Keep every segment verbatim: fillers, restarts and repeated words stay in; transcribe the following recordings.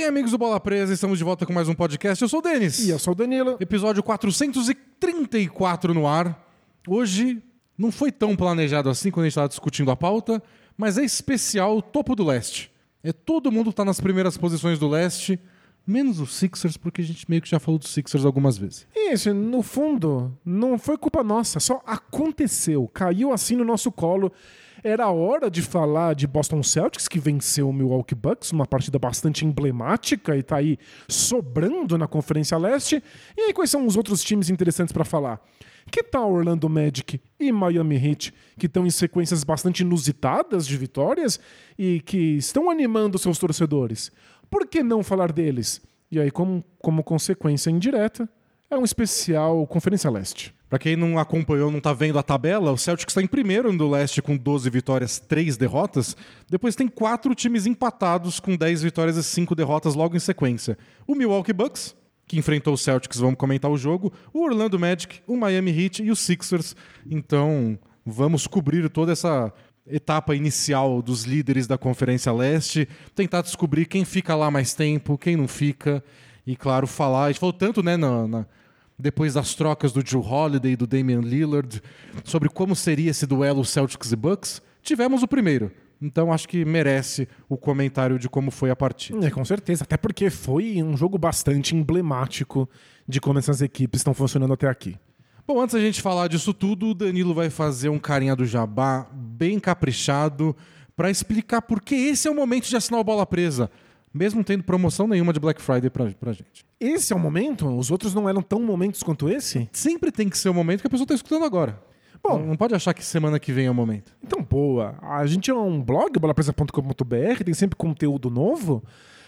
amigos do Bola Presa, estamos de volta com mais um podcast. Eu sou o Denis. E eu sou o Danilo. Episódio quatrocentos e trinta e quatro no ar. Hoje não foi tão planejado assim quando a gente estava discutindo a pauta, mas é especial Topo do Leste. É, todo mundo está nas primeiras posições do Leste, menos os Sixers, porque a gente meio que já falou dos Sixers algumas vezes. Isso, no fundo, não foi culpa nossa, só aconteceu. Caiu assim no nosso colo. Era hora de falar de Boston Celtics, que venceu o Milwaukee Bucks, uma partida bastante emblemática e tá aí sobrando na Conferência Leste. E aí, quais são os outros times interessantes para falar? Que tal Orlando Magic e Miami Heat, que estão em sequências bastante inusitadas de vitórias e que estão animando seus torcedores? Por que não falar deles? E aí, como, como consequência indireta, é um especial Conferência Leste. Pra quem não acompanhou, não tá vendo a tabela, o Celtics está em primeiro no leste com doze vitórias, três derrotas. Depois tem quatro times empatados com dez vitórias e cinco derrotas logo em sequência. O Milwaukee Bucks, que enfrentou o Celtics, vamos comentar o jogo. O Orlando Magic, o Miami Heat e os Sixers. Então, vamos cobrir toda essa etapa inicial dos líderes da Conferência Leste, tentar descobrir quem fica lá mais tempo, quem não fica. E, claro, falar... A gente falou tanto, né, na... na depois das trocas do Jrue Holiday e do Damian Lillard, sobre como seria esse duelo Celtics e Bucks, tivemos o primeiro. Então acho que merece o comentário de como foi a partida. É, com certeza, até porque foi um jogo bastante emblemático de como essas equipes estão funcionando até aqui. Bom, antes da gente falar disso tudo, o Danilo vai fazer um carinha do jabá bem caprichado para explicar por que esse é o momento de assinar o Bola Presa, mesmo tendo promoção nenhuma de Black Friday pra, pra gente. Esse é o momento? Os outros não eram tão momentos quanto esse? Sempre tem que ser o momento que a pessoa tá escutando agora. Bom, não, não pode achar que semana que vem é o momento. Então, boa. A gente é um blog, bola presa ponto com ponto b r, tem sempre conteúdo novo,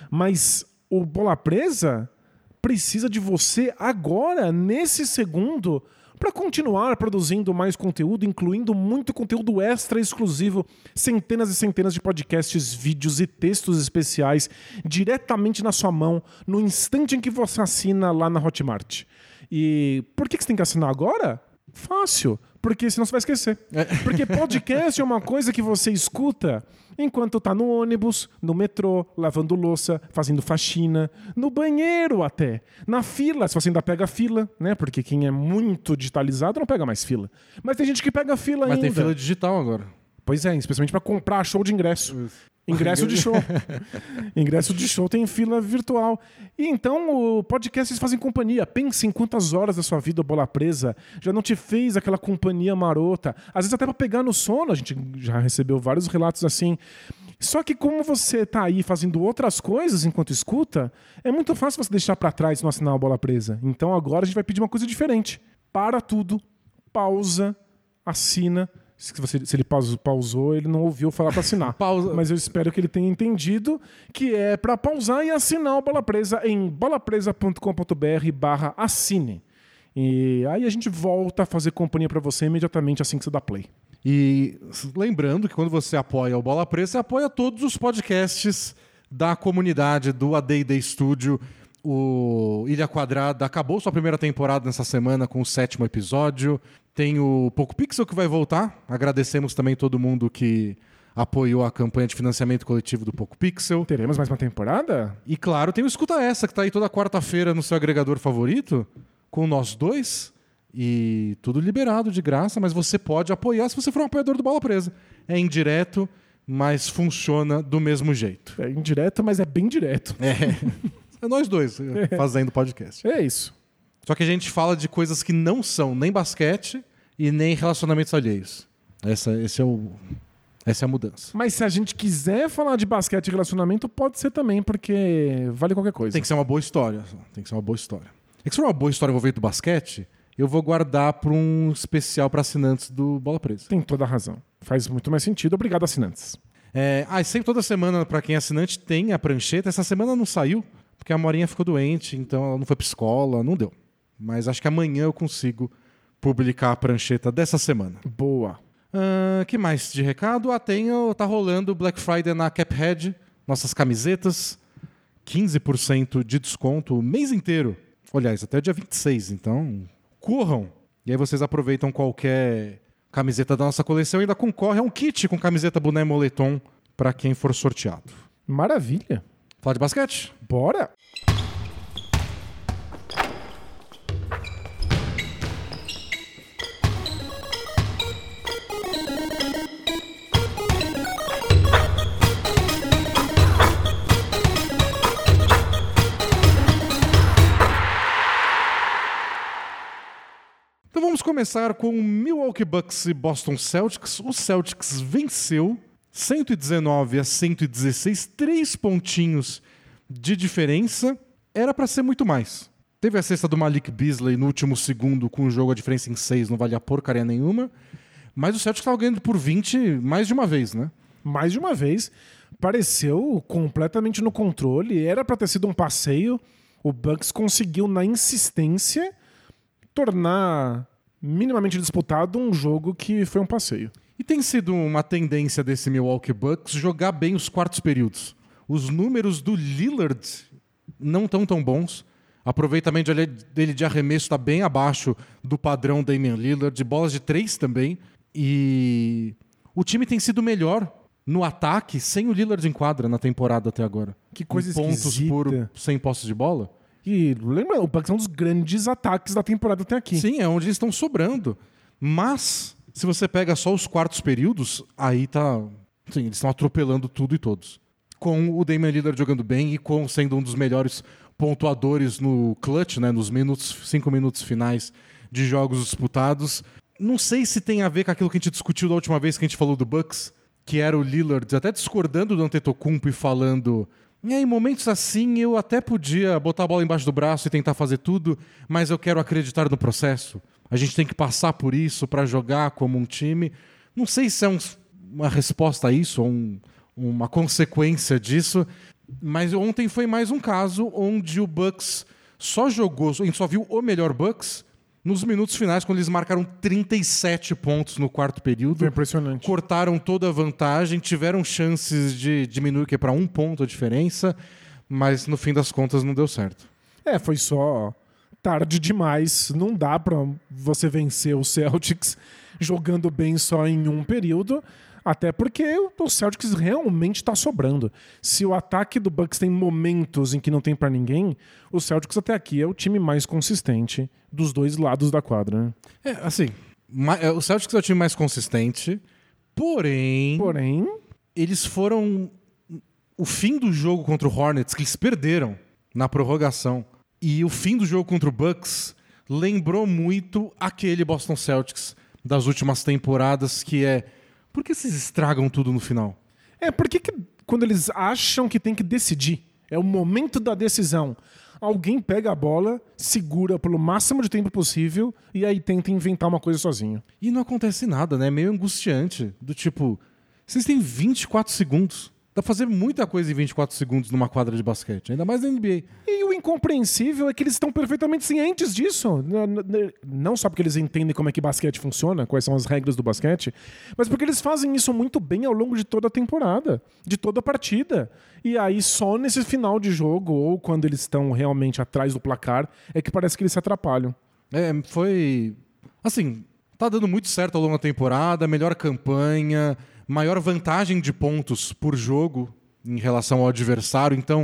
mas o Bola Presa precisa de você agora, nesse segundo, para continuar produzindo mais conteúdo, incluindo muito conteúdo extra exclusivo, centenas e centenas de podcasts, vídeos e textos especiais diretamente na sua mão, no instante em que você assina lá na Hotmart. E por que você tem que assinar agora? Fácil, porque senão você vai esquecer. É. Porque podcast é uma coisa que você escuta enquanto tá no ônibus, no metrô, lavando louça, fazendo faxina, no banheiro até, na fila, se você ainda pega fila, né? Porque quem é muito digitalizado não pega mais fila. Mas tem gente que pega fila Mas ainda. Mas tem fila digital agora. Pois é, especialmente para comprar show de ingresso. Isso. Ingresso de show. Ingresso de show tem fila virtual. E então o podcast fazem companhia. Pense em quantas horas da sua vida o Bola Presa já não te fez aquela companhia marota. Às vezes até para pegar no sono. A gente já recebeu vários relatos assim. Só que como você tá aí fazendo outras coisas enquanto escuta, é muito fácil você deixar para trás e não assinar o Bola Presa. Então agora a gente vai pedir uma coisa diferente. Para tudo, pausa, assina. Se, você, se ele pausou, pausou, ele não ouviu falar para assinar. Pausa. Mas eu espero que ele tenha entendido que é para pausar e assinar o Bola Presa em bola presa ponto com ponto b r barra assine. E aí a gente volta a fazer companhia para você imediatamente assim que você dá play. E lembrando que quando você apoia o Bola Presa, você apoia todos os podcasts da comunidade do A D e D Studio. O Ilha Quadrada acabou sua primeira temporada nessa semana com o sétimo episódio. Tem o Poco Pixel que vai voltar. Agradecemos também todo mundo que apoiou a campanha de financiamento coletivo do Poco Pixel. Teremos mais uma temporada? E claro, tem o Escuta Essa, que tá aí toda quarta-feira no seu agregador favorito, com nós dois. E tudo liberado de graça, mas você pode apoiar se você for um apoiador do Bola Presa. É indireto, mas funciona do mesmo jeito. É indireto, mas é bem direto. É. É nós dois fazendo podcast. É isso. Só que a gente fala de coisas que não são nem basquete e nem relacionamentos alheios. Essa, esse é o, essa é a mudança. Mas se a gente quiser falar de basquete e relacionamento, pode ser também, porque vale qualquer coisa. Tem que ser uma boa história. Tem que ser uma boa história. É que se for uma boa história envolvendo basquete, eu vou guardar para um especial para assinantes do Bola Presa. Tem toda a razão. Faz muito mais sentido. Obrigado, assinantes. É, ah, sempre toda semana, para quem é assinante, tem a prancheta. Essa semana não saiu, porque a Morinha ficou doente, então ela não foi pra escola, não deu. Mas acho que amanhã eu consigo publicar a prancheta dessa semana. Boa. Uh, que mais de recado? Ah, tem, tá rolando Black Friday na Caphead, nossas camisetas, quinze por cento de desconto o mês inteiro. Aliás, até o dia vinte e seis, então corram. E aí vocês aproveitam qualquer camiseta da nossa coleção e ainda concorre a um kit com camiseta, boné, moletom para quem for sorteado. Maravilha. Falar de basquete? Bora! Então vamos começar com Milwaukee Bucks e Boston Celtics. O Celtics venceu cento e dezenove a cento e dezesseis, três pontinhos de diferença. Era para ser muito mais. Teve a cesta do Malik Beasley no último segundo com o jogo a diferença em seis, não valia porcaria nenhuma. Mas o Celtics estava ganhando por vinte mais de uma vez, né? Mais de uma vez. Pareceu completamente no controle. Era para ter sido um passeio. O Bucks conseguiu, na insistência, tornar minimamente disputado um jogo que foi um passeio. E tem sido uma tendência desse Milwaukee Bucks jogar bem os quartos períodos. Os números do Lillard não estão tão bons. O aproveitamento dele de arremesso está bem abaixo do padrão Damian Lillard, de bolas de três também. E o time tem sido melhor no ataque sem o Lillard em quadra na temporada até agora. Que coisa com pontos esquisita. por cem posses de bola. E lembra, o Bucks é um dos grandes ataques da temporada até aqui. Sim, é onde eles estão sobrando. Mas, se você pega só os quartos períodos, aí tá... Sim, eles estão atropelando tudo e todos. Com o Damian Lillard jogando bem e com sendo um dos melhores pontuadores no clutch, né, nos minutos, cinco minutos finais de jogos disputados. Não sei se tem a ver com aquilo que a gente discutiu da última vez que a gente falou do Bucks, que era o Lillard até discordando do Antetokounmpo e falando... E aí, em momentos assim, eu até podia botar a bola embaixo do braço e tentar fazer tudo, mas eu quero acreditar no processo. A gente tem que passar por isso para jogar como um time. Não sei se é um, uma resposta a isso ou um, uma consequência disso, mas ontem foi mais um caso onde o Bucks só jogou, a gente só viu o melhor Bucks nos minutos finais, quando eles marcaram trinta e sete pontos no quarto período. Foi impressionante. Cortaram toda a vantagem, tiveram chances de diminuir que é para um ponto a diferença, mas no fim das contas não deu certo. É, foi só tarde demais. Não dá pra você vencer o Celtics jogando bem só em um período, até porque o Celtics realmente tá sobrando. Se o ataque do Bucks tem momentos em que não tem pra ninguém, o Celtics até aqui é o time mais consistente dos dois lados da quadra. Né? É, assim, o Celtics é o time mais consistente, porém... Porém... Eles foram... O fim do jogo contra o Hornets, que eles perderam na prorrogação, e o fim do jogo contra o Bucks lembrou muito aquele Boston Celtics das últimas temporadas, que é... Por que vocês estragam tudo no final? É, porque que, quando eles acham que tem que decidir, é o momento da decisão, alguém pega a bola, segura pelo máximo de tempo possível e aí tenta inventar uma coisa sozinho. E não acontece nada, né? É meio angustiante. Do tipo, vocês têm vinte e quatro segundos. Dá pra fazer muita coisa em vinte e quatro segundos numa quadra de basquete, ainda mais na N B A. E o incompreensível é que eles estão perfeitamente cientes disso. Não só porque eles entendem como é que basquete funciona, quais são as regras do basquete, mas porque eles fazem isso muito bem ao longo de toda a temporada, de toda a partida. E aí só nesse final de jogo, ou quando eles estão realmente atrás do placar, é que parece que eles se atrapalham. É, foi... Assim, tá dando muito certo ao longo da temporada, melhor campanha... maior vantagem de pontos por jogo em relação ao adversário. Então,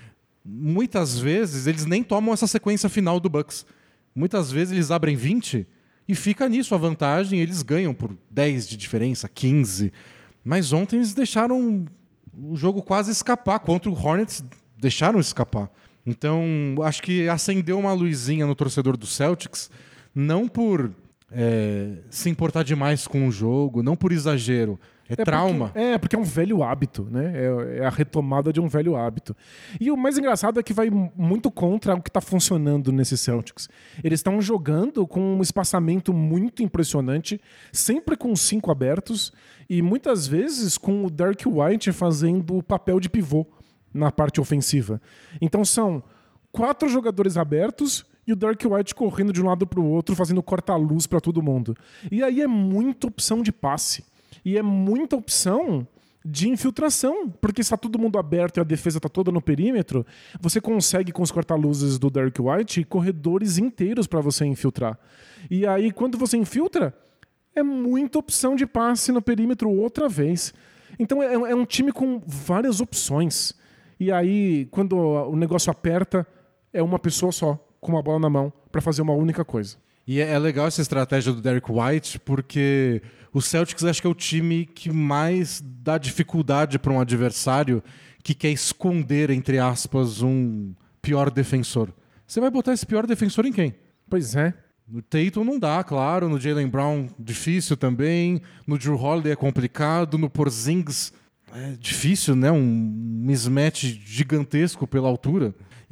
muitas vezes, eles nem tomam essa sequência final do Bucks. Muitas vezes eles abrem vinte e fica nisso a vantagem, eles ganham por dez de diferença, quinze. Mas ontem eles deixaram o jogo quase escapar. Contra o Hornets, deixaram escapar. Então, acho que acendeu uma luzinha no torcedor do Celtics, não por é, se importar demais com o jogo, não por exagero. É, é trauma. Porque, é, porque é um velho hábito, né? É, é a retomada de um velho hábito. E o mais engraçado é que vai muito contra o que está funcionando nesse Celtics. Eles estão jogando com um espaçamento muito impressionante, sempre com cinco abertos, e muitas vezes com o Derrick White fazendo o papel de pivô na parte ofensiva. Então são quatro jogadores abertos e o Derrick White correndo de um lado para o outro, fazendo corta-luz para todo mundo. E aí é muita opção de passe. E é muita opção de infiltração, porque se está todo mundo aberto e a defesa está toda no perímetro, você consegue, com os corta-luzes do Derrick White, corredores inteiros para você infiltrar. E aí, quando você infiltra, é muita opção de passe no perímetro outra vez. Então é, é um time com várias opções. E aí, quando o negócio aperta, é uma pessoa só, com uma bola na mão, para fazer uma única coisa. E é legal essa estratégia do Derrick White, porque o Celtics acho que é o time que mais dá dificuldade para um adversário que quer esconder, entre aspas, um pior defensor. Você vai botar esse pior defensor em quem? Pois é. No Tatum não dá, claro. No Jaylen Brown, difícil também. No Jrue Holiday é complicado. No Porzingis é difícil, né? Um mismatch gigantesco pela altura.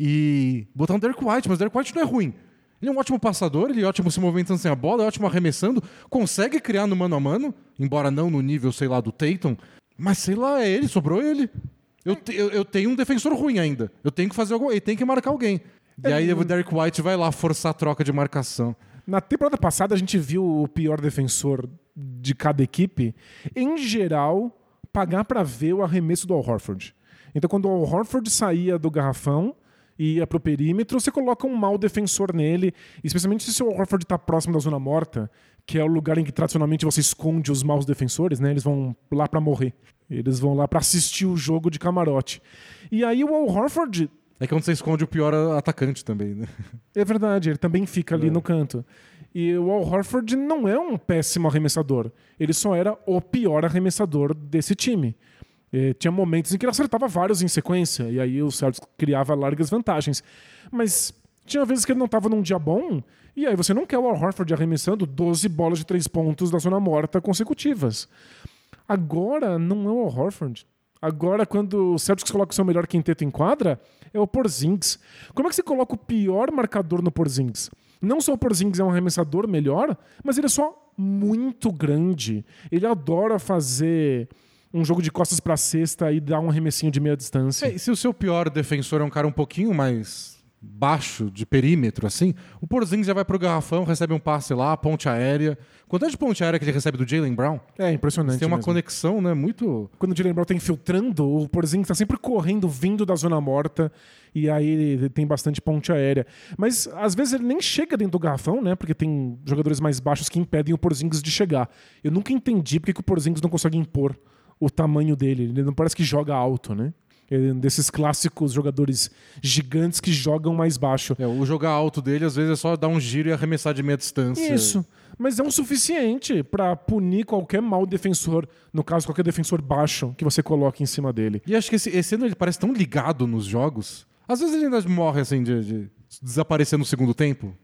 E botar um Derrick White, mas o Derrick White não é ruim. Ele é um ótimo passador, ele é ótimo se movimentando sem a bola, é ótimo arremessando, consegue criar no mano a mano, embora não no nível, sei lá, do Tatum, mas sei lá, é ele, sobrou ele. Eu, te, eu, eu tenho um defensor ruim ainda, eu tenho que fazer algo, ele tem que marcar alguém. E aí o Derrick White vai lá forçar a troca de marcação. Na temporada passada a gente viu o pior defensor de cada equipe, em geral, pagar para ver o arremesso do Al Horford. Então quando o Al Horford saía do garrafão, ia pro perímetro, você coloca um mau defensor nele, especialmente se o Horford está próximo da zona morta, que é o lugar em que tradicionalmente você esconde os maus defensores, né? Eles vão lá para morrer. Eles vão lá para assistir o jogo de camarote. E aí o Al Horford... É que é onde você esconde o pior atacante também, né? É verdade, ele também fica ali é. no canto. E o Al Horford não é um péssimo arremessador. Ele só era o pior arremessador desse time. E tinha momentos em que ele acertava vários em sequência, e aí o Celtics criava largas vantagens. Mas tinha vezes que ele não estava num dia bom, e aí você não quer o Al Horford arremessando doze bolas de três pontos da zona morta consecutivas. Agora não é o Al Horford. Agora, quando o Celtics coloca o seu melhor quinteto em quadra, é o Porzingis. Como é que você coloca o pior marcador no Porzingis? Não só o Porzingis é um arremessador melhor, mas ele é só muito grande. Ele adora fazer um jogo de costas para cesta e dar um arremessinho de meia distância. É, e se o seu pior defensor é um cara um pouquinho mais baixo, de perímetro, assim, o Porzingis já vai pro garrafão, recebe um passe lá, ponte aérea. Quanto é de ponte aérea que ele recebe do Jaylen Brown? É impressionante. Tem uma mesmo. conexão, né? Muito... Quando o Jaylen Brown tá infiltrando, o Porzingis tá sempre correndo, vindo da zona morta, e aí ele tem bastante ponte aérea. Mas às vezes ele nem chega dentro do garrafão, né? Porque tem jogadores mais baixos que impedem o Porzingis de chegar. Eu nunca entendi porque que o Porzingis não consegue impor o tamanho dele. Ele não parece que joga alto, né? Ele é um desses clássicos jogadores gigantes que jogam mais baixo. É, o jogar alto dele, às vezes, é só dar um giro e arremessar de meia distância. Isso. Mas é o suficiente para punir qualquer mau defensor, no caso, qualquer defensor baixo que você coloque em cima dele. E acho que esse, esse ano ele parece tão ligado nos jogos. Às vezes ele ainda morre assim de, de desaparecer no segundo tempo,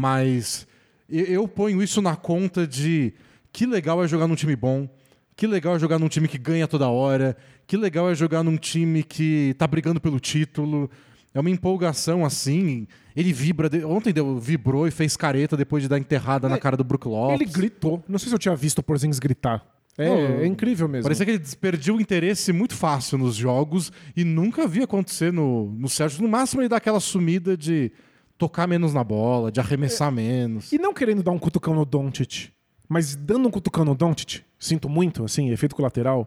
mas eu, eu ponho isso na conta de que legal é jogar num time bom, que legal é jogar num time que ganha toda hora, que legal é jogar num time que tá brigando pelo título. É uma empolgação assim. Ele vibra. De... Ontem deu, vibrou e fez careta depois de dar enterrada é, na cara do Brook Lopes. Ele gritou. Não sei se eu tinha visto o Porzingis gritar. É, oh, é incrível mesmo. Parecia que ele perdeu o interesse muito fácil nos jogos e nunca vi acontecer no, no Celtics. No máximo ele dá aquela sumida de tocar menos na bola, de arremessar é, menos. E não querendo dar um cutucão no Doncic, mas dando um cutucão no Doncic, sinto muito, assim, efeito colateral,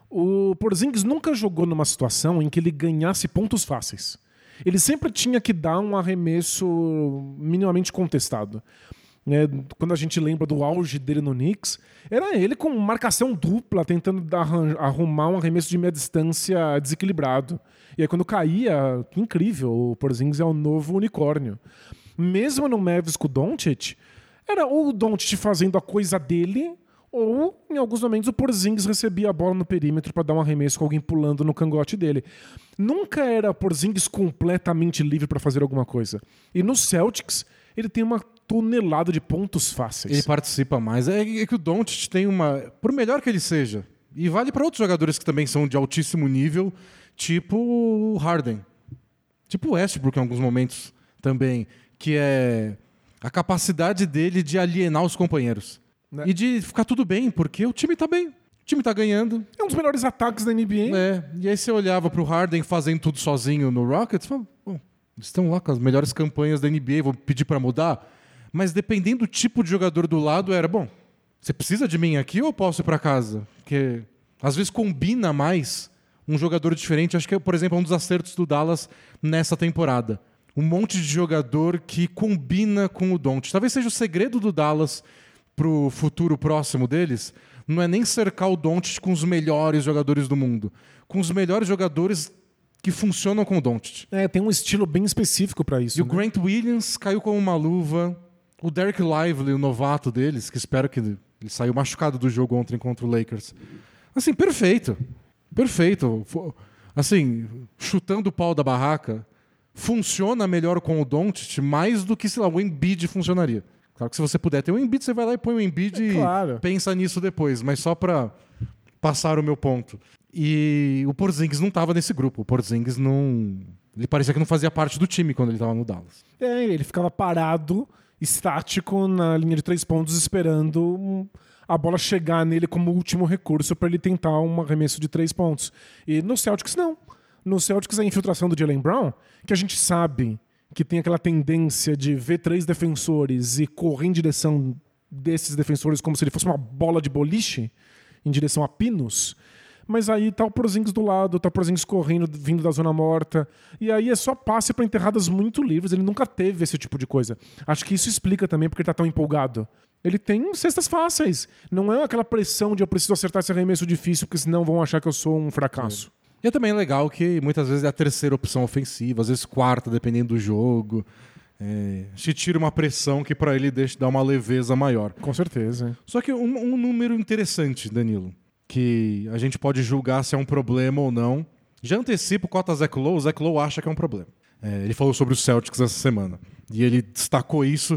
o Porzingis nunca jogou numa situação em que ele ganhasse pontos fáceis. Ele sempre tinha que dar um arremesso minimamente contestado. É, quando a gente lembra do auge dele no Knicks, era ele com marcação dupla, tentando dar, arrumar um arremesso de meia distância desequilibrado. E aí quando caía, que incrível, o Porzingis é o novo unicórnio. Mesmo no Mavericks com o Doncic, era ou o Doncic fazendo a coisa dele, ou em alguns momentos o Porzingis recebia a bola no perímetro para dar um arremesso com alguém pulando no cangote dele. Nunca era Porzingis completamente livre para fazer alguma coisa. E no Celtics, ele tem uma tonelada de pontos fáceis. Ele participa mais. É que o Doncic tem uma... Por melhor que ele seja, e vale para outros jogadores que também são de altíssimo nível, tipo o Harden. Tipo o Westbrook em alguns momentos também, que é a capacidade dele de alienar os companheiros. Né? E de ficar tudo bem, porque o time tá bem. O time tá ganhando. É um dos melhores ataques da N B A. É. E aí você olhava pro Harden fazendo tudo sozinho no Rockets e falava, bom, eles estão lá com as melhores campanhas da N B A, vou pedir para mudar. Mas dependendo do tipo de jogador do lado, era, bom, você precisa de mim aqui ou eu posso ir para casa? Porque às vezes combina mais um jogador diferente. Acho que é, por exemplo, um dos acertos do Dallas nessa temporada. Um monte de jogador que combina com o Doncic. Talvez seja o segredo do Dallas pro futuro próximo deles, não é nem cercar o Doncic com os melhores jogadores do mundo. Com os melhores jogadores que funcionam com o Doncic. É, tem um estilo bem específico pra isso. E né? o Grant Williams caiu como uma luva. O Derek Lively, o novato deles, que espero que ele saiu machucado do jogo ontem contra o Lakers. Assim, perfeito. Perfeito. Assim, chutando o pau da barraca, funciona melhor com o Doncic mais do que, sei lá, o Embiid funcionaria. Claro que se você puder ter um Embiid, você vai lá e põe o Embiid é claro. e pensa nisso depois. Mas só pra passar o meu ponto. E o Porzingis não estava nesse grupo. O Porzingis não... Ele parecia que não fazia parte do time quando ele estava no Dallas. É, ele ficava parado, estático, na linha de três pontos, esperando a bola chegar nele como último recurso para ele tentar um arremesso de três pontos. E no Celtics, não. No Celtics, a infiltração do Jaylen Brown, que a gente sabe que tem aquela tendência de ver três defensores e correr em direção desses defensores como se ele fosse uma bola de boliche, em direção a pinos... Mas aí tá o Porzingis do lado, tá o Porzingis correndo, vindo da zona morta. E aí é só passe para enterradas muito livres. Ele nunca teve esse tipo de coisa. Acho que isso explica também porque ele tá tão empolgado. Ele tem cestas fáceis. Não é aquela pressão de eu preciso acertar esse arremesso difícil, porque senão vão achar que eu sou um fracasso. E é também legal que muitas vezes é a terceira opção ofensiva, às vezes quarta, dependendo do jogo. É, te tira uma pressão que para ele deixa dar uma leveza maior. Com certeza. Só que um, um número interessante, Danilo, que a gente pode julgar se é um problema ou não. Já antecipo quanto a Zach Lowe, o Zach Lowe acha que é um problema. É, ele falou sobre os Celtics essa semana. E ele destacou isso,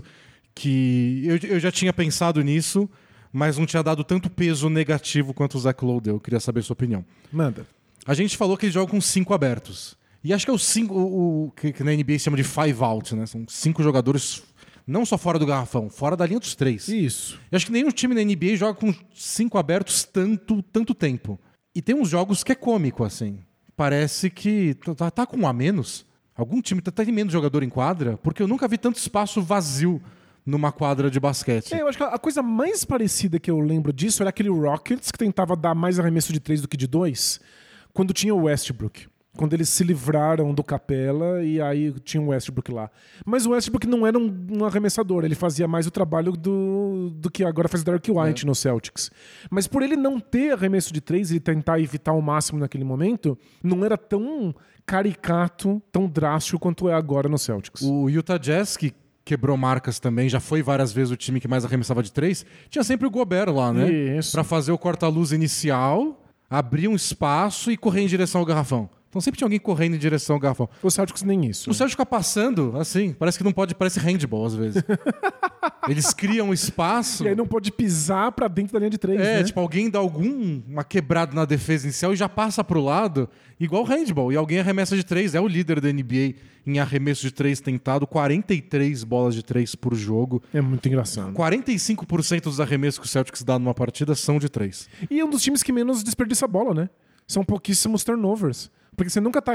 que eu, eu já tinha pensado nisso, mas não tinha dado tanto peso negativo quanto o Zach Lowe deu. Eu queria saber a sua opinião. Manda. A gente falou que ele joga com cinco abertos. E acho que é o cinco, o, o que, que na N B A se chama de five out, né? São cinco jogadores... Não só fora do garrafão, fora da linha dos três. Isso. Eu acho que nenhum time na N B A joga com cinco abertos tanto, tanto tempo. E tem uns jogos que é cômico, assim. Parece que tá, tá com um a menos. Algum time tá, tá tem menos jogador em quadra, porque eu nunca vi tanto espaço vazio numa quadra de basquete. É, eu acho que a coisa mais parecida que eu lembro disso era aquele Rockets que tentava dar mais arremesso de três do que de dois, quando tinha o Westbrook. Quando eles se livraram do Capela e aí tinha o Westbrook lá. Mas o Westbrook não era um, um arremessador, ele fazia mais o trabalho do, do que agora faz Derek White é. no Celtics. Mas por ele não ter arremesso de três e tentar evitar o máximo naquele momento, não era tão caricato, tão drástico quanto é agora no Celtics. O Utah Jazz, que quebrou marcas também, já foi várias vezes o time que mais arremessava de três, tinha sempre o Gobert lá, né? Isso. Pra fazer o corta-luz inicial, abrir um espaço e correr em direção ao garrafão. Então sempre tinha alguém correndo em direção ao garrafão. O Celtics nem isso. O Celtics fica passando, assim, parece que não pode, parece handball às vezes. Eles criam espaço. E aí não pode pisar pra dentro da linha de três, É, né? tipo, alguém dá alguma quebrada na defesa inicial e já passa pro lado, igual handball. E alguém arremessa de três, é o líder da N B A em arremesso de três tentado, quarenta e três bolas de três por jogo. É muito engraçado. quarenta e cinco por cento dos arremessos que o Celtics dá numa partida são de três. E é um dos times que menos desperdiça a bola, né? São pouquíssimos turnovers. Porque você nunca tá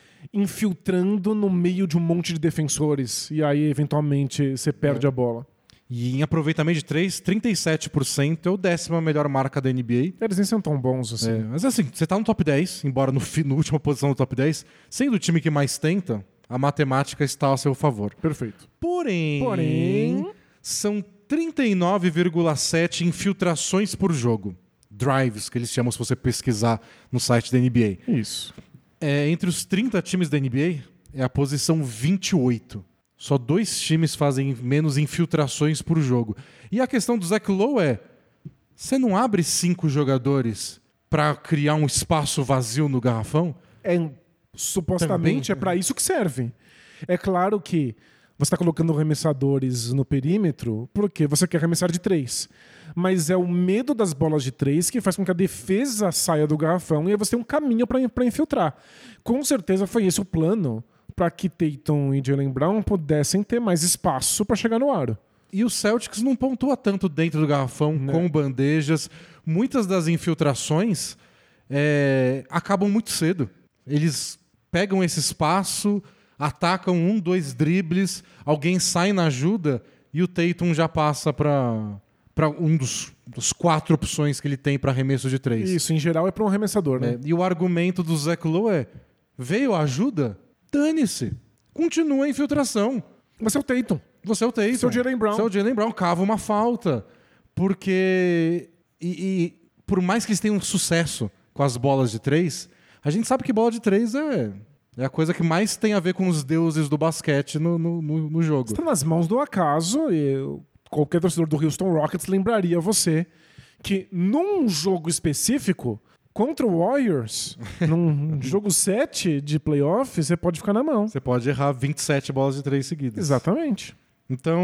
infiltrando no meio de um monte de defensores e aí, eventualmente, você perde é. a bola. E em aproveitamento de três, trinta e sete por cento é o décima melhor marca da N B A. Eles nem são tão bons assim. É, mas assim, você tá no top dez, embora no, no última posição do top dez, sendo o time que mais tenta, a matemática está a seu favor. Perfeito. Porém, Porém... são trinta e nove vírgula sete infiltrações por jogo. Drives, que eles chamam se você pesquisar no site da N B A. Isso. É, entre os trinta times da N B A, é a posição vinte e oito. Só dois times fazem menos infiltrações por jogo. E a questão do Zach Lowe é, você não abre cinco jogadores para criar um espaço vazio no garrafão? É, supostamente Também? é para isso que serve. É claro que você está colocando arremessadores no perímetro porque você quer arremessar de três. Mas é o medo das bolas de três que faz com que a defesa saia do garrafão e aí você tem um caminho para infiltrar. Com certeza foi esse o plano para que Tatum e Jaylen Brown pudessem ter mais espaço para chegar no aro. E o Celtics não pontua tanto dentro do garrafão, não. com bandejas. Muitas das infiltrações é, acabam muito cedo. Eles pegam esse espaço, atacam um, dois dribles, alguém sai na ajuda e o Tatum já passa para... para um dos, dos quatro opções que ele tem para arremesso de três. Isso, em geral é para um arremessador, né? É, e o argumento do Zach Lowe é, veio a ajuda? Dane-se. Continua a infiltração. Você é o Tatum. Você é o Tatum. Você é o Jaylen Brown. Você é o Jaylen Brown. Cava uma falta. Porque... E, e por mais que eles tenham sucesso com as bolas de três, a gente sabe que bola de três é... É a coisa que mais tem a ver com os deuses do basquete no, no, no, no jogo. Está nas mãos do acaso e qualquer torcedor do Houston Rockets lembraria você que num jogo específico, contra o Warriors, num jogo sete de playoff, você pode ficar na mão. Você pode errar vinte e sete bolas de três seguidas. Exatamente. Então,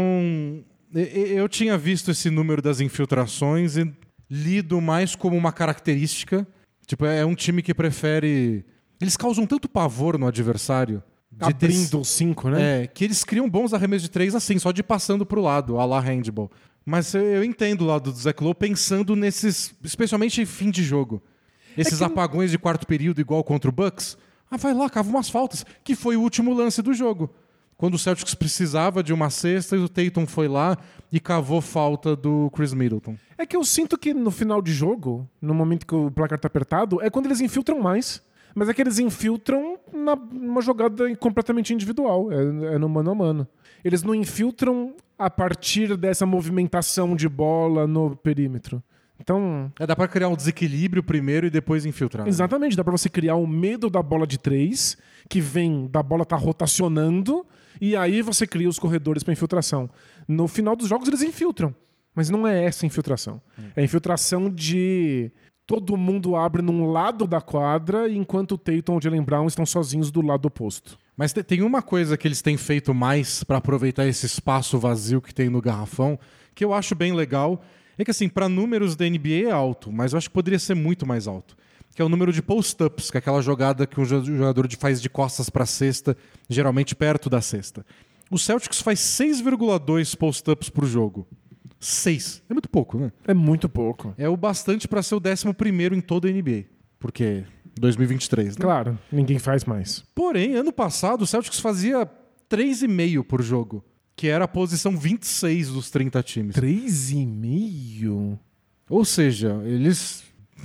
eu tinha visto esse número das infiltrações e lido mais como uma característica. Tipo, é um time que prefere... Eles causam tanto pavor no adversário. De Abrindo os cinco, né? É, que eles criam bons arremessos de três assim, só de ir passando pro lado, a la handball. Mas eu entendo o lado do Zach Lowe pensando nesses... Especialmente em fim de jogo. Esses é que... apagões de quarto período igual contra o Bucks. Ah, vai lá, cava umas faltas. Que foi o último lance do jogo. Quando o Celtics precisava de uma cesta, o Tatum foi lá e cavou falta do Chris Middleton. É que eu sinto que no final de jogo, no momento que o placar tá apertado, é quando eles infiltram mais. Mas é que eles infiltram na, numa jogada completamente individual. É, é no mano a mano. Eles não infiltram a partir dessa movimentação de bola no perímetro. Então... É, dá pra criar um desequilíbrio primeiro e depois infiltrar. Exatamente. Dá pra você criar o medo da bola de três, que vem da bola tá rotacionando, e aí você cria os corredores pra infiltração. No final dos jogos eles infiltram. Mas não é essa infiltração. Hum. É a infiltração de... Todo mundo abre num lado da quadra, enquanto o Tatum e o Jaylen Brown estão sozinhos do lado oposto. Mas tem uma coisa que eles têm feito mais para aproveitar esse espaço vazio que tem no garrafão, que eu acho bem legal, é que assim, para números da N B A é alto, mas eu acho que poderia ser muito mais alto. Que é o número de post-ups, que é aquela jogada que um jogador faz de costas para a cesta, geralmente perto da cesta. O Celtics faz seis vírgula dois post-ups por jogo. Seis. É muito pouco, né? É muito pouco. É o bastante para ser o décimo primeiro em toda a N B A. Porque dois mil e vinte e três, né? Claro, ninguém faz mais. Porém, ano passado, o Celtics fazia três vírgula cinco por jogo. Que era a posição vinte e seis dos trinta times. três vírgula cinco? Ou seja, eles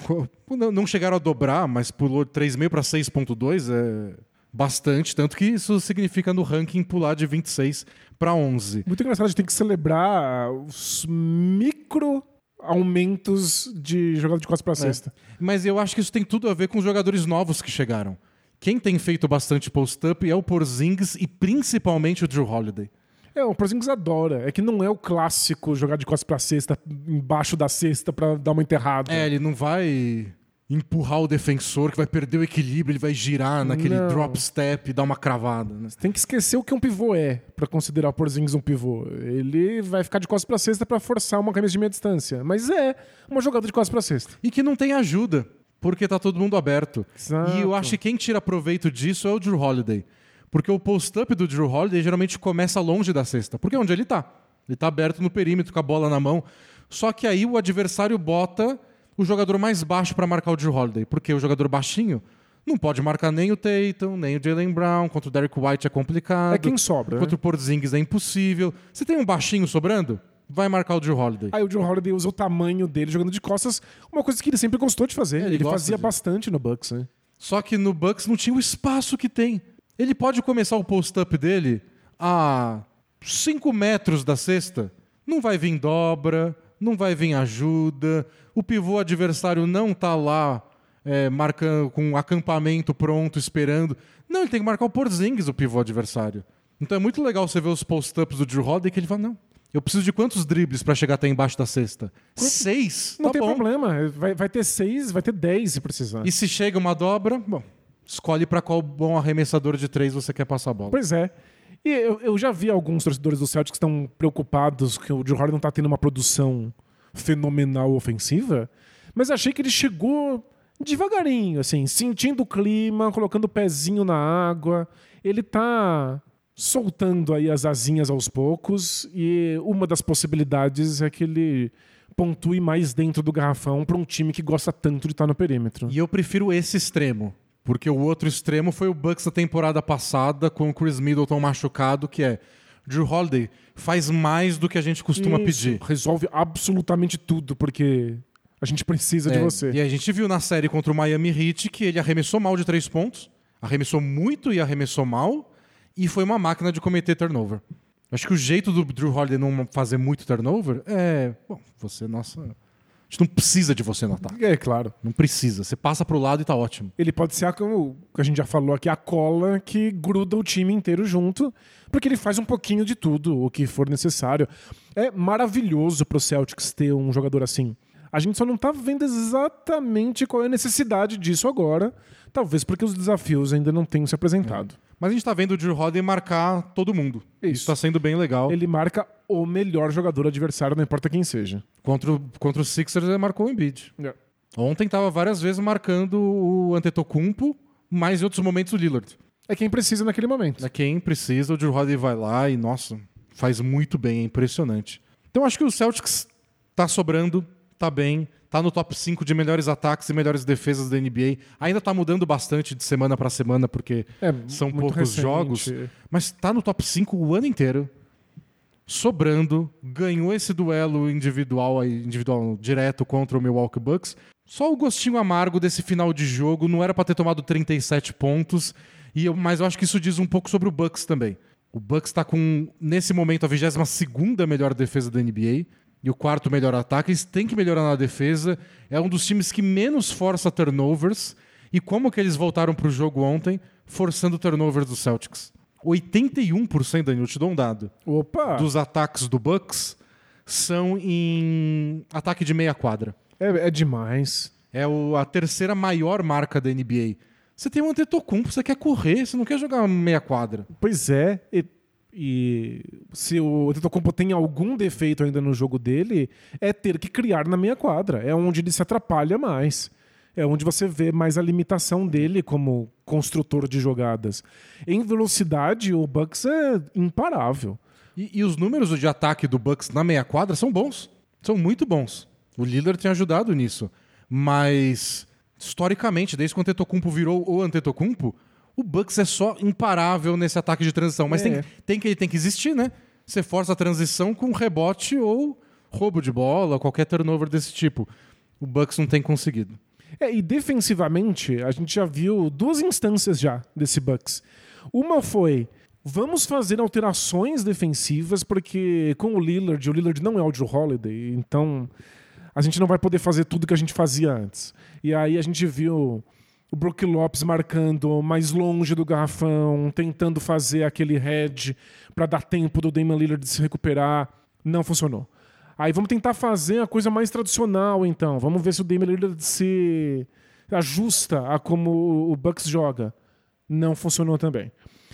não chegaram a dobrar, mas pulou três vírgula cinco para seis vírgula dois. É bastante. Tanto que isso significa no ranking pular de vinte e seis para onze. Muito engraçado, a gente tem que celebrar os micro aumentos de jogada de costas para cesta. É. Mas eu acho que isso tem tudo a ver com os jogadores novos que chegaram. Quem tem feito bastante post-up é o Porzingis e principalmente o Jrue Holiday. É, o Porzingis adora. É que não é o clássico jogar de costas para cesta embaixo da cesta para dar uma enterrada. É, ele não vai empurrar o defensor que vai perder o equilíbrio, ele vai girar naquele não. drop step e dar uma cravada. Né? Você tem que esquecer o que um pivô é para considerar o Porzingis um pivô. Ele vai ficar de costas para cesta para forçar uma camisa de meia distância. Mas é uma jogada de costas para cesta. E que não tem ajuda, porque tá todo mundo aberto. Exato. E eu acho que quem tira proveito disso é o Jrue Holiday. Porque o post-up do Jrue Holiday geralmente começa longe da cesta. Porque é onde ele tá. Ele tá aberto no perímetro, com a bola na mão. Só que aí o adversário bota o jogador mais baixo para marcar o Jrue Holiday. Porque o jogador baixinho não pode marcar nem o Tatum, nem o Jaylen Brown. Contra o Derrick White é complicado. É quem sobra. Contra né? o Porzingis é impossível. Você tem um baixinho sobrando? Vai marcar o Jrue Holiday. Aí o Jrue Holiday usa o tamanho dele jogando de costas. Uma coisa que ele sempre gostou de fazer. É, ele ele fazia de... bastante no Bucks. Né? Só que no Bucks não tinha o espaço que tem. Ele pode começar o post-up dele a cinco metros da cesta. Não vai vir dobra, não vai vir ajuda. O pivô adversário não tá lá é, marcando, com um acampamento pronto, esperando. Não, ele tem que marcar o Porzingis, o pivô adversário. Então é muito legal você ver os post-ups do Jrue Holiday que ele fala, não, eu preciso de quantos dribles para chegar até embaixo da cesta? Seis? Não tá tem bom. problema. Vai, vai ter seis, vai ter dez se precisar. E se chega uma dobra, bom... Escolhe para qual bom arremessador de três você quer passar a bola. Pois é. E eu, eu já vi alguns torcedores do Celtics que estão preocupados que o Jrue Holiday não está tendo uma produção fenomenal ofensiva, mas achei que ele chegou devagarinho, assim, sentindo o clima, colocando o pezinho na água. Ele tá soltando aí as asinhas aos poucos e uma das possibilidades é que ele pontue mais dentro do garrafão para um time que gosta tanto de estar no perímetro. E eu prefiro esse extremo. Porque o outro extremo foi o Bucks da temporada passada com o Chris Middleton machucado, que é Jrue Holiday faz mais do que a gente costuma Isso, pedir. Resolve absolutamente tudo, porque a gente precisa é, de você. E a gente viu na série contra o Miami Heat que ele arremessou mal de três pontos, arremessou muito e arremessou mal, e foi uma máquina de cometer turnover. Acho que o jeito do Jrue Holiday não fazer muito turnover é... Bom, você, nossa... A gente não precisa de você no ataque. É, claro. Não precisa. Você passa pro lado e tá ótimo. Ele pode ser, a, como a gente já falou aqui, a cola que gruda o time inteiro junto, porque ele faz um pouquinho de tudo, o que for necessário. É maravilhoso pro Celtics ter um jogador assim. A gente só não tá vendo exatamente qual é a necessidade disso agora, talvez porque os desafios ainda não tenham se apresentado. É. Mas a gente tá vendo o Drew Holiday marcar todo mundo. Isso. Isso tá sendo bem legal. Ele marca o melhor jogador adversário, não importa quem seja. Contra o, contra o Sixers, ele marcou o Embiid. É. Ontem tava várias vezes marcando o Antetokounmpo, mas em outros momentos o Lillard. É quem precisa naquele momento. É quem precisa, o Drew Holiday vai lá e, nossa, faz muito bem, é impressionante. Então acho que o Celtics tá sobrando, tá bem, tá no top cinco de melhores ataques e melhores defesas da N B A. Ainda tá mudando bastante de semana para semana, porque é, são poucos recente. jogos. Mas tá no top cinco o ano inteiro, sobrando, ganhou esse duelo individual, individual direto contra o Milwaukee Bucks. Só o gostinho amargo desse final de jogo, não era para ter tomado trinta e sete pontos, e eu, mas eu acho que isso diz um pouco sobre o Bucks também. O Bucks tá com, nesse momento, a vigésima segunda melhor defesa da N B A, e o quarto melhor ataque. Eles têm que melhorar na defesa. É um dos times que menos força turnovers. E como que eles voltaram pro jogo ontem, forçando turnovers do Celtics? oitenta e um por cento, Danilo, te dou um dado. Opa! Dos ataques do Bucks são em ataque de meia quadra. É, é demais. É o, a terceira maior marca da N B A. Você tem um Antetokounmpo, você quer correr, você não quer jogar meia quadra. Pois é. E... E se o Antetokounmpo tem algum defeito ainda no jogo dele, é ter que criar na meia quadra. É onde ele se atrapalha mais. É onde você vê mais a limitação dele como construtor de jogadas. Em velocidade, o Bucks é imparável. E, e os números de ataque do Bucks na meia quadra são bons. São muito bons. O Lillard tem ajudado nisso. Mas, historicamente, desde que o Antetokounmpo virou o Antetokounmpo, o Bucks é só imparável nesse ataque de transição. Mas é. tem, tem que, ele tem que existir, né? Você força a transição com rebote ou roubo de bola, qualquer turnover desse tipo. O Bucks não tem conseguido. É, e defensivamente, a gente já viu duas instâncias já desse Bucks. Uma foi, vamos fazer alterações defensivas, porque com o Lillard, o Lillard não é o Drew Holiday, então a gente não vai poder fazer tudo que a gente fazia antes. E aí a gente viu o Brook Lopes marcando mais longe do garrafão, tentando fazer aquele head para dar tempo do Damian Lillard de se recuperar. Não funcionou. Aí vamos tentar fazer a coisa mais tradicional, então. Vamos ver se o Damian Lillard se ajusta a como o Bucks joga. Não funcionou também.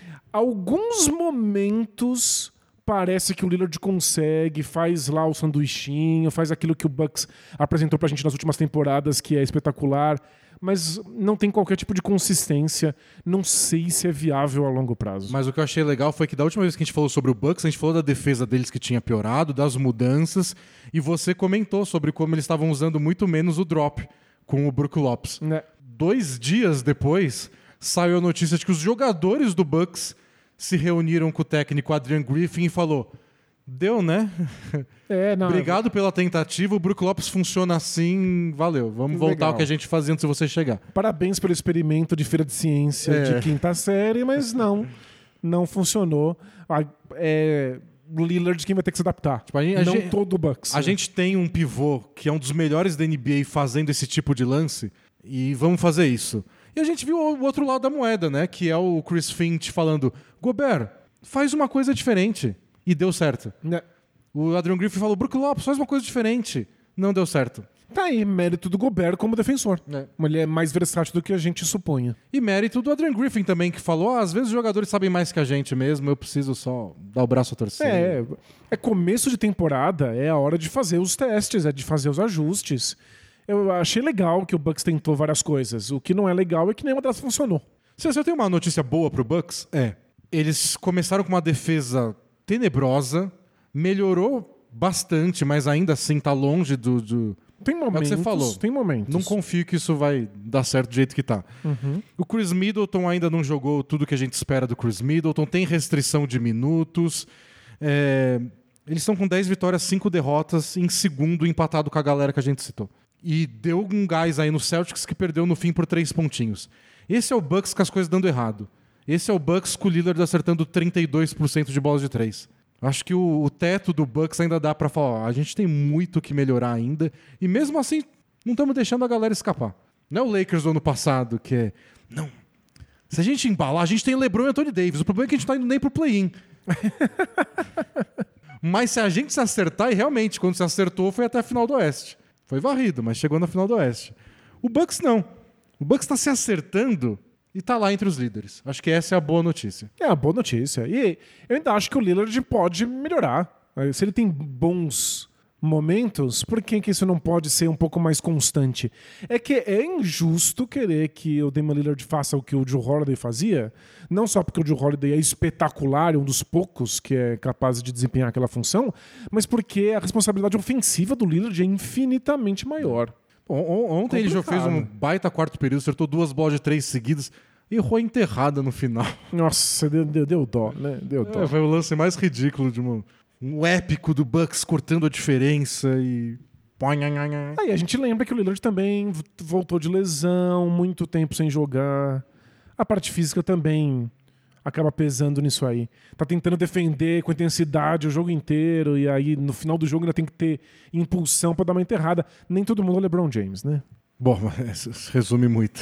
Alguns momentos parece que o Lillard consegue, faz lá o sanduichinho, faz aquilo que o Bucks apresentou pra gente nas últimas temporadas, que é espetacular, mas não tem qualquer tipo de consistência. Não sei se é viável a longo prazo. Mas o que eu achei legal foi que da última vez que a gente falou sobre o Bucks, a gente falou da defesa deles que tinha piorado, das mudanças, e você comentou sobre como eles estavam usando muito menos o drop com o Brook Lopes. Né? Dois dias depois, saiu a notícia de que os jogadores do Bucks se reuniram com o técnico Adrian Griffin e falou: deu, né? É, não, Obrigado pela tentativa, o Brook Lopes funciona assim, valeu. Vamos voltar legal. ao que a gente fazia antes de você chegar. Parabéns pelo experimento de feira de ciência É. de quinta série, mas não, não funcionou. A- É o Lillard quem vai ter que se adaptar. Tipo, a gente- a não gente- todo o Bucks. A gente tem um pivô que é um dos melhores da N B A fazendo esse tipo de lance e vamos fazer isso. E a gente viu o outro lado da moeda, né? Que é o Chris Finch falando: Gobert, faz uma coisa diferente. E deu certo. Né? O Adrian Griffin falou: Brook Lopes, faz uma coisa diferente. Não deu certo. Tá aí, mérito do Gobert como defensor. É. Ele é mais versátil do que a gente supunha. E mérito do Adrian Griffin também, que falou: ah, às vezes os jogadores sabem mais que a gente mesmo, eu preciso só dar o braço a torcer. É, é começo de temporada, é a hora de fazer os testes, é de fazer os ajustes. Eu achei legal que o Bucks tentou várias coisas. O que não é legal é que nenhuma delas funcionou. Se eu tenho uma notícia boa pro Bucks, é: eles começaram com uma defesa tenebrosa, melhorou bastante, mas ainda assim tá longe do... do... Tem momentos. você falou. Tem momentos. Não confio que isso vai dar certo do jeito que tá. Uhum. O Chris Middleton ainda não jogou tudo que a gente espera do Chris Middleton, tem restrição de minutos. É... Eles estão com dez vitórias, cinco derrotas, em segundo, empatado com a galera que a gente citou. E deu um gás aí no Celtics que perdeu no fim por três pontinhos. Esse é o Bucks com as coisas dando errado. Esse é o Bucks com o Lillard acertando trinta e dois por cento de bolas de três. Acho que o, o teto do Bucks ainda dá pra falar, ó, a gente tem muito que melhorar ainda, e mesmo assim, não estamos deixando a galera escapar. Não é o Lakers do ano passado, que é... Não, se a gente embalar, a gente tem LeBron e Anthony Davis. O problema é que a gente não tá indo nem pro play-in. Mas se a gente se acertar, e realmente, quando se acertou, foi até a final do Oeste. Foi varrido, mas chegou na final do Oeste. O Bucks não. O Bucks tá se acertando e tá lá entre os líderes. Acho que essa é a boa notícia. É a boa notícia. E eu ainda acho que o Lillard pode melhorar. Se ele tem bons momentos, por que, que isso não pode ser um pouco mais constante? É que é injusto querer que o Damian Lillard faça o que o Jrue Holiday fazia, não só porque o Jrue Holiday é espetacular, é um dos poucos que é capaz de desempenhar aquela função, mas porque a responsabilidade ofensiva do Lillard é infinitamente maior. Bom, ontem ele já fez um baita quarto período, acertou duas bolas de três seguidas, errou a enterrada no final. Nossa, deu, deu, deu dó, né? Deu dó. É, foi o lance mais ridículo de uma... um épico do Bucks cortando a diferença e... Aí a gente lembra que o Lillard também voltou de lesão, muito tempo sem jogar. A parte física também acaba pesando nisso aí. Tá tentando defender com intensidade o jogo inteiro e aí no final do jogo ainda tem que ter impulsão pra dar uma enterrada. Nem todo mundo é LeBron James, né? Bom, mas resume muito.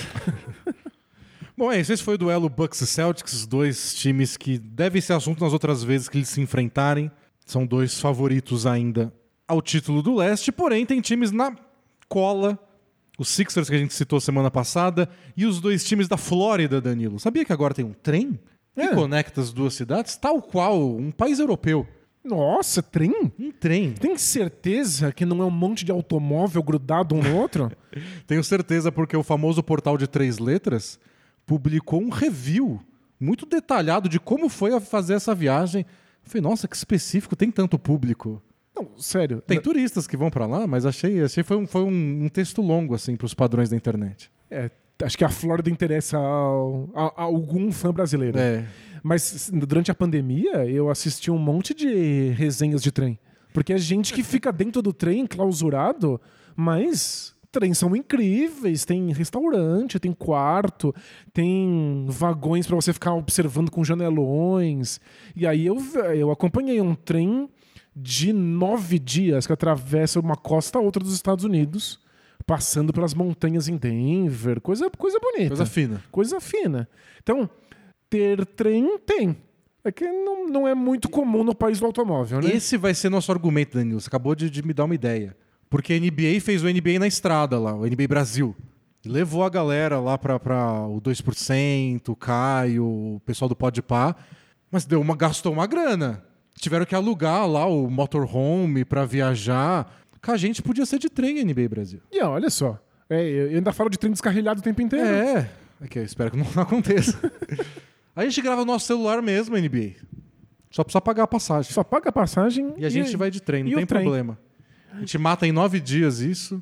Bom, é isso. Esse foi o duelo Bucks e Celtics, dois times que devem ser assunto nas outras vezes que eles se enfrentarem. São dois favoritos ainda ao título do leste, porém tem times na cola. Os Sixers que a gente citou semana passada e os dois times da Flórida, Danilo. Sabia que agora tem um trem que É. conecta as duas cidades? Tal qual um país europeu. Nossa, trem? Um trem. Tem certeza que não é um monte de automóvel grudado um no outro? Tenho certeza porque o famoso portal de três letras publicou um review muito detalhado de como foi a fazer essa viagem. Eu falei, nossa, que específico, tem tanto público. Não, sério. Tem turistas que vão pra lá, mas achei, achei foi, um, foi um, um texto longo, assim, pros padrões da internet. É, acho que a Flórida interessa ao- a, a algum fã brasileiro. É. Mas durante a pandemia, eu assisti um monte de resenhas de trem. Porque é gente que fica dentro do trem, clausurado, mas trens são incríveis. Tem restaurante, tem quarto, tem vagões pra você ficar observando com janelões. E aí eu, eu acompanhei um trem de nove dias que atravessa uma costa a outra dos Estados Unidos, passando pelas montanhas em Denver. Coisa, coisa bonita. Coisa fina. Coisa fina. Então, ter trem tem. É que não, não é muito comum no país do automóvel, né? Esse vai ser nosso argumento, Danilo. Você acabou de, de me dar uma ideia. Porque a N B A fez o N B A na estrada lá, o N B A Brasil. Levou a galera lá pra, pra o dois por cento, o Caio, o pessoal do Podpah, mas deu uma, gastou uma grana. Tiveram que alugar lá o motorhome pra viajar. Com a gente podia ser de trem N B A Brasil. E ó, olha só. É, eu ainda falo de trem descarrilhado o tempo inteiro. É, é que eu espero que não aconteça. A gente grava no nosso celular mesmo, N B A. Só precisa pagar a passagem. Só paga a passagem E a gente vai de trem, não e o tem trem? problema. A gente mata em nove dias isso.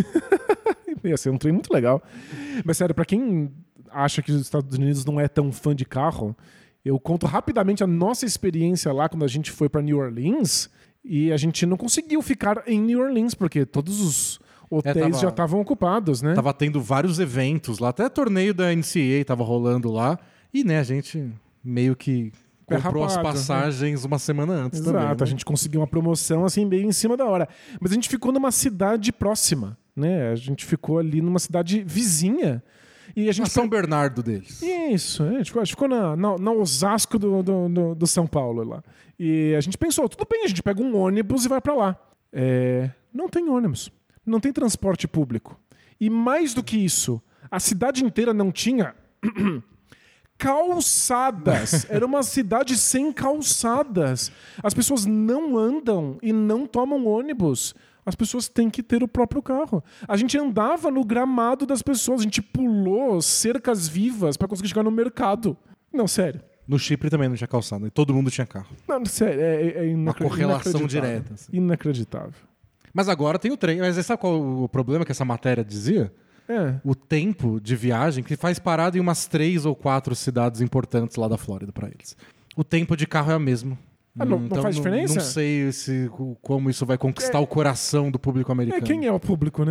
Ia ser um trem muito legal. Mas sério, pra quem acha que os Estados Unidos não é tão fã de carro, eu conto rapidamente a nossa experiência lá quando a gente foi pra New Orleans e a gente não conseguiu ficar em New Orleans porque todos os hotéis É, tava- já estavam ocupados, né? Tava tendo vários eventos lá, até torneio da N C A A tava rolando lá. E, né, a gente meio que Pé comprou as rapado, né? passagens uma semana antes Exato, também. né? a gente conseguiu uma promoção assim bem em cima da hora. Mas a gente ficou numa cidade próxima, né? A gente ficou ali numa cidade vizinha. E a A gente São Bernardo deles. Isso, é, a gente ficou, a gente ficou na, na, na Osasco do, do, do, do São Paulo lá. E a gente pensou, tudo bem, a gente pega um ônibus e vai pra lá. É, não tem ônibus, não tem transporte público. E mais do que isso, a cidade inteira não tinha calçadas. Era uma cidade sem calçadas. As pessoas não andam e não tomam ônibus. As pessoas têm que ter o próprio carro. A gente andava no gramado das pessoas, a gente pulou cercas vivas para conseguir chegar no mercado. Não, sério. No Chipre também não tinha calçada. E todo mundo tinha carro. Não, sério, é, é Uma inacre- correlação inacreditável. direta. assim. Inacreditável. Mas agora tem o trem. Mas sabe qual o problema que essa matéria dizia? É. O tempo de viagem, que faz parada em umas três ou quatro cidades importantes lá da Flórida pra eles. O tempo de carro é o mesmo. Ah, não- não faz diferença? Não sei se, como isso vai conquistar o coração do público americano. É, quem é o público, né?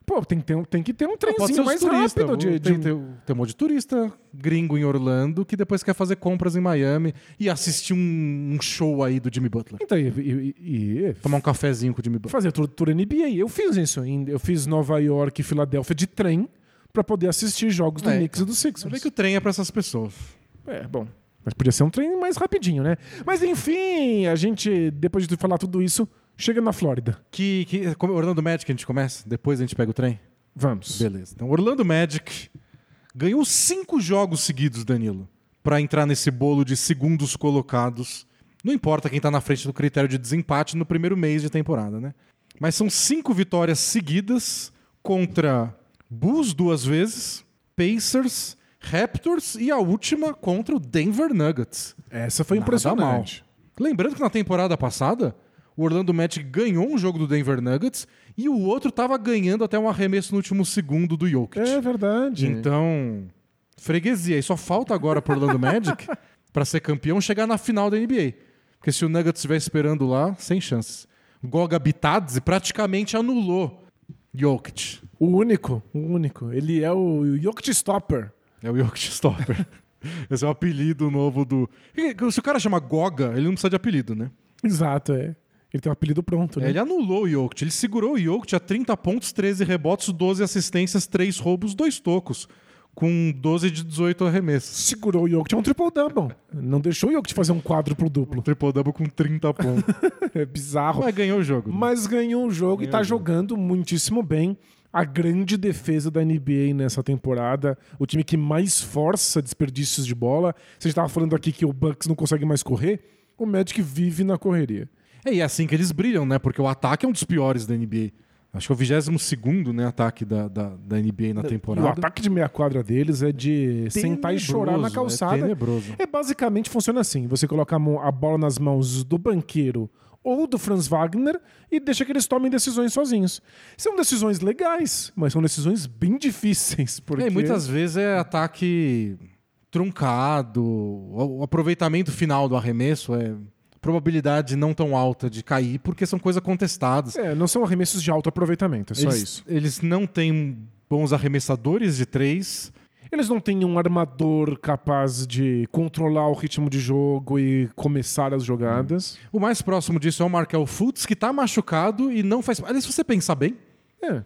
Pô, tem que ter um, tem que ter um Ah, pode ser trenzinho os mais turistas. rápido. De, Tem, de... tem, tem um monte de turista gringo em Orlando que depois quer fazer compras em Miami e assistir um, um show aí do Jimmy Butler. Então, e, e, e, e Tomar um cafezinho com o Jimmy Butler. fazer tour, tour N B A. Eu fiz isso. Eu fiz Nova York e Filadélfia de trem pra poder assistir jogos do É, Knicks e do Você vê Sixers. que o trem é pra essas pessoas. É, bom. Mas podia ser um trem mais rapidinho, né? Mas enfim, a gente, depois de falar tudo isso, chega na Flórida. Que, que como Orlando Magic a gente começa? Depois a gente pega o trem? Vamos. Beleza. Então, Orlando Magic ganhou cinco jogos seguidos, Danilo, pra entrar nesse bolo de segundos colocados. Não importa quem tá na frente do critério de desempate no primeiro mês de temporada, né? Mas são cinco vitórias seguidas contra Bulls duas vezes, Pacers, Raptors e a última contra o Denver Nuggets. Essa foi Nada impressionante. mal. Lembrando que na temporada passada, o Orlando Magic ganhou um jogo do Denver Nuggets e o outro estava ganhando até um arremesso no último segundo do Jokic. É verdade. Então, freguesia. E só falta agora pro Orlando Magic, para ser campeão, chegar na final da N B A. Porque se o Nuggets estiver esperando lá, sem chances. Goga Bitadze praticamente anulou Jokic. O único, o único. Ele é o Jokic Stopper. É o Jokic Stopper. Esse é o apelido novo do... Se o cara chama Goga, ele não precisa de apelido, né? Exato, é. Ele tem um apelido pronto, né? É, ele anulou o Jokic. Ele segurou o Jokic a trinta pontos, treze rebotes, doze assistências, três roubos, dois tocos. Com doze de dezoito arremessos. Segurou o Jokic, é um triple-double. Não deixou o Jokic fazer um quádruplo duplo. Triple-double com trinta pontos. É bizarro. Mas ganhou o jogo. Né? Mas ganhou o jogo Ganhou e tá o jogo. jogando muitíssimo bem. A grande defesa da N B A nessa temporada. O time que mais força desperdícios de bola. Se a gente tava falando aqui que o Bucks não consegue mais correr, o Magic vive na correria. É, e é assim que eles brilham, né? Porque o ataque é um dos piores da N B A. Acho que é o vigésimo segundo, né, ataque da, da, da N B A na E temporada. o ataque de meia quadra deles é de sentar e chorar na calçada. É tenebroso. É basicamente funciona assim: você coloca a, mão- a bola nas mãos do banqueiro ou do Franz Wagner e deixa que eles tomem decisões sozinhos. São decisões legais, mas são decisões bem difíceis. Porque... É, e muitas vezes é ataque truncado, o o aproveitamento final do arremesso é probabilidade não tão alta de cair, porque são coisas contestadas. É, não são arremessos de alto aproveitamento, é só eles, isso. Eles não têm bons arremessadores de três. Eles não têm um armador capaz de controlar o ritmo de jogo e começar as jogadas. O mais próximo disso é o Markel Fultz, que tá machucado e não faz... Aliás, se você pensar bem, É.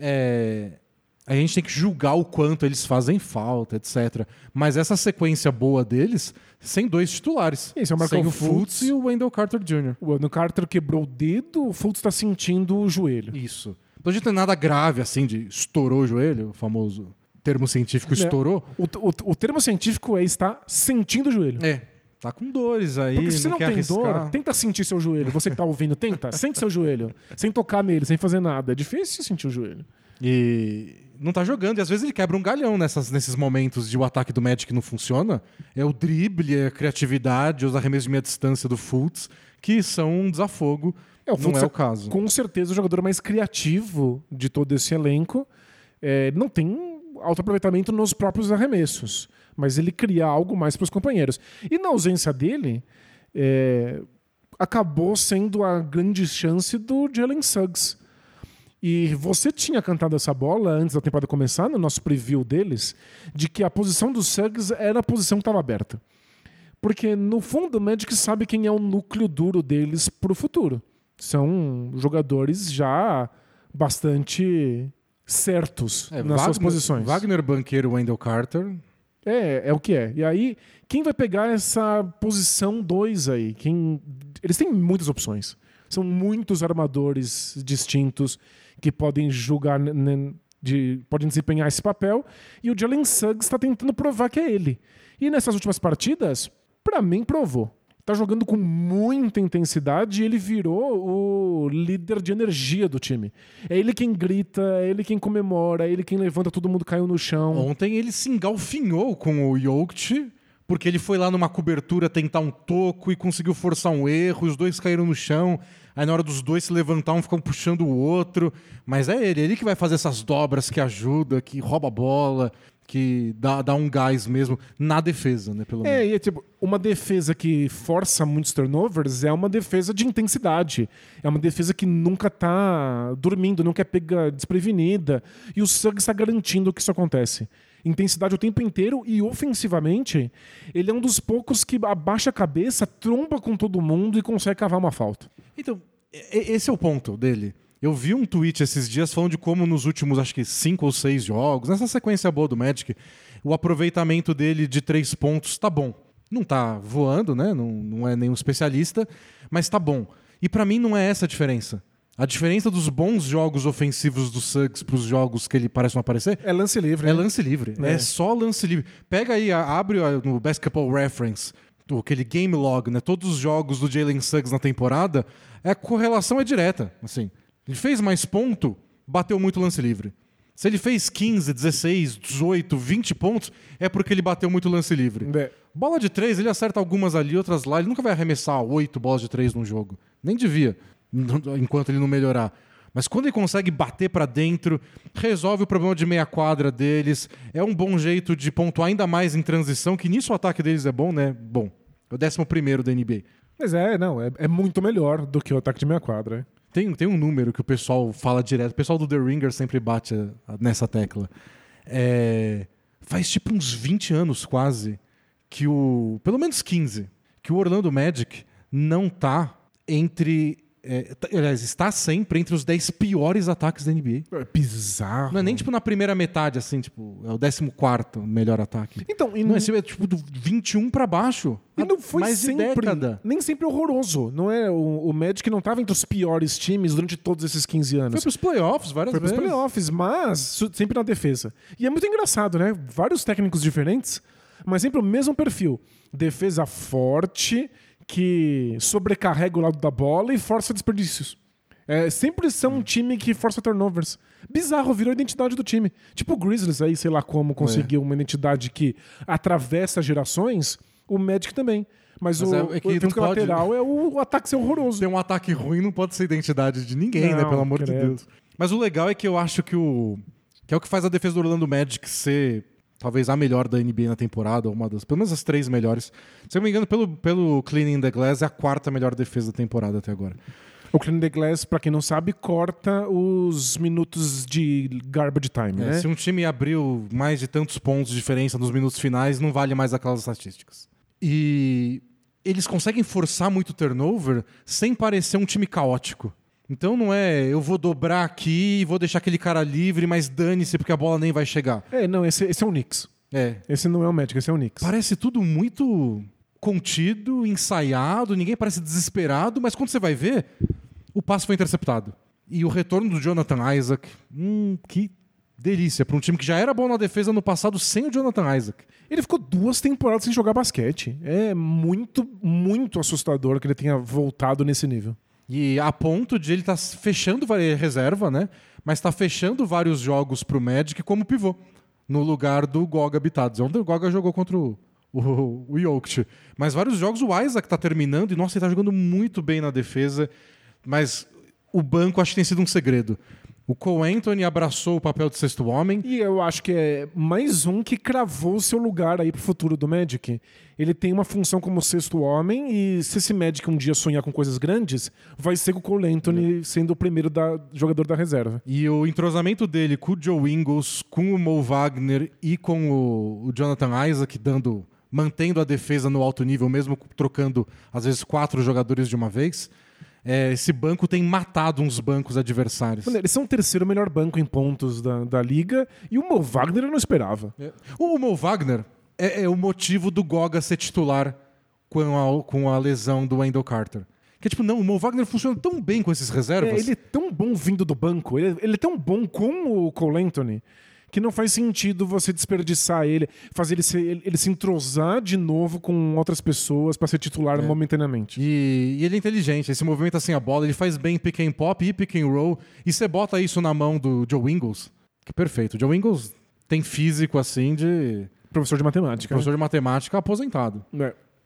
é... a gente tem que julgar o quanto eles fazem falta, etcétera. Mas essa sequência boa deles, sem dois titulares. Esse é o Markel sem o Fultz. Fultz e o Wendell Carter Júnior O Wendell Carter quebrou o dedo, o Fultz está sentindo o joelho. Isso. Então a gente não tem nada grave assim de estourou o joelho, o famoso termo científico estourou. O, o, o termo científico é estar sentindo o joelho. É. Tá com dores aí, Porque se você não não quer tem arriscar. dor, tenta sentir seu joelho. Você que tá ouvindo, tenta. Sente seu joelho. Sem tocar nele, sem fazer nada. É difícil sentir o joelho. E não tá jogando. E às vezes ele quebra um galhão nessas, nesses momentos de o ataque do Magic não funciona. É o drible, é a criatividade, os arremessos de meia distância do Fultz, que são um desafogo. É, o não Fultz é o caso. Com certeza o jogador mais criativo de todo esse elenco. É, não tem alto aproveitamento nos próprios arremessos, mas ele cria algo mais para os companheiros. E na ausência dele, é, acabou sendo a grande chance do Jalen Suggs. E você tinha cantado essa bola antes da temporada começar, no nosso preview deles, de que a posição do Suggs era a posição que estava aberta. Porque, no fundo, o Magic sabe quem é o núcleo duro deles para o futuro. São jogadores já bastante certos É, nas Wagner, suas posições. Wagner, Banqueiro, Wendell Carter. É, é o que é. E aí, quem vai pegar essa posição dois aí? Quem... Eles têm muitas opções. São muitos armadores distintos que podem jogar, de, podem desempenhar esse papel. E o Jalen Suggs está tentando provar que é ele. E nessas últimas partidas, para mim, provou. Tá jogando com muita intensidade e ele virou o líder de energia do time. É ele quem grita, é ele quem comemora, é ele quem levanta todo mundo caiu no chão. Ontem ele se engalfinhou com o Jokic, porque ele foi lá numa cobertura tentar um toco e conseguiu forçar um erro, e os dois caíram no chão. Aí na hora dos dois se levantar, um ficam puxando o outro. Mas é ele, ele que vai fazer essas dobras que ajuda, que rouba a bola. que dá, dá um gás mesmo na defesa, né? Pelo É, menos. e é tipo, uma defesa que força muitos turnovers é uma defesa de intensidade. É uma defesa que nunca tá dormindo, nunca é pega desprevenida. E o Suggs está garantindo que isso acontece. Intensidade o tempo inteiro e ofensivamente, ele é um dos poucos que abaixa a cabeça, tromba com todo mundo e consegue cavar uma falta. Então, e- esse é o ponto dele. Eu vi um tweet esses dias falando de como nos últimos, acho que cinco ou seis jogos, nessa sequência boa do Magic, o aproveitamento dele de três pontos tá bom. Não tá voando, né? Não, não é nenhum especialista, mas tá bom. E pra mim não é essa a diferença. A diferença dos bons jogos ofensivos do Suggs pros jogos que ele parece não aparecer É lance livre. é né? lance livre. É. É. só lance livre. Pega aí, a- abre a- no Basketball Reference, do- aquele game log, né? Todos os jogos do Jalen Suggs na temporada, a correlação é direta. Assim, ele fez mais ponto, bateu muito lance livre. Se ele fez quinze, dezesseis, dezoito, vinte pontos, é porque ele bateu muito lance livre. É. Bola de três, ele acerta algumas ali, outras lá. Ele nunca vai arremessar oito bolas de três num jogo. Nem devia, enquanto ele não melhorar. Mas quando ele consegue bater pra dentro, resolve o problema de meia quadra deles, é um bom jeito de pontuar ainda mais em transição, que nisso o ataque deles é bom, né? Bom, é o décimo primeiro da N B A. Mas é, não, é, é muito melhor do que o ataque de meia quadra. é. Tem, tem um número que o pessoal fala direto, o pessoal do The Ringer sempre bate a- a- nessa tecla. É, faz tipo uns vinte anos quase que o. Pelo menos quinze, que o Orlando Magic não tá entre. É, tá- aliás, está sempre entre os dez piores ataques da N B A. É bizarro. Não é nem tipo na primeira metade, assim, tipo, é o décimo quarto melhor ataque. Então, e Não, não, é tipo, é, tipo do vinte e um pra baixo. e não foi mais de sempre, década. nem sempre horroroso. Não é, o, o Magic não estava entre os piores times durante todos esses quinze Foi anos. pros playoffs várias Foi pros vezes. playoffs, mas su- sempre na defesa. E é muito engraçado, né? Vários técnicos diferentes, mas sempre o mesmo perfil. Defesa forte, que sobrecarrega o lado da bola e força desperdícios. É, sempre são um time que força turnovers. Bizarro, virou a identidade do time. Tipo o Grizzlies aí, sei lá como, conseguiu uma identidade que atravessa gerações, o Magic também. Mas, Mas o, é- é que o não efeito pode- lateral é o, o ataque ser horroroso. Ter um ataque ruim não pode ser identidade de ninguém, Não, né? Pelo amor de credo. Deus. Mas o legal é que eu acho que o. Que é o que faz a defesa do Orlando Magic ser talvez a melhor da N B A na temporada, ou uma das. Pelo menos as três melhores. Se eu não me engano, pelo, pelo Cleaning the Glass, é a quarta melhor defesa da temporada até agora. O Clean the Glass, pra quem não sabe, corta os minutos de garbage time, É, né? se um time abriu mais de tantos pontos de diferença nos minutos finais, não vale mais aquelas estatísticas. E eles conseguem forçar muito turnover sem parecer um time caótico. Então não é eu vou dobrar aqui e vou deixar aquele cara livre, mas dane-se porque a bola nem vai chegar. É, não, esse, esse é o Knicks. É. Esse não é o Magic, esse é o Knicks. Parece tudo muito contido, ensaiado, ninguém parece desesperado, mas quando você vai ver, o passe foi interceptado. E o retorno do Jonathan Isaac, hum, que delícia, para um time que já era bom na defesa no passado sem o Jonathan Isaac. Ele ficou duas temporadas sem jogar basquete. É muito, muito assustador que ele tenha voltado nesse nível. E a ponto de ele estar fechando várias reserva, né? Mas está fechando vários jogos pro Magic como pivô, no lugar do Goga Bitadze. Ontem o Goga jogou contra o, o, o Jokic. Mas vários jogos o Isaac tá terminando e, nossa, ele tá jogando muito bem na defesa. Mas o banco acho que tem sido um segredo. O Cole Anthony abraçou o papel de sexto homem. E eu acho que é mais um que cravou o seu lugar aí pro futuro do Magic. Ele tem uma função como sexto homem e se esse Magic um dia sonhar com coisas grandes, vai ser com o Cole Anthony sendo o primeiro da, jogador da reserva. E o entrosamento dele com o Joe Ingles, com o Mo Wagner e com o, o Jonathan Isaac, dando, mantendo a defesa no alto nível, mesmo trocando, às vezes, quatro jogadores de uma vez. É, esse banco tem matado uns bancos adversários. Mano, eles são o terceiro melhor banco em pontos da, da liga e o Mo Wagner eu não esperava. É. O Mo Wagner é, é o motivo do Goga ser titular com a, com a lesão do Wendell Carter. Que tipo, não, o Mo Wagner funciona tão bem com esses reservas. É, ele é tão bom vindo do banco, ele, ele é tão bom com o Cole Anthony, que não faz sentido você desperdiçar ele, fazer ele se, ele, ele se entrosar de novo com outras pessoas para ser titular É. momentaneamente. E, e ele é inteligente, ele se movimenta sem a bola, ele faz bem pick and pop e pick and roll. E você bota isso na mão do Joe Ingles, que perfeito. O Joe Ingles tem físico assim de Professor de matemática. professor de matemática aposentado. né? É.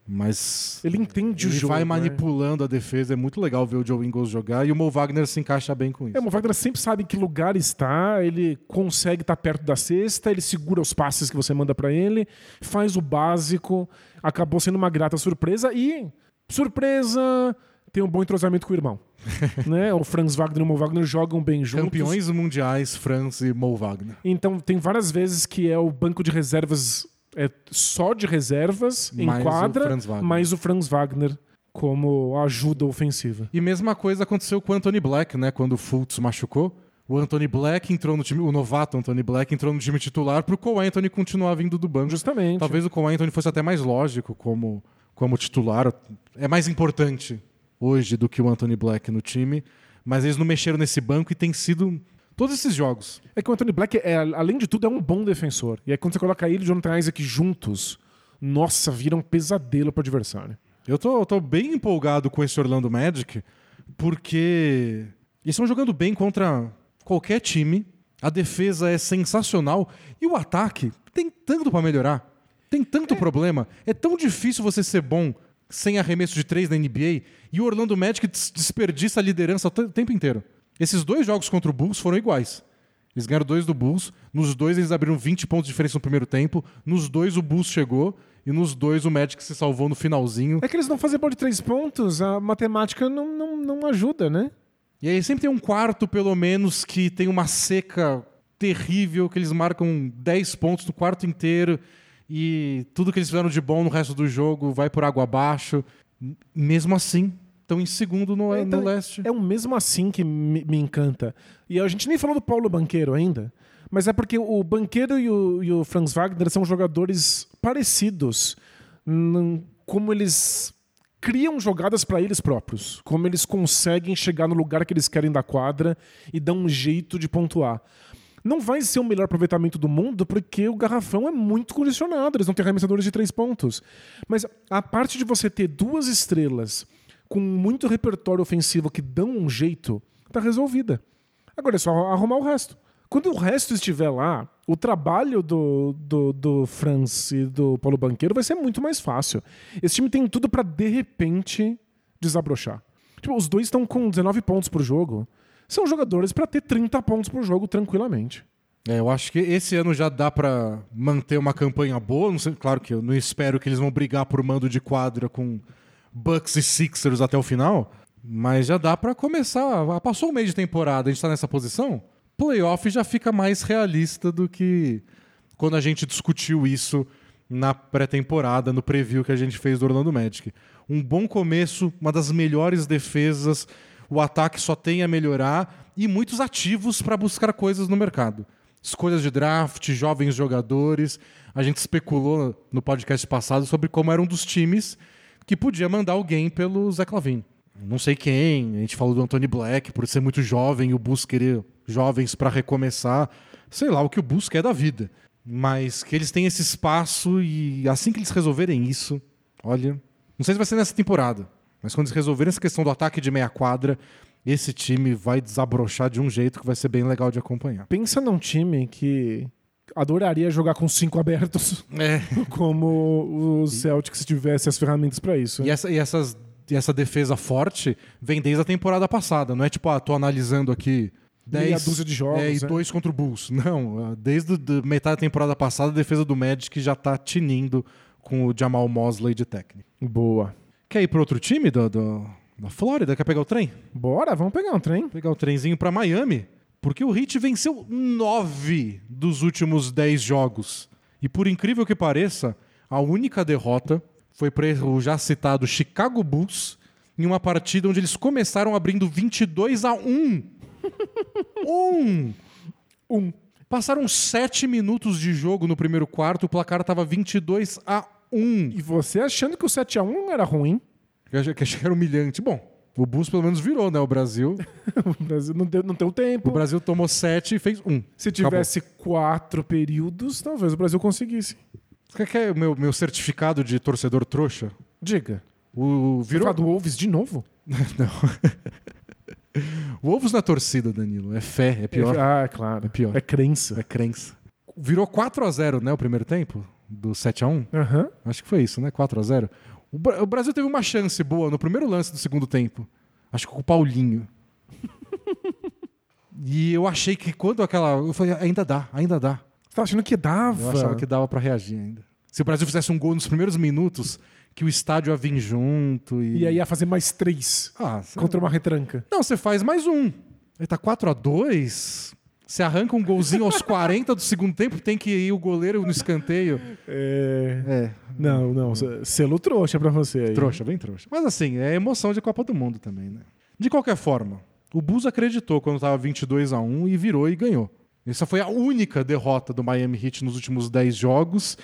Mas Ele entende o ele jogo. vai né? manipulando a defesa. É muito legal ver o Joe Ingles jogar. E o Mo Wagner se encaixa bem com isso. É, o Mo Wagner sempre sabe em que lugar está, ele consegue estar perto da cesta, ele segura os passes que você manda pra ele, faz o básico, acabou sendo uma grata surpresa e, surpresa, tem um bom entrosamento com o irmão. né? O Franz Wagner e o Mo Wagner jogam bem juntos. Campeões mundiais, Franz e Mo Wagner. Então tem várias vezes que é o banco de reservas é só de reservas em Mais quadra, o Franz Wagner. mais o Franz Wagner como ajuda ofensiva. E mesma coisa aconteceu com o Anthony Black, né? Quando o Fultz machucou. O Anthony Black entrou no time, o novato Anthony Black entrou no time titular pro Cole Anthony continuar vindo do banco. Justamente. Talvez o Cole Anthony fosse até mais lógico como, como titular. É mais importante hoje do que o Anthony Black no time. Mas eles não mexeram nesse banco e tem sido todos esses jogos. É que o Anthony Black, é, além de tudo, é um bom defensor. E aí quando você coloca ele e o Jonathan Isaac juntos, nossa, vira um pesadelo pro adversário. Eu tô, eu tô bem empolgado com esse Orlando Magic, porque eles estão jogando bem contra qualquer time, a defesa é sensacional e o ataque tem tanto pra melhorar, tem tanto é. problema. É tão difícil você ser bom sem arremesso de três na N B A e o Orlando Magic desperdiça a liderança o tempo inteiro. Esses dois jogos contra o Bulls foram iguais. Eles ganharam dois do Bulls, nos dois eles abriram vinte pontos de diferença no primeiro tempo, nos dois o Bulls chegou e nos dois o Magic se salvou no finalzinho. É que eles não fazem bola de três pontos, a matemática não, não, não ajuda, né? E aí sempre tem um quarto, pelo menos, que tem uma seca terrível, que eles marcam dez pontos no quarto inteiro e tudo que eles fizeram de bom no resto do jogo vai por água abaixo. Mesmo assim, estão em segundo no, é, então, no leste. É o mesmo assim que me, me encanta. E a gente nem falou do Paulo Banchero ainda, mas é porque o Banchero e o, e o Franz Wagner são jogadores parecidos, num, como eles criam jogadas para eles próprios, como eles conseguem chegar no lugar que eles querem da quadra e dão um jeito de pontuar. Não vai ser o melhor aproveitamento do mundo porque o garrafão é muito condicionado, eles não têm arremessadores de três pontos. Mas a parte de você ter duas estrelas com muito repertório ofensivo que dão um jeito, tá resolvida. Agora é só arrumar o resto. Quando o resto estiver lá, o trabalho do, do, do Franz e do Paulo Banchero vai ser muito mais fácil. Esse time tem tudo pra, de repente, desabrochar. Tipo, os dois estão com dezenove pontos por jogo. São jogadores pra ter trinta pontos por jogo tranquilamente. É, eu acho que esse ano já dá pra manter uma campanha boa. Não sei, claro que eu não espero que eles vão brigar por mando de quadra com Bucks e Sixers até o final, mas já dá pra começar. Passou um mês de temporada, a gente tá nessa posição. Playoff já fica mais realista do que quando a gente discutiu isso na pré-temporada, no preview que a gente fez do Orlando Magic. Um bom começo, uma das melhores defesas, o ataque só tem a melhorar e muitos ativos para buscar coisas no mercado. Escolhas de draft, jovens jogadores. A gente especulou no podcast passado sobre como era um dos times que podia mandar alguém pelo Zach LaVine. Não sei quem, a gente falou do Anthony Black por ser muito jovem e o Bulls querer jovens para recomeçar, sei lá o que o Bulls quer da vida, mas que eles têm esse espaço e assim que eles resolverem isso, olha, não sei se vai ser nessa temporada, mas quando eles resolverem essa questão do ataque de meia quadra, esse time vai desabrochar de um jeito que vai ser bem legal de acompanhar. Pensa num time que adoraria jogar com cinco abertos, é. como o Celtics se tivesse as ferramentas para isso. E, essa, e essas E essa defesa forte vem desde a temporada passada. Não é tipo, ah, tô analisando aqui dez meia dúzia de jogos, é, e é. dois contra o Bulls. Não, desde a metade da temporada passada, a defesa do Magic já tá tinindo com o Jamal Mosley de técnico. Boa. Quer ir para outro time do, do, da Flórida? Quer pegar o trem? Bora, vamos pegar um trem. Pegar o trenzinho para Miami. Porque o Heat venceu nove dos últimos dez jogos. E por incrível que pareça, a única derrota foi para o já citado Chicago Bulls em uma partida onde eles começaram abrindo vinte e dois a um. um! Um. Passaram sete minutos de jogo no primeiro quarto, o placar estava vinte e dois a um. E você achando que o sete a um era ruim? Eu achei que era humilhante. Bom, o Bulls pelo menos virou, né? O Brasil. O Brasil não deu, não deu tempo. O Brasil tomou sete e fez um. Se tivesse Acabou. quatro períodos, talvez o Brasil conseguisse. Você quer o meu, meu certificado de torcedor trouxa? Diga. O virou... Você do Wolves de novo? Não. O Wolves na torcida, Danilo. É fé, é pior. É, ah, é claro. É pior. É crença. É crença. Virou quatro a zero, né, o primeiro tempo? Do sete a um? Uhum. Acho que foi isso, né? quatro a zero. O, Bra- o Brasil teve uma chance boa no primeiro lance do segundo tempo. Acho que com o Paulinho. E eu achei que quando aquela... Eu falei, ainda dá, ainda dá. Você tá achando que dava? Eu achava que dava pra reagir ainda. Se o Brasil fizesse um gol nos primeiros minutos, que o estádio ia vir junto e... E aí ia fazer mais três Ah, contra uma retranca. Não, você faz mais um. Ele tá quatro a dois. Você arranca um golzinho aos quarenta do segundo tempo, tem que ir o goleiro no escanteio. É... É. Não, não. Selo trouxa pra você aí. Trouxa, bem trouxa. Mas assim, é emoção de Copa do Mundo também, né? De qualquer forma, o Bulls acreditou quando tava vinte e dois a um e virou e ganhou. Essa foi a única derrota do Miami Heat nos últimos dez jogos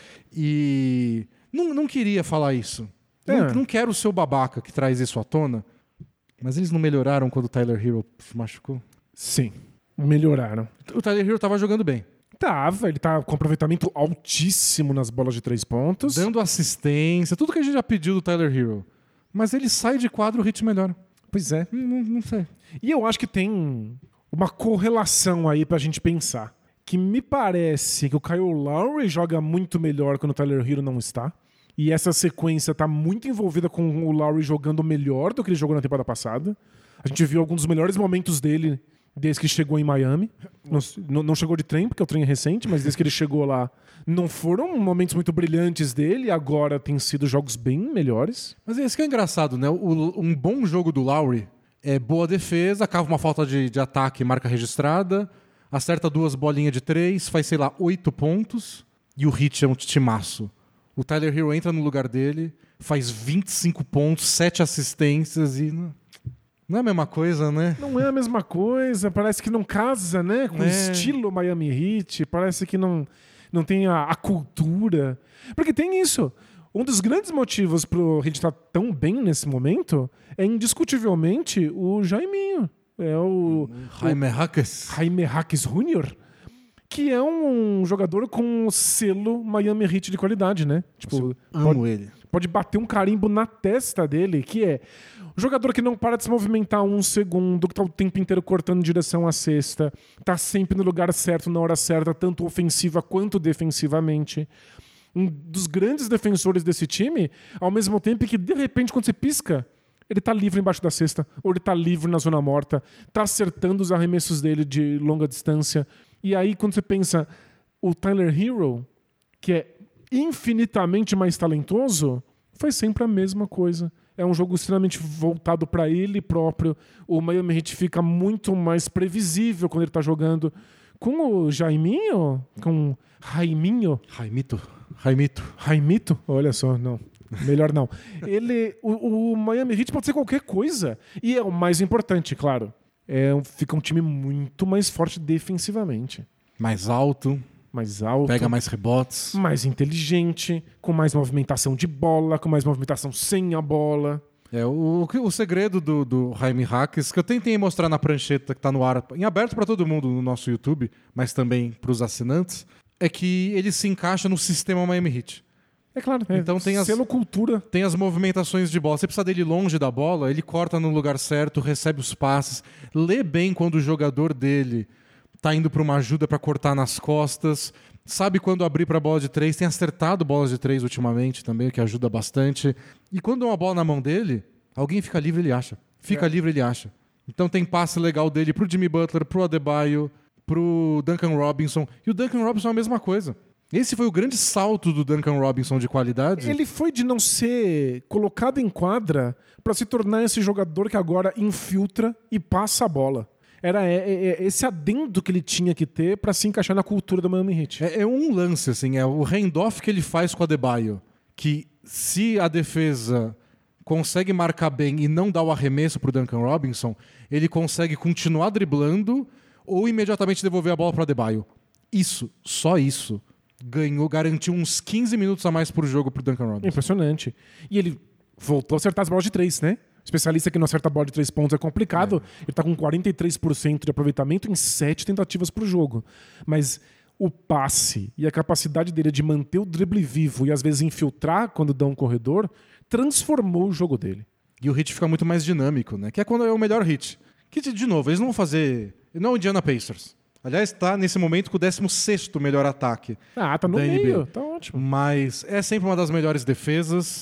e não, não queria falar isso. É. Não, não quero ser o babaca que traz isso à tona, mas eles não melhoraram quando o Tyler Hero se machucou? Sim, melhoraram. O Tyler Hero tava jogando bem. Tava, ele tá com aproveitamento altíssimo nas bolas de três pontos. Dando assistência, tudo que a gente já pediu do Tyler Hero. Mas ele sai de quadro, o Heat melhora. Pois é. Não, não, não sei. E eu acho que tem uma correlação aí pra gente pensar. Que me parece que o Kyle Lowry joga muito melhor quando o Tyler Hero não está. E essa sequência tá muito envolvida com o Lowry jogando melhor do que ele jogou na temporada passada. A gente viu alguns dos melhores momentos dele desde que chegou em Miami. Não, não chegou de trem, porque o trem é recente, mas desde que ele chegou lá, não foram momentos muito brilhantes dele. Agora tem sido jogos bem melhores. Mas isso que é engraçado, né? O, um bom jogo do Lowry é boa defesa, cava uma falta de, de ataque, marca registrada, acerta duas bolinhas de três, faz, sei lá, oito pontos, e o Heat é um timaço. O Tyler Hero entra no lugar dele, faz vinte e cinco pontos, sete assistências e... Não, não é a mesma coisa, né? Não é a mesma coisa, parece que não casa, né? Com o É. estilo Miami Heat, parece que não, não tem a, a cultura. Porque tem isso. Um dos grandes motivos pro Heat estar tão bem nesse momento é indiscutivelmente o Jaiminho. É o... Jaime Jaquez. Jaime Jaquez Júnior, que é um jogador com selo Miami Heat de qualidade, né? Tipo, Amo pode, ele. pode bater um carimbo na testa dele, que é o jogador que não para de se movimentar um segundo, que tá o tempo inteiro cortando em direção à cesta, tá sempre no lugar certo, na hora certa, tanto ofensiva quanto defensivamente. Um dos grandes defensores desse time, ao mesmo tempo que, de repente, quando você pisca, ele tá livre embaixo da cesta, ou ele tá livre na zona morta, tá acertando os arremessos dele de longa distância. E aí, quando você pensa, o Tyler Hero, que é infinitamente mais talentoso, faz sempre a mesma coisa. É um jogo extremamente voltado para ele próprio. O Miami Heat fica muito mais previsível quando ele tá jogando. Com o Jaiminho, com Raiminho, Jaimito. Jaimito. Raimito, olha só, não. Melhor não. Ele, o, o Miami Heat pode ser qualquer coisa. E é o mais importante, claro. É, fica um time muito mais forte defensivamente. Mais alto, Mais alto. pega mais rebotes. Mais inteligente, com mais movimentação de bola, com mais movimentação sem a bola. É, o, o segredo do, do Jaime Jaquez, que eu tentei mostrar na prancheta que tá no ar, em aberto para todo mundo no nosso YouTube, mas também para os assinantes, é que ele se encaixa no sistema Miami Heat. É claro. É, Então tem as- selo cultura. Tem as movimentações de bola. Você precisa dele longe da bola, ele corta no lugar certo, recebe os passes, lê bem quando o jogador dele tá indo para uma ajuda para cortar nas costas, sabe quando abrir para bola de três, tem acertado bolas de três ultimamente também, o que ajuda bastante. E quando é uma bola na mão dele, alguém fica livre, ele acha. Fica É. livre, ele acha. Então tem passe legal dele pro Jimmy Butler, pro Adebayo, pro Duncan Robinson. E o Duncan Robinson é a mesma coisa. Esse foi o grande salto do Duncan Robinson de qualidade. Ele foi de não ser colocado em quadra para se tornar esse jogador que agora infiltra e passa a bola. Era é, é, é esse adendo que ele tinha que ter para se encaixar na cultura do Miami Heat. É, é um lance, assim, é o handoff que ele faz com o Adebayo, que se a defesa consegue marcar bem e não dar o arremesso pro Duncan Robinson, ele consegue continuar driblando ou imediatamente devolver a bola pro Adebayo. Isso, só isso, ganhou, garantiu uns quinze minutos a mais por jogo pro Duncan Robinson. Impressionante. E ele voltou a acertar as bolas de três, né? Especialista que não acerta a bola de três pontos é complicado. É. Ele tá com quarenta e três por cento de aproveitamento em sete tentativas por jogo. Mas o passe e a capacidade dele de manter o drible vivo e às vezes infiltrar quando dá um corredor transformou o jogo dele. E o hit fica muito mais dinâmico, né? Que é quando é o melhor hit. Que, de novo, eles não vão fazer... Não é o Indiana Pacers. Aliás, está nesse momento com o décimo sexto melhor ataque. Ah, tá no da N B A. meio. Tá ótimo. Mas é sempre uma das melhores defesas.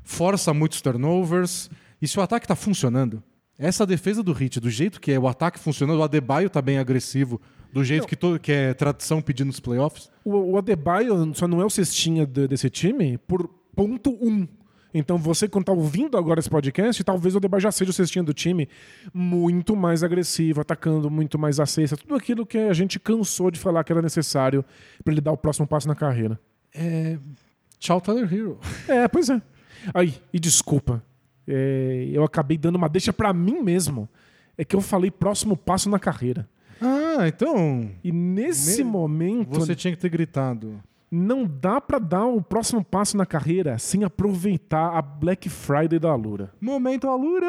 força muitos turnovers. E se o ataque tá funcionando, essa defesa do Heat, do jeito que é, o ataque funcionando, o Adebayo tá bem agressivo, do jeito que, todo, que é tradição pedindo nos playoffs. O, o Adebayo só não é o cestinha de, desse time por ponto um. Então você, quando tá ouvindo agora esse podcast, talvez o Adebayo já seja o cestinha do time muito mais agressivo, atacando muito mais a cesta, tudo aquilo que a gente cansou de falar que era necessário para ele dar o próximo passo na carreira. É... Tchau, Tyler Hero. É, pois é. Aí, e desculpa, é, eu acabei dando uma deixa pra mim mesmo. É que eu falei próximo passo na carreira. Ah, então... E nesse Me... momento... Você tinha que ter gritado. Não dá pra dar o próximo passo na carreira sem aproveitar a Black Friday da Alura. Momento Alura.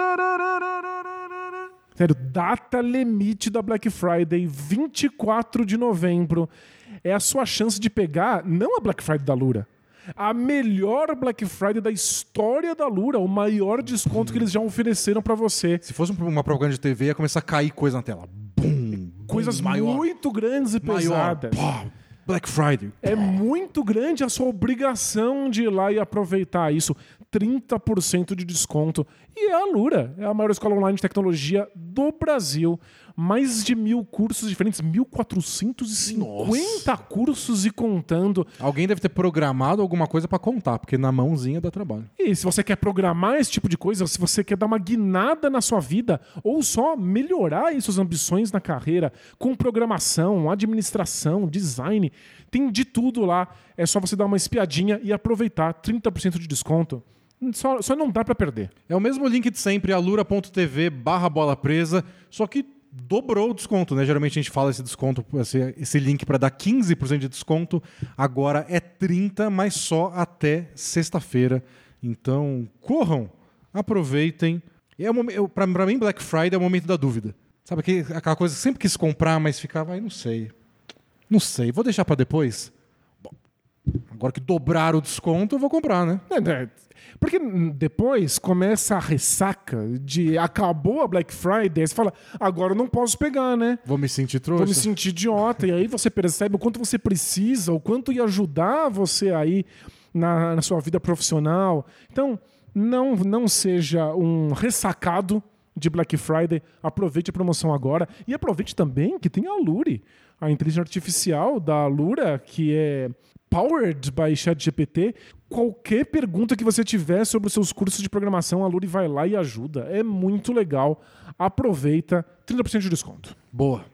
Sério, data limite da Black Friday, vinte e quatro de novembro. É a sua chance de pegar, não a Black Friday da Alura, a melhor Black Friday da história da Alura, o maior desconto que eles já ofereceram pra você. Se fosse uma propaganda de T V, ia começar a cair coisa na tela. Bum, Coisas bum, maior, muito grandes e pesadas. Maior. Pô, Black Friday. É muito grande a sua obrigação de ir lá e aproveitar isso. trinta por cento de desconto. E é a Alura, é a maior escola online de tecnologia do Brasil. Mais de mil cursos diferentes, mil quatrocentos e cinquenta Nossa. Cursos e contando. Alguém deve ter programado alguma coisa pra contar, porque na mãozinha dá trabalho. E se você quer programar esse tipo de coisa, se você quer dar uma guinada na sua vida, ou só melhorar aí suas ambições na carreira, com programação, administração, design, tem de tudo lá. É só você dar uma espiadinha e aproveitar trinta por cento de desconto. Só, só não dá pra perder. É o mesmo link de sempre, alura.tv barra bola presa, só que dobrou o desconto, né? Geralmente a gente fala esse desconto, esse, esse link para dar quinze por cento de desconto, agora é trinta por cento, mas só até sexta-feira. Então, corram, aproveitem. É para mim, Black Friday é o momento da dúvida. Sabe aquela coisa que sempre quis comprar, mas ficava, ai, não sei. Não sei, vou deixar para depois? Bom, agora que dobraram o desconto, eu vou comprar, né? É, é. Porque depois começa a ressaca de acabou a Black Friday, aí você fala, agora eu não posso pegar, né? Vou me sentir trouxa. Vou me sentir idiota. E aí você percebe o quanto você precisa, o quanto ia ajudar você aí na, na sua vida profissional. Então, não, não seja um ressacado de Black Friday. Aproveite a promoção agora. E aproveite também que tem a Luri, a inteligência artificial da Alura, que é powered by ChatGPT. Qualquer pergunta que você tiver sobre os seus cursos de programação, a Luri vai lá e ajuda. É muito legal. Aproveita. trinta por cento de desconto. Boa.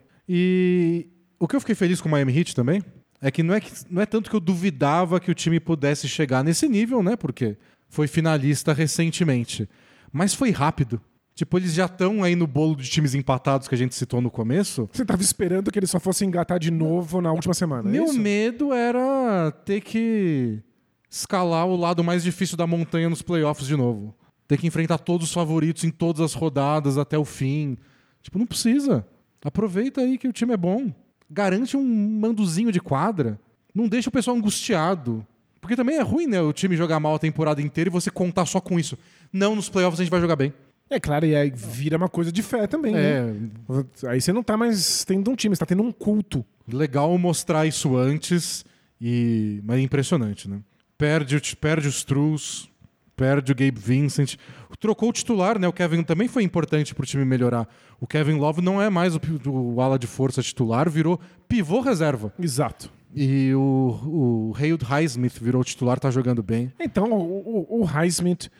E o que eu fiquei feliz com o Miami Heat também é que não é, que, não é tanto que eu duvidava que o time pudesse chegar nesse nível, né? Porque foi finalista recentemente. Mas foi rápido. Tipo, eles já estão aí no bolo de times empatados que a gente citou no começo. Você estava esperando que eles só fossem engatar de novo na última semana, Meu é isso? medo era ter que escalar o lado mais difícil da montanha nos playoffs de novo. Ter que enfrentar todos os favoritos em todas as rodadas até o fim. Tipo, não precisa. Aproveita aí que o time é bom. Garante um mandozinho de quadra. Não deixa o pessoal angustiado. Porque também é ruim, né? O time jogar mal a temporada inteira e você contar só com isso. Não, nos playoffs a gente vai jogar bem. É claro, e aí vira uma coisa de fé também, é. né? Aí você não tá mais tendo um time, você tá tendo um culto. Legal mostrar isso antes, e... mas é impressionante, né? Perde, perde os Trus, perde o Gabe Vincent. Trocou o titular, né? O Kevin também foi importante pro time melhorar. O Kevin Love não é mais o, o ala de força titular, virou pivô reserva. Exato. E o, o Haywood Highsmith virou titular, tá jogando bem. Então, o, o, o Highsmith,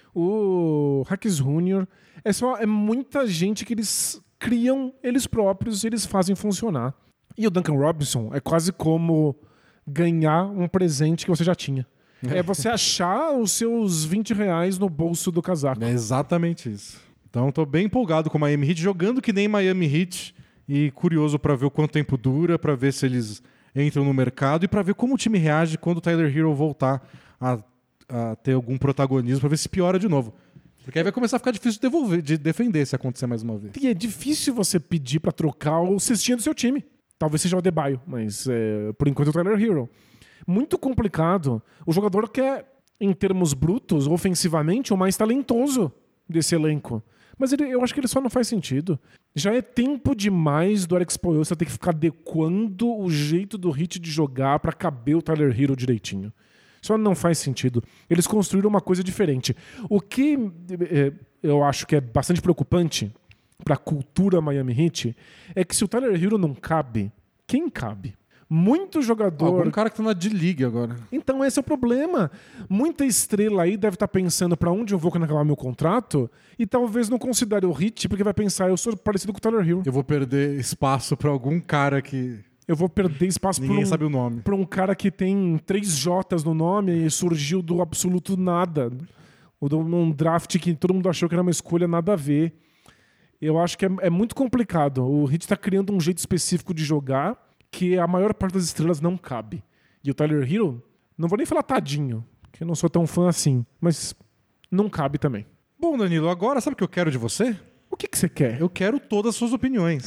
o Hackes Júnior, é só é muita gente que eles criam eles próprios, eles fazem funcionar. E o Duncan Robinson é quase como ganhar um presente que você já tinha. É você achar os seus vinte reais no bolso do casaco. É exatamente isso. Então, tô bem empolgado com o Miami Heat, jogando que nem Miami Heat, e curioso para ver o quanto tempo dura, para ver se eles entram no mercado e para ver como o time reage quando o Tyler Hero voltar a, a ter algum protagonismo, para ver se piora de novo. Porque aí vai começar a ficar difícil de, devolver, de defender se acontecer mais uma vez. E é difícil você pedir para trocar o cestinha do seu time. Talvez seja o Adebayo, mas é, por enquanto é o Tyler Hero. Muito complicado. O jogador que é, em termos brutos, ofensivamente, o mais talentoso desse elenco. Mas ele, eu acho que ele só não faz sentido. Já é tempo demais do Alex Spoelstra ter que ficar adequando o jeito do Heat de jogar para caber o Tyler Hero direitinho. Só não faz sentido. Eles construíram uma coisa diferente. O que é, eu acho que é bastante preocupante para a cultura Miami Heat é que se o Tyler Hero não cabe, quem cabe? Muito jogador... Algum cara que tá na D-League agora. Então esse é o problema. Muita estrela aí deve estar pensando para onde eu vou quando acabar meu contrato e talvez não considere o Heat porque vai pensar, eu sou parecido com o Tyler Hero. Eu vou perder espaço para algum cara que... Eu vou perder espaço Ninguém pra um, sabe o nome. pra um cara que tem três J's no nome e surgiu do absoluto nada. Ou de um draft que todo mundo achou que era uma escolha nada a ver. Eu acho que é, é muito complicado. O Heat está criando um jeito específico de jogar que a maior parte das estrelas não cabe. E o Tyler Hero, não vou nem falar tadinho, que eu não sou tão fã assim, mas não cabe também. Bom, Danilo, agora sabe o que eu quero de você? O que, que você quer? Eu quero todas as suas opiniões.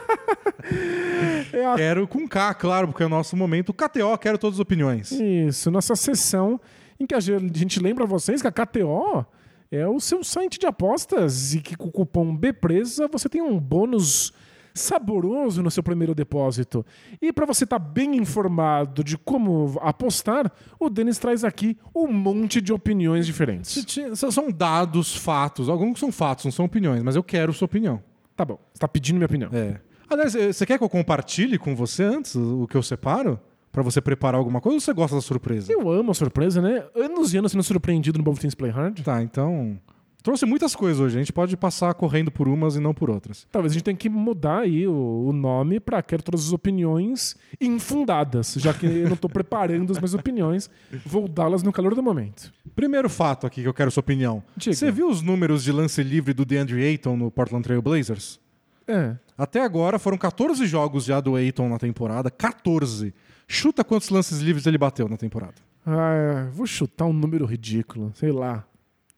É a... Quero com K, claro, porque é o nosso momento. K T O, quero todas as opiniões. Isso, nossa sessão em que a gente lembra a vocês que a K T O é o seu site de apostas e que com o cupom BPRESA você tem um bônus saboroso no seu primeiro depósito. E para você estar tá bem informado de como apostar, o Denis traz aqui um monte de opiniões diferentes. São dados, fatos. Alguns são fatos, não são opiniões, mas eu quero sua opinião. Tá bom, você tá pedindo minha opinião. É. Aliás, você quer que eu compartilhe com você antes o que eu separo? Pra você preparar alguma coisa ou você gosta da surpresa? Eu amo a surpresa, né? Anos e anos sendo surpreendido no Both Things Play Hard. Tá, então... Trouxe muitas coisas hoje. A gente pode passar correndo por umas e não por outras. Talvez a gente tenha que mudar aí o, o nome pra quero todas as opiniões infundadas, já que eu não tô preparando as minhas opiniões. Vou dá-las no calor do momento. Primeiro fato aqui que eu quero sua opinião. Diga. Você viu os números de lance livre do DeAndre Ayton no Portland Trail Blazers? É. Até agora foram catorze jogos já do Ayton na temporada. catorze. Chuta quantos lances livres ele bateu na temporada. Ah, vou chutar um número ridículo. Sei lá.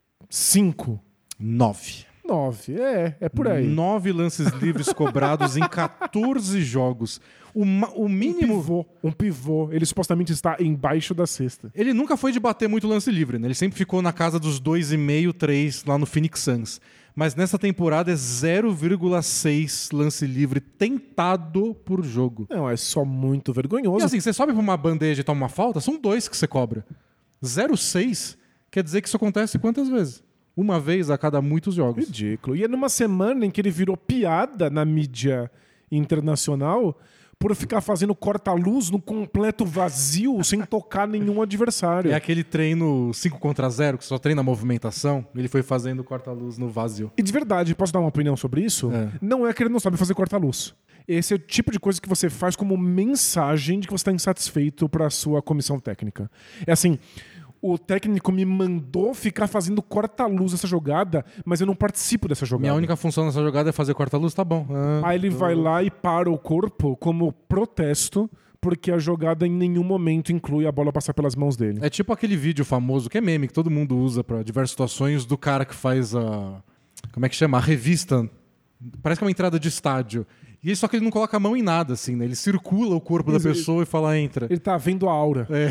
Cinco. Nove. Nove. É, é por aí. Nove lances livres cobrados em catorze jogos. O, ma- o mínimo... Um pivô. Um pivô. Ele supostamente está embaixo da cesta. Ele nunca foi de bater muito lance livre, né? Ele sempre ficou na casa dos dois vírgula cinco, três lá no Phoenix Suns. Mas nessa temporada é zero vírgula seis lance livre tentado por jogo. Não, é só muito vergonhoso. E assim, você sobe pra uma bandeja e toma uma falta, são dois que você cobra. zero vírgula seis quer dizer que isso acontece quantas vezes? Uma vez a cada muitos jogos. Ridículo. E é numa semana em que ele virou piada na mídia internacional por ficar fazendo corta-luz no completo vazio sem tocar nenhum adversário. É aquele treino cinco contra zero, que só treina a movimentação. Ele foi fazendo corta-luz no vazio. E de verdade, posso dar uma opinião sobre isso? É. Não é que ele não sabe fazer corta-luz. Esse é o tipo de coisa que você faz como mensagem de que você está insatisfeito para a sua comissão técnica. É assim... O técnico me mandou ficar fazendo corta-luz nessa jogada, mas eu não participo dessa jogada. Minha única função nessa jogada é fazer corta-luz, tá bom. Ah, Aí ele vai lá e para o corpo como protesto, porque a jogada em nenhum momento inclui a bola passar pelas mãos dele. É tipo aquele vídeo famoso, que é meme, que todo mundo usa pra diversas situações, do cara que faz a... Como é que chama? A revista. Parece que é uma entrada de estádio. E só que ele não coloca a mão em nada, assim, né? Ele circula o corpo Isso, da pessoa e fala, entra. Ele tá vendo a aura. É.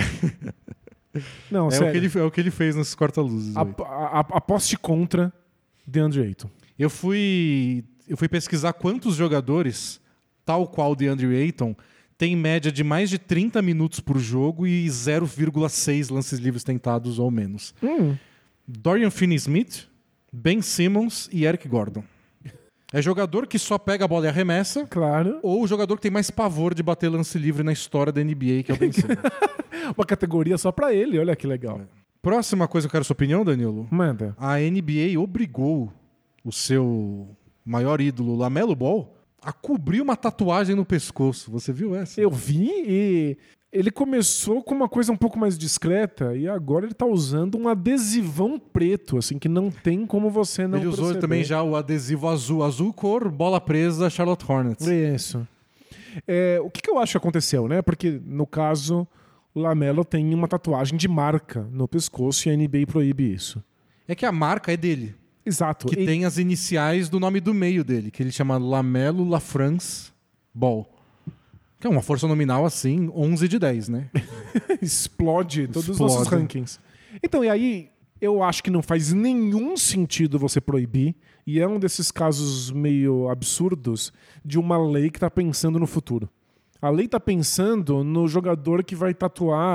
Não, É sério. o, que ele, é o que ele fez nesses corta-luzes. A- aí. a- a- Aposte contra DeAndre Ayton. Eu fui, eu fui pesquisar quantos jogadores, tal qual o DeAndre Ayton, tem média de mais de trinta minutos por jogo e zero vírgula seis lances livres tentados ou menos. Hum. Dorian Finney-Smith, Ben Simmons e Eric Gordon. É jogador que só pega a bola e arremessa, Claro. ou o jogador que tem mais pavor de bater lance livre na história da N B A, que é o Ben Simmons. Uma categoria só pra ele, olha que legal. Próxima coisa que eu quero sua opinião, Danilo. Manda. A N B A obrigou o seu maior ídolo, LaMelo Ball, a cobrir uma tatuagem no pescoço. Você viu essa? Eu vi e ele começou com uma coisa um pouco mais discreta e agora ele tá usando um adesivão preto, assim, que não tem como você não Ele usou perceber. também já o adesivo azul. Azul cor, bola presa, Charlotte Hornets. Isso. É, o que, que eu acho que aconteceu, né? Porque, no caso, o LaMelo tem uma tatuagem de marca no pescoço e a N B A proíbe isso. É que a marca é dele. Exato. Que E- tem as iniciais do nome do meio dele, que ele chama LaMelo LaFrance Ball. Que é uma força nominal, assim, onze de dez, né? explode todos os Explode. nossos rankings. Então, e aí, eu acho que não faz nenhum sentido você proibir, e é um desses casos meio absurdos de uma lei que está pensando no futuro. A lei está pensando no jogador que vai tatuar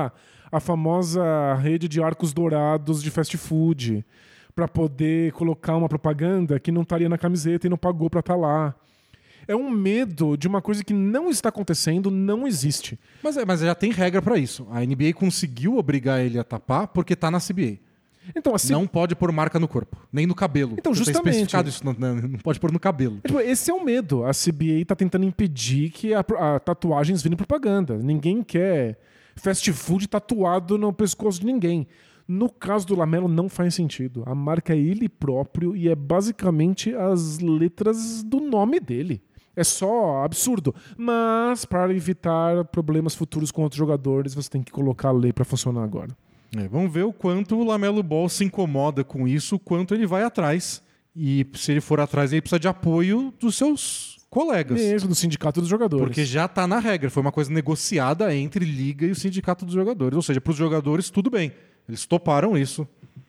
a famosa rede de arcos dourados de fast food para poder colocar uma propaganda que não estaria na camiseta e não pagou para estar lá. É um medo de uma coisa que não está acontecendo, não existe. Mas, é, mas já tem regra para isso. A N B A conseguiu obrigar ele a tapar porque tá na C B A. Então, assim, não pode pôr marca no corpo, nem no cabelo. Então, justamente. Tá especificado isso, não, não pode pôr no cabelo. Esse é o medo. A C B A está tentando impedir que a, a tatuagens virem propaganda. Ninguém quer fast food tatuado no pescoço de ninguém. No caso do LaMelo não faz sentido. A marca é ele próprio e é basicamente as letras do nome dele. É só absurdo. Mas para evitar problemas futuros com outros jogadores, você tem que colocar a lei para funcionar agora. É, vamos ver o quanto o LaMelo Ball se incomoda com isso, o quanto ele vai atrás. E se ele for atrás, ele precisa de apoio dos seus colegas. Mesmo, do sindicato dos jogadores. Porque já está na regra. Foi uma coisa negociada entre Liga e o sindicato dos jogadores. Ou seja, para os jogadores, tudo bem. Eles toparam isso.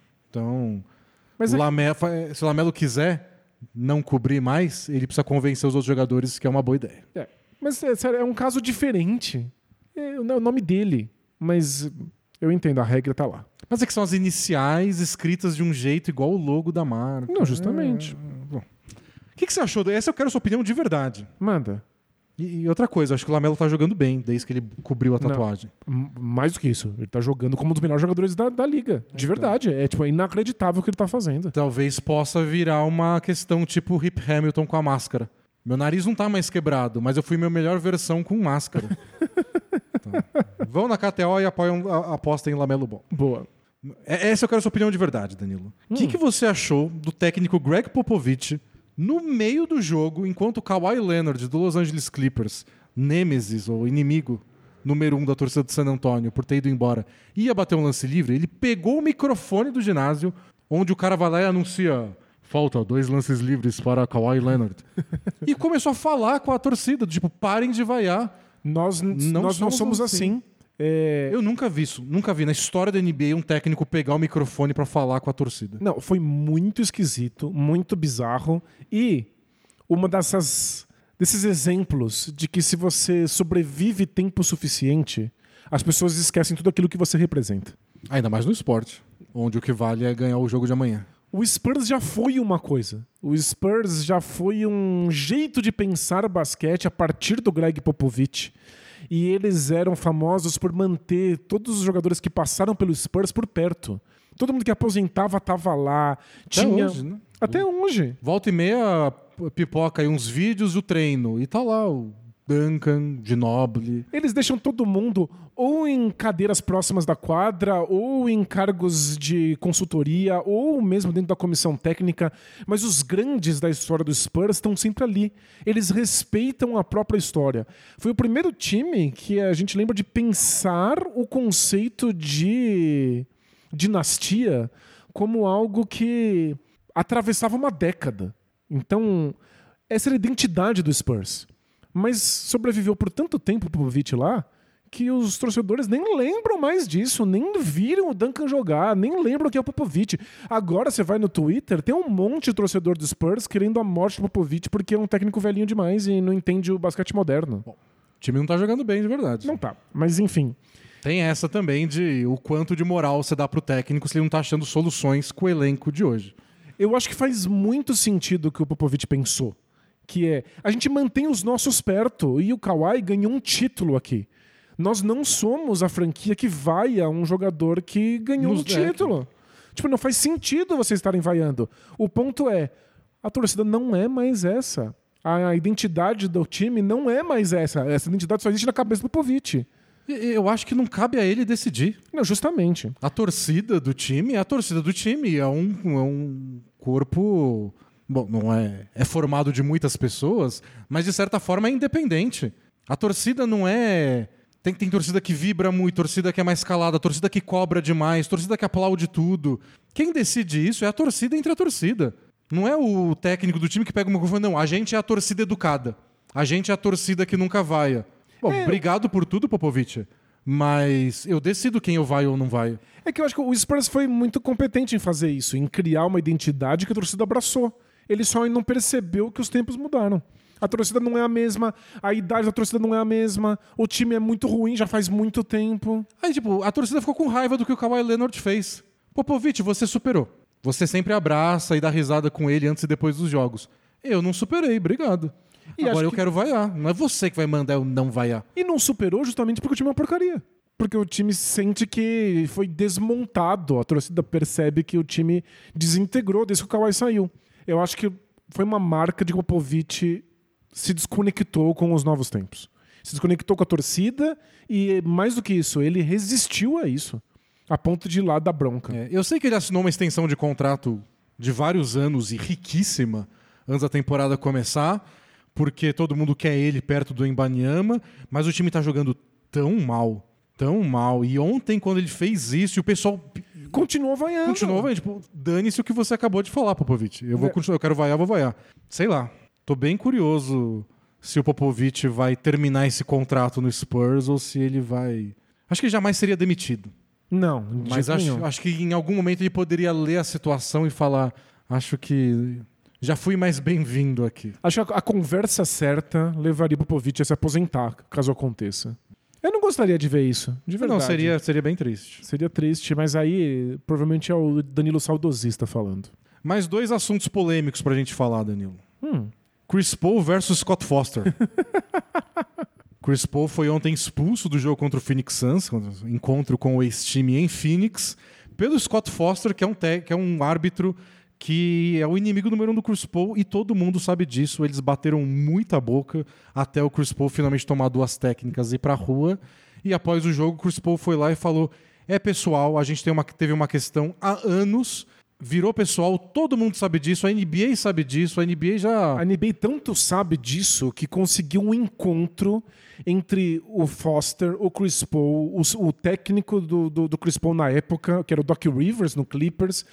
Então, Mas o é... LaMelo, se o LaMelo quiser não cobrir mais, ele precisa convencer os outros jogadores que é uma boa ideia. É. Mas, é, sério, é um caso diferente. É o nome dele. Mas... eu entendo, a regra tá lá. Mas é que são as iniciais escritas de um jeito igual o logo da marca. Não, justamente. É... Bom. O que, que você achou? Essa eu quero a sua opinião de verdade. Manda. E, e outra coisa, acho que o LaMelo tá jogando bem desde que ele cobriu a tatuagem. Não, mais do que isso. Ele tá jogando como um dos melhores jogadores da, da liga. De então. verdade. É tipo, é inacreditável o que ele tá fazendo. Talvez possa virar uma questão tipo Rip Hamilton com a máscara. Meu nariz não tá mais quebrado, mas eu fui minha melhor versão com máscara. Então, vão na K T O e apoiam, a, apostem em LaMelo Ball. Boa. Essa eu quero a sua opinião de verdade, Danilo. O hum. que, que você achou do técnico Greg Popovich no meio do jogo, enquanto o Kawhi Leonard do Los Angeles Clippers, nêmesis ou inimigo número um da torcida de San Antonio, por ter ido embora, ia bater um lance livre, ele pegou o microfone do ginásio, onde o cara vai lá e anuncia: falta dois lances livres para Kawhi Leonard. E começou a falar com a torcida, tipo, parem de vaiar. Nós não nós somos, não somos assim. assim. É... Eu nunca vi isso. Nunca vi na história da N B A um técnico pegar o microfone para falar com a torcida. Não, foi muito esquisito, muito bizarro. E uma dessas, desses exemplos de que se você sobrevive tempo suficiente, as pessoas esquecem tudo aquilo que você representa. Ainda mais no esporte, onde o que vale é ganhar o jogo de amanhã. O Spurs já foi uma coisa. O Spurs já foi um jeito de pensar basquete a partir do Greg Popovich. E eles eram famosos por manter todos os jogadores que passaram pelo Spurs por perto. Todo mundo que aposentava estava lá. Até tinha... hoje, né? Até hoje. Volta e meia, pipoca aí uns vídeos do treino. E tá lá o Duncan, Ginobili. Eles deixam todo mundo ou em cadeiras próximas da quadra, ou em cargos de consultoria, ou mesmo dentro da comissão técnica. Mas os grandes da história do Spurs estão sempre ali. Eles respeitam a própria história. Foi o primeiro time que a gente lembra de pensar o conceito de dinastia como algo que atravessava uma década. Então, essa era a identidade do Spurs. Mas sobreviveu por tanto tempo o Popovich lá que os torcedores nem lembram mais disso, nem viram o Duncan jogar, nem lembram que é o Popovich. Agora você vai no Twitter, tem um monte de torcedor do Spurs querendo a morte do Popovich porque é um técnico velhinho demais e não entende o basquete moderno. Bom, o time não tá jogando bem de verdade. Não tá, mas enfim. Tem essa também de o quanto de moral você dá pro técnico se ele não tá achando soluções com o elenco de hoje. Eu acho que faz muito sentido o que o Popovich pensou. Que é, a gente mantém os nossos perto e o Kawhi ganhou um título aqui. Nós não somos a franquia que vai a um jogador que ganhou Nos um título. Deck. Tipo, não faz sentido vocês estarem vaiando. O ponto é, a torcida não é mais essa. A identidade do time não é mais essa. Essa identidade só existe na cabeça do Popovich. Eu acho que não cabe a ele decidir. Não, justamente. A torcida do time é a torcida do time. É um, é um corpo... Bom, não é, é formado de muitas pessoas, mas de certa forma é independente. A torcida não é... Tem, tem torcida que vibra muito, torcida que é mais calada, torcida que cobra demais, torcida que aplaude tudo. Quem decide isso é a torcida entre a torcida. Não é o técnico do time que pega o microfone, não. A gente é a torcida educada. A gente é a torcida que nunca vaia. Bom, é... obrigado por tudo, Popovich. Mas eu decido quem eu vai ou não vai. É que eu acho que o Spurs foi muito competente em fazer isso, em criar uma identidade que a torcida abraçou. Ele só não percebeu que os tempos mudaram. A torcida não é a mesma, a idade da torcida não é a mesma, o time é muito ruim já faz muito tempo. Aí, tipo, a torcida ficou com raiva do que o Kawhi Leonard fez. Popovich, você superou. Você sempre abraça e dá risada com ele antes e depois dos jogos. Eu não superei, obrigado. E agora eu que... quero vaiar. Não é você que vai mandar eu não vaiar. E não superou justamente porque o time é uma porcaria. Porque o time sente que foi desmontado. A torcida percebe que o time desintegrou desde que o Kawhi saiu. Eu acho que foi uma marca de que o Popovich se desconectou com os novos tempos. Se desconectou com a torcida e, mais do que isso, ele resistiu a isso. A ponto de ir lá dar bronca. É, eu sei que ele assinou uma extensão de contrato de vários anos e riquíssima antes da temporada começar, porque todo mundo quer ele perto do Wembanyama, mas o time tá jogando tão mal, tão mal. E ontem, quando ele fez isso, o pessoal... Continuou vaiando. Continuou vaiando. Tipo, dane-se o que você acabou de falar, Popovich. Eu vou É. continuar, eu quero vaiar, vou vaiar. Sei lá. Tô bem curioso se o Popovich vai terminar esse contrato no Spurs ou se ele vai... Acho que ele jamais seria demitido. Não, de Mas jeito acho, nenhum. acho que em algum momento ele poderia ler a situação e falar: acho que já fui mais bem-vindo aqui. Acho que a conversa certa levaria o Popovich a se aposentar, caso aconteça. Eu não gostaria de ver isso, de verdade. Não, seria, seria bem triste. Seria triste, mas aí provavelmente é o Danilo saudosista falando. Mais dois assuntos polêmicos pra gente falar, Danilo. Hum. Chris Paul versus Scott Foster. Chris Paul foi ontem expulso do jogo contra o Phoenix Suns, encontro com o ex-time em Phoenix, pelo Scott Foster, que é um, te- que é um árbitro que é o inimigo número um do Chris Paul, e todo mundo sabe disso. Eles bateram muita boca até o Chris Paul finalmente tomar duas técnicas e ir pra rua. E após o jogo, o Chris Paul foi lá e falou: é pessoal, a gente tem uma, teve uma questão há anos, virou pessoal, todo mundo sabe disso, a N B A sabe disso, a N B A já... A N B A tanto sabe disso que conseguiu um encontro entre o Foster, o Chris Paul, o, o técnico do, do, do Chris Paul na época, que era o Doc Rivers no Clippers,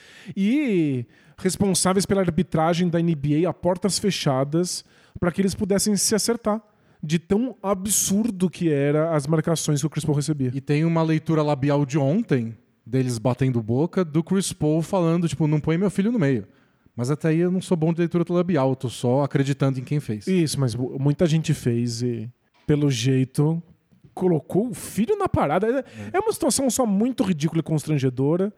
e responsáveis pela arbitragem da N B A a portas fechadas para que eles pudessem se acertar. De tão absurdo que eram as marcações que o Chris Paul recebia. E tem uma leitura labial de ontem, deles batendo boca, do Chris Paul falando, tipo, não põe meu filho no meio. Mas até aí eu não sou bom de leitura labial, eu tô só acreditando em quem fez. Isso, mas muita gente fez e, pelo jeito, colocou o filho na parada. É, é uma situação só muito ridícula e constrangedora.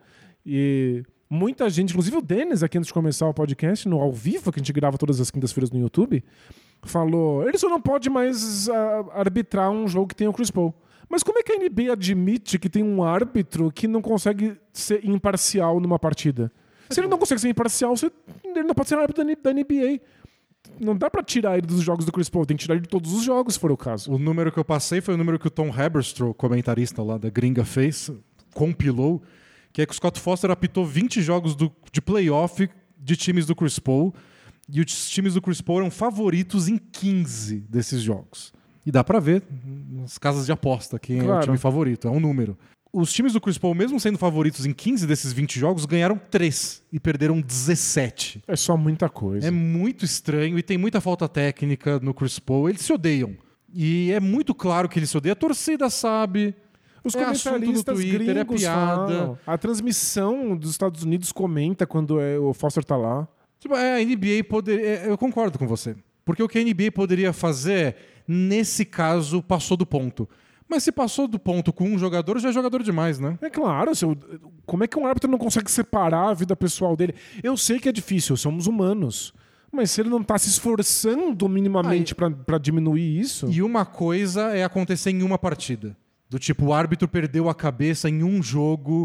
E muita gente, inclusive o Denis, aqui antes de começar o podcast, no ao vivo, que a gente grava todas as quintas-feiras no YouTube, falou, ele só não pode mais uh, arbitrar um jogo que tem o Chris Paul. Mas como é que a N B A admite que tem um árbitro que não consegue ser imparcial numa partida? Se ele não consegue ser imparcial, você, ele não pode ser árbitro da N B A. Não dá pra tirar ele dos jogos do Chris Paul, tem que tirar ele de todos os jogos, se for o caso. O número que eu passei foi o número que o Tom Haberstroh, comentarista lá da Gringa, fez, compilou, que é que o Scott Foster apitou vinte jogos do, de playoff de times do Chris Paul, e os times do Chris Paul eram favoritos em quinze desses jogos. E dá pra ver nas casas de aposta quem Claro. é o time favorito, é um número. Os times do Chris Paul, mesmo sendo favoritos em quinze desses vinte jogos, ganharam três e perderam dezessete. É só muita coisa. É muito estranho e tem muita falta técnica no Chris Paul. Eles se odeiam. E é muito claro que eles se odeiam. A torcida sabe. Os é assunto no comentaristas Twitter, é gringos piada. falam. A transmissão dos Estados Unidos comenta quando é, o Foster tá lá. Tipo, é, a N B A poderia... é, eu concordo com você. Porque o que a N B A poderia fazer é, nesse caso, passou do ponto. Mas se passou do ponto com um jogador, já é jogador demais, né? É claro, se eu- como é que um árbitro não consegue separar a vida pessoal dele? Eu sei que é difícil, somos humanos. Mas se ele não tá se esforçando minimamente pra pra diminuir isso... E uma coisa é acontecer em uma partida. Do tipo, o árbitro perdeu a cabeça em um jogo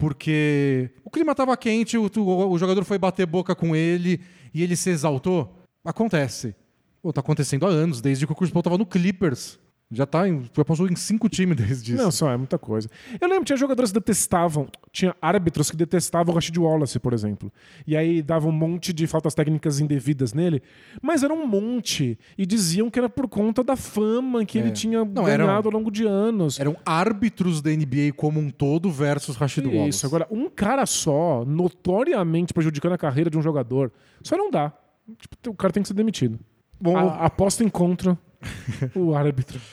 porque o clima estava quente, o, o, o jogador foi bater boca com ele e ele se exaltou. Acontece. Pô, tá acontecendo há anos, desde que o Chris Paul tava no Clippers. Já tá em, já passou em cinco times desde isso. Não, só é muita coisa. Eu lembro, tinha jogadores que detestavam, tinha árbitros que detestavam o Rashid Wallace, por exemplo. E aí davam um monte de faltas técnicas indevidas nele, mas era um monte. E diziam que era por conta da fama que É. ele tinha Não, ganhado eram- ao longo de anos. Eram árbitros da N B A como um todo versus Rashid Wallace. Isso, agora, um cara só, notoriamente prejudicando a carreira de um jogador, só não dá. Tipo, o cara tem que ser demitido. Bom, A, aposta em contra o árbitro.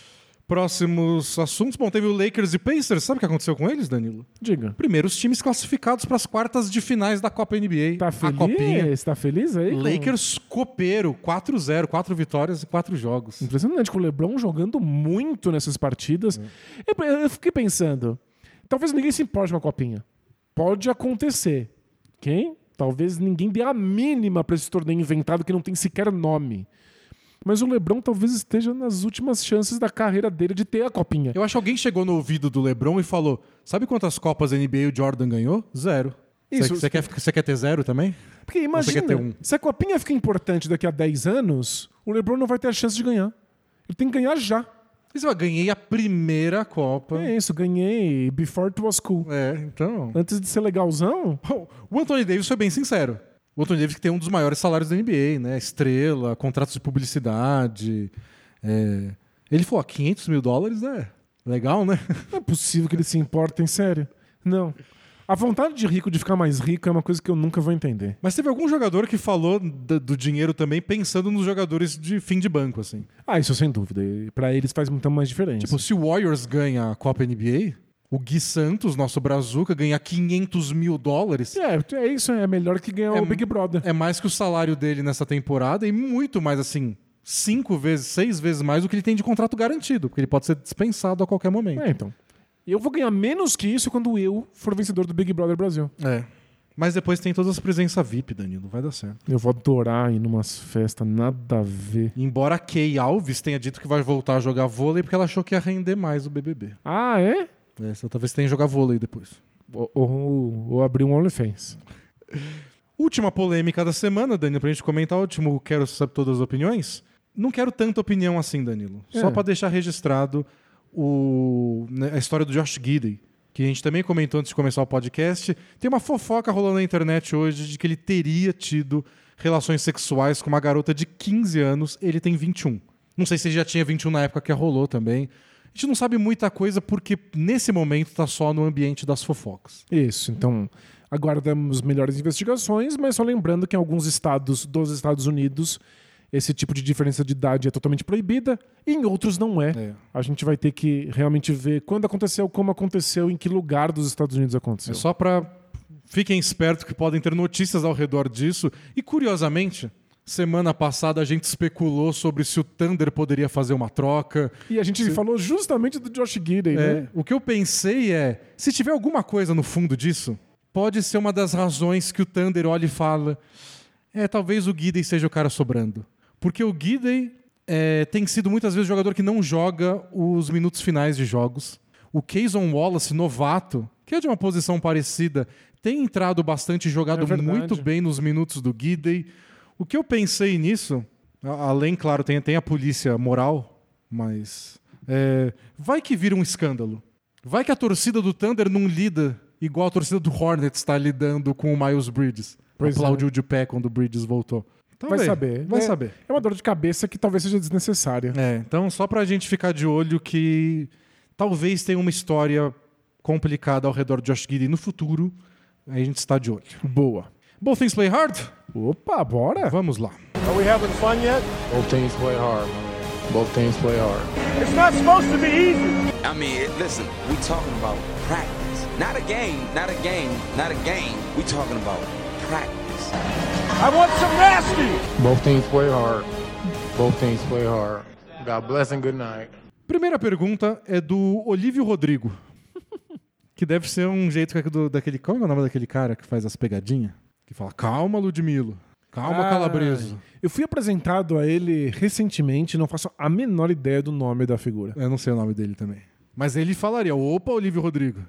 Próximos assuntos. Bom, teve o Lakers e Pacers. Sabe o que aconteceu com eles, Danilo? Diga. Primeiros times classificados para as quartas de finais da Copa N B A. Tá a feliz? Copinha. Você tá feliz aí? Lakers copeiro, quatro a zero, quatro vitórias e quatro jogos. Impressionante, com o LeBron jogando muito nessas partidas. Hum. Eu, eu fiquei pensando, talvez ninguém se importe com a Copinha. Pode acontecer. Quem? Talvez ninguém dê a mínima para esse torneio inventado que não tem sequer nome. Mas o LeBron talvez esteja nas últimas chances da carreira dele de ter a Copinha. Eu acho que alguém chegou no ouvido do LeBron e falou: sabe quantas Copas N B A o Jordan ganhou? Zero. Isso. Você quer, quer ter zero também? Porque imagina, quer ter um? Se a Copinha fica importante daqui a dez anos, o LeBron não vai ter a chance de ganhar. Ele tem que ganhar já. Você vai, ganhei a primeira Copa. É isso, ganhei before it was cool. É, então... Antes de ser legalzão... O Anthony Davis foi bem sincero. O Anthony Davis que tem um dos maiores salários da N B A, né? Estrela, contratos de publicidade. É... Ele falou, quinhentos mil dólares, né? Legal, né? Não é possível que ele se importe, em sério. Não. A vontade de rico de ficar mais rico é uma coisa que eu nunca vou entender. Mas teve algum jogador que falou do, do dinheiro também pensando nos jogadores de fim de banco, assim. Ah, isso sem dúvida. E pra eles faz muito mais diferença. Tipo, se o Warriors ganha a Copa N B A... O Gui Santos, nosso brazuca, ganha quinhentos mil dólares. É, é isso. É melhor que ganhar é, o Big Brother. É mais que o salário dele nessa temporada e muito mais, assim, cinco vezes, seis vezes mais do que ele tem de contrato garantido. Porque ele pode ser dispensado a qualquer momento. É, então. Eu vou ganhar menos que isso quando eu for vencedor do Big Brother Brasil. É. Mas depois tem todas as presenças V I P, Danilo. Vai dar certo. Eu vou adorar ir numas festas, nada a ver. Embora a Kay Alves tenha dito que vai voltar a jogar vôlei porque ela achou que ia render mais o B B B. Ah, é? É, só talvez tenha que jogar vôlei depois. Ou, ou, ou abrir um OnlyFans. Última polêmica da semana, Danilo, pra gente comentar. Último, quero saber todas as opiniões. Não quero tanta opinião assim, Danilo. É. Só pra deixar registrado o, né, a história do Josh Giddey, que a gente também comentou antes de começar o podcast. Tem uma fofoca rolando na internet hoje de que ele teria tido relações sexuais com uma garota de quinze anos. Ele tem vinte e um. Não sei se ele já tinha vinte e um na época que rolou também. A gente não sabe muita coisa porque, nesse momento, está só no ambiente das fofocas. Isso, então aguardamos melhores investigações, mas só lembrando que em alguns estados dos Estados Unidos esse tipo de diferença de idade é totalmente proibida e em outros não é. é. A gente vai ter que realmente ver quando aconteceu, como aconteceu, em que lugar dos Estados Unidos aconteceu. É só para... Fiquem espertos que podem ter notícias ao redor disso. E, curiosamente... Semana passada a gente especulou sobre se o Thunder poderia fazer uma troca. E a gente se... falou justamente do Josh Giddey, é, né? O que eu pensei é, se tiver alguma coisa no fundo disso, pode ser uma das razões que o Thunder olha e fala, é, talvez o Giddey seja o cara sobrando. Porque o Giddey é, tem sido muitas vezes jogador que não joga os minutos finais de jogos. O Cason Wallace, novato, que é de uma posição parecida, tem entrado bastante e jogado é muito bem nos minutos do Giddey. O que eu pensei nisso, além, claro, tem, tem a polícia moral, mas é, vai que vira um escândalo. Vai que a torcida do Thunder não lida igual a torcida do Hornets está lidando com o Miles Bridges. Pois aplaudiu é. de pé quando o Bridges voltou. Então, vai saber. Vai é, saber. É uma dor de cabeça que talvez seja desnecessária. É, então só pra gente ficar de olho que talvez tenha uma história complicada ao redor de Josh Giddey no futuro, aí a gente está de olho. Boa. Both things play hard? Opa, bora! Vamos lá. Are we having fun yet? Both teams play hard, man. Both teams play hard. It's not supposed to be easy. I mean, listen, we talking about practice. Not a game, not a game, not a game. We talking about practice. I want some nasty. Both teams play hard. Both teams play hard. God bless and good night. Primeira pergunta é do Olívio Rodrigo. Que deve ser um jeito do, daquele... Qual é o nome daquele cara que faz as pegadinhas? Que fala, calma, Ludmilo. Calma, ah, Calabreso. Eu fui apresentado a ele recentemente, não faço a menor ideia do nome da figura. Eu não sei o nome dele também. Mas ele falaria, opa, Olívio Rodrigo.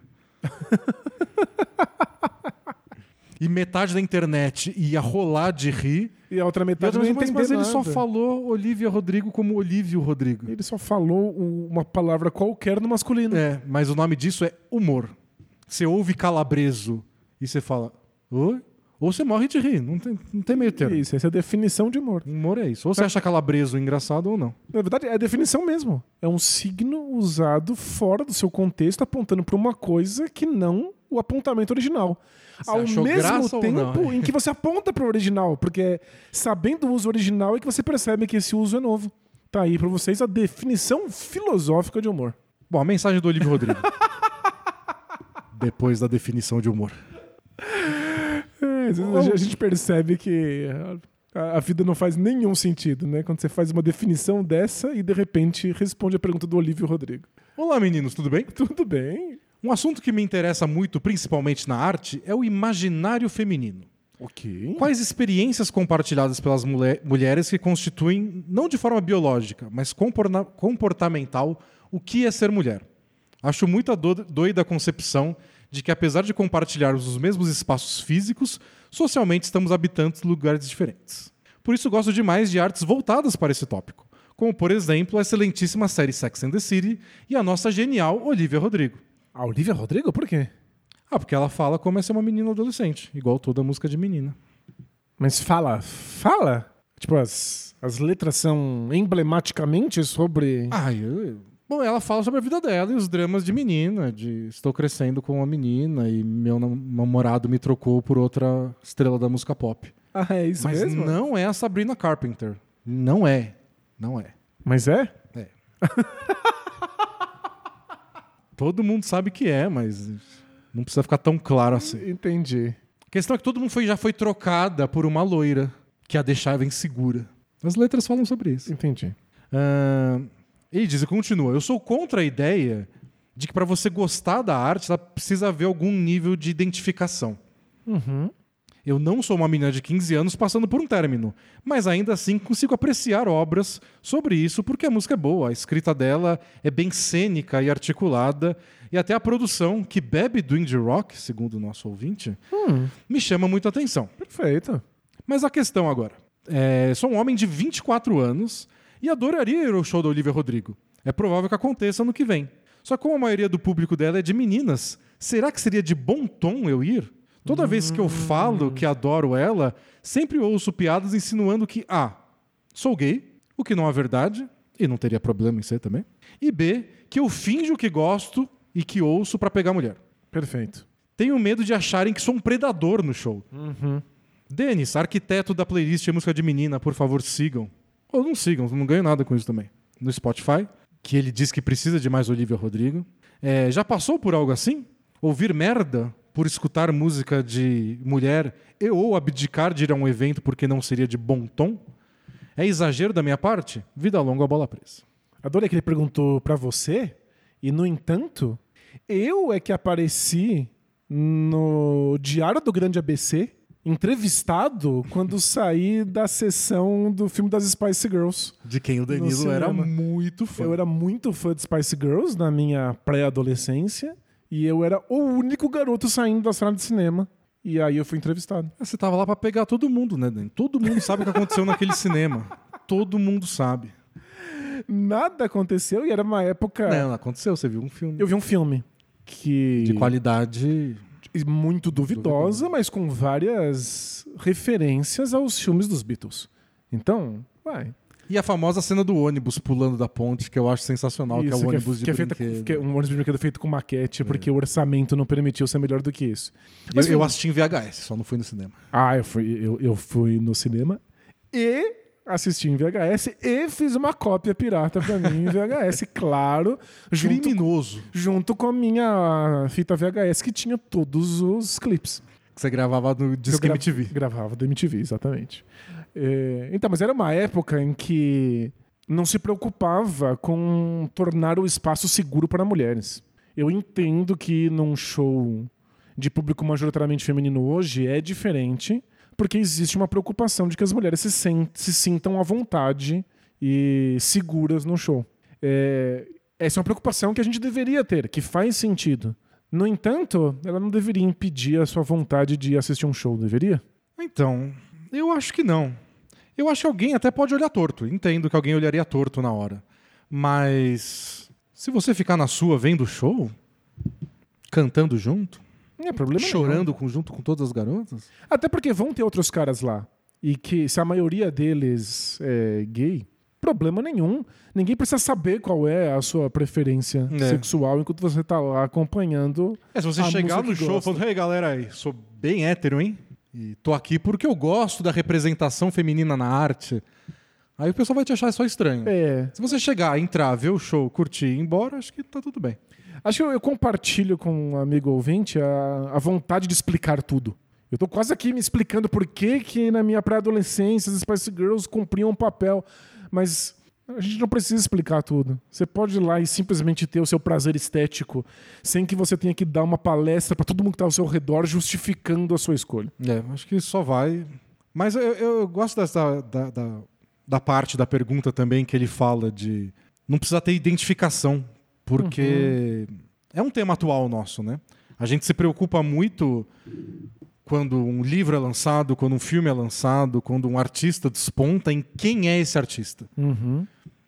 E metade da internet ia rolar de rir. E a outra metade não mas, entender mas ele nada. só falou Olívia Rodrigo como Olívio Rodrigo. Ele só falou uma palavra qualquer no masculino. É, mas o nome disso é humor. Você ouve Calabreso e você fala, oi? Ou você morre de rir, não tem, não tem meio termo. Isso, essa é a definição de humor. Humor é isso. Ou você acha Calabreso engraçado ou não. Na verdade, é a definição mesmo. É um signo usado fora do seu contexto, apontando para uma coisa que não o apontamento original. Você Ao achou mesmo graça tempo ou não? em que você aponta para o original, porque sabendo o uso original é que você percebe que esse uso é novo. Tá aí pra vocês a definição filosófica de humor. Bom, a mensagem do Olívio Rodrigo. Depois da definição de humor. É, às vezes a gente percebe que a, a vida não faz nenhum sentido, né? Quando você faz uma definição dessa e de repente responde a pergunta do Olívio Rodrigo. Olá, meninos, tudo bem? Tudo bem. Um assunto que me interessa muito, principalmente na arte, é o imaginário feminino. Ok. Quais experiências compartilhadas pelas mulher- mulheres que constituem, não de forma biológica, mas comporna- comportamental, o que é ser mulher? Acho muito do- doida a concepção de que, apesar de compartilharmos os mesmos espaços físicos, socialmente estamos habitando lugares diferentes. Por isso gosto demais de artes voltadas para esse tópico, como, por exemplo, a excelentíssima série Sex and the City e a nossa genial Olivia Rodrigo. A Olivia Rodrigo? Por quê? Ah, porque ela fala como é ser uma menina adolescente, igual toda música de menina. Mas fala, fala? Tipo, as, as letras são emblematicamente sobre... Ah, eu... Bom, ela fala sobre a vida dela e os dramas de menina, de estou crescendo com uma menina e meu namorado me trocou por outra estrela da música pop. Ah, é isso Mas mesmo? não é a Sabrina Carpenter. Não é. Não é. Mas é? É. Todo mundo sabe que é, mas não precisa ficar tão claro assim. Entendi. A questão é que todo mundo foi, já foi trocada por uma loira que a deixava insegura. As letras falam sobre isso. Entendi. Uh, ele diz e continua: eu sou contra a ideia de que para você gostar da arte, ela precisa haver algum nível de identificação. Uhum. Eu não sou uma menina de quinze anos passando por um término, mas ainda assim consigo apreciar obras sobre isso porque a música é boa, a escrita dela é bem cênica e articulada, e até a produção, que bebe do indie rock, segundo o nosso ouvinte, Hum, me chama muito a atenção. perfeito. Mas a questão agora, é, sou um homem de vinte e quatro anos e adoraria ir ao show da Olivia Rodrigo. É provável que aconteça ano que vem. Só que como a maioria do público dela é de meninas, será que seria de bom tom eu ir? Toda vez que eu falo que adoro ela, sempre ouço piadas insinuando que A, sou gay, o que não é verdade, e não teria problema em ser também, e B, que eu finjo que gosto e que ouço pra pegar mulher. Perfeito. Tenho medo de acharem que sou um predador no show. Uhum. Denis, arquiteto da playlist Música de Menina, por favor, sigam. Ou não sigam, não ganho nada com isso também. No Spotify, que ele diz que precisa de mais Olivia Rodrigo. É, já passou por algo assim? Ouvir merda por escutar música de mulher e ou abdicar de ir a um evento porque não seria de bom tom? É exagero da minha parte? Vida longa, a bola presa. Adorei que ele perguntou pra você, e no entanto, eu é que apareci no Diário do Grande A B C, entrevistado quando saí da sessão do filme das Spice Girls. De quem o No Danilo era cinema. muito fã. Eu era muito fã de Spice Girls na minha pré-adolescência, e eu era o único garoto saindo da sala de cinema. E aí eu fui entrevistado. Você tava lá pra pegar todo mundo, né, Dan? Todo mundo sabe o que aconteceu naquele cinema. Todo mundo sabe. Nada aconteceu e era uma época... Não, aconteceu. Você viu um filme Eu vi um filme que... de qualidade... muito duvidosa, mas com várias referências aos filmes dos Beatles. Então, vai. E a famosa cena do ônibus pulando da ponte, que eu acho sensacional, que é o Isso, ônibus que de é, feita, brinquedo. que é um ônibus de brinquedo feito com maquete, porque o orçamento não permitiu ser melhor do que isso. Eu, Mas eu foi- assisti em V H S, só não fui no cinema. Ah, eu fui, eu, eu fui no cinema e assisti em V H S e fiz uma cópia pirata pra mim em V H S, claro, junto, Criminoso. junto com a minha fita V H S que tinha todos os clipes. Que você gravava no Eu Disque gra- M T V. Gravava do M T V, exatamente. É, então, mas era uma época em que não se preocupava com tornar o espaço seguro para mulheres. Eu entendo que num show de público majoritariamente feminino hoje é diferente, porque existe uma preocupação de que as mulheres se, sen- se sintam à vontade e seguras no show. É, essa é uma preocupação que a gente deveria ter, que faz sentido. No entanto, ela não deveria impedir a sua vontade de assistir um show, deveria? Então, eu acho que não. Eu acho que alguém até pode olhar torto. Entendo que alguém olharia torto na hora. Mas se você ficar na sua vendo o show, cantando junto, Não é problema nenhum. chorando com, junto com todas as garotas... Até porque vão ter outros caras lá. E que se a maioria deles é gay, problema nenhum. Ninguém precisa saber qual é a sua preferência É. sexual enquanto você tá lá acompanhando. É, se você a chegar música no que show gosta. falando, ei galera aí, sou bem hétero, hein? E tô aqui porque eu gosto da representação feminina na arte. Aí o pessoal vai te achar só estranho. É. Se você chegar, entrar, ver o show, curtir e ir embora, acho que tá tudo bem. Acho que eu, eu compartilho com um amigo ouvinte a, a vontade de explicar tudo. Eu tô quase aqui me explicando por que que na minha pré-adolescência as Spice Girls cumpriam um papel. Mas a gente não precisa explicar tudo. Você pode ir lá e simplesmente ter o seu prazer estético sem que você tenha que dar uma palestra pra todo mundo que tá ao seu redor justificando a sua escolha. É, acho que só vai... Mas eu, eu gosto dessa, da, da, da parte da pergunta também que ele fala de... Não precisa ter identificação, porque uhum. é um tema atual nosso, né? A gente se preocupa muito... quando um livro é lançado, quando um filme é lançado, quando um artista desponta em quem é esse artista. Uhum.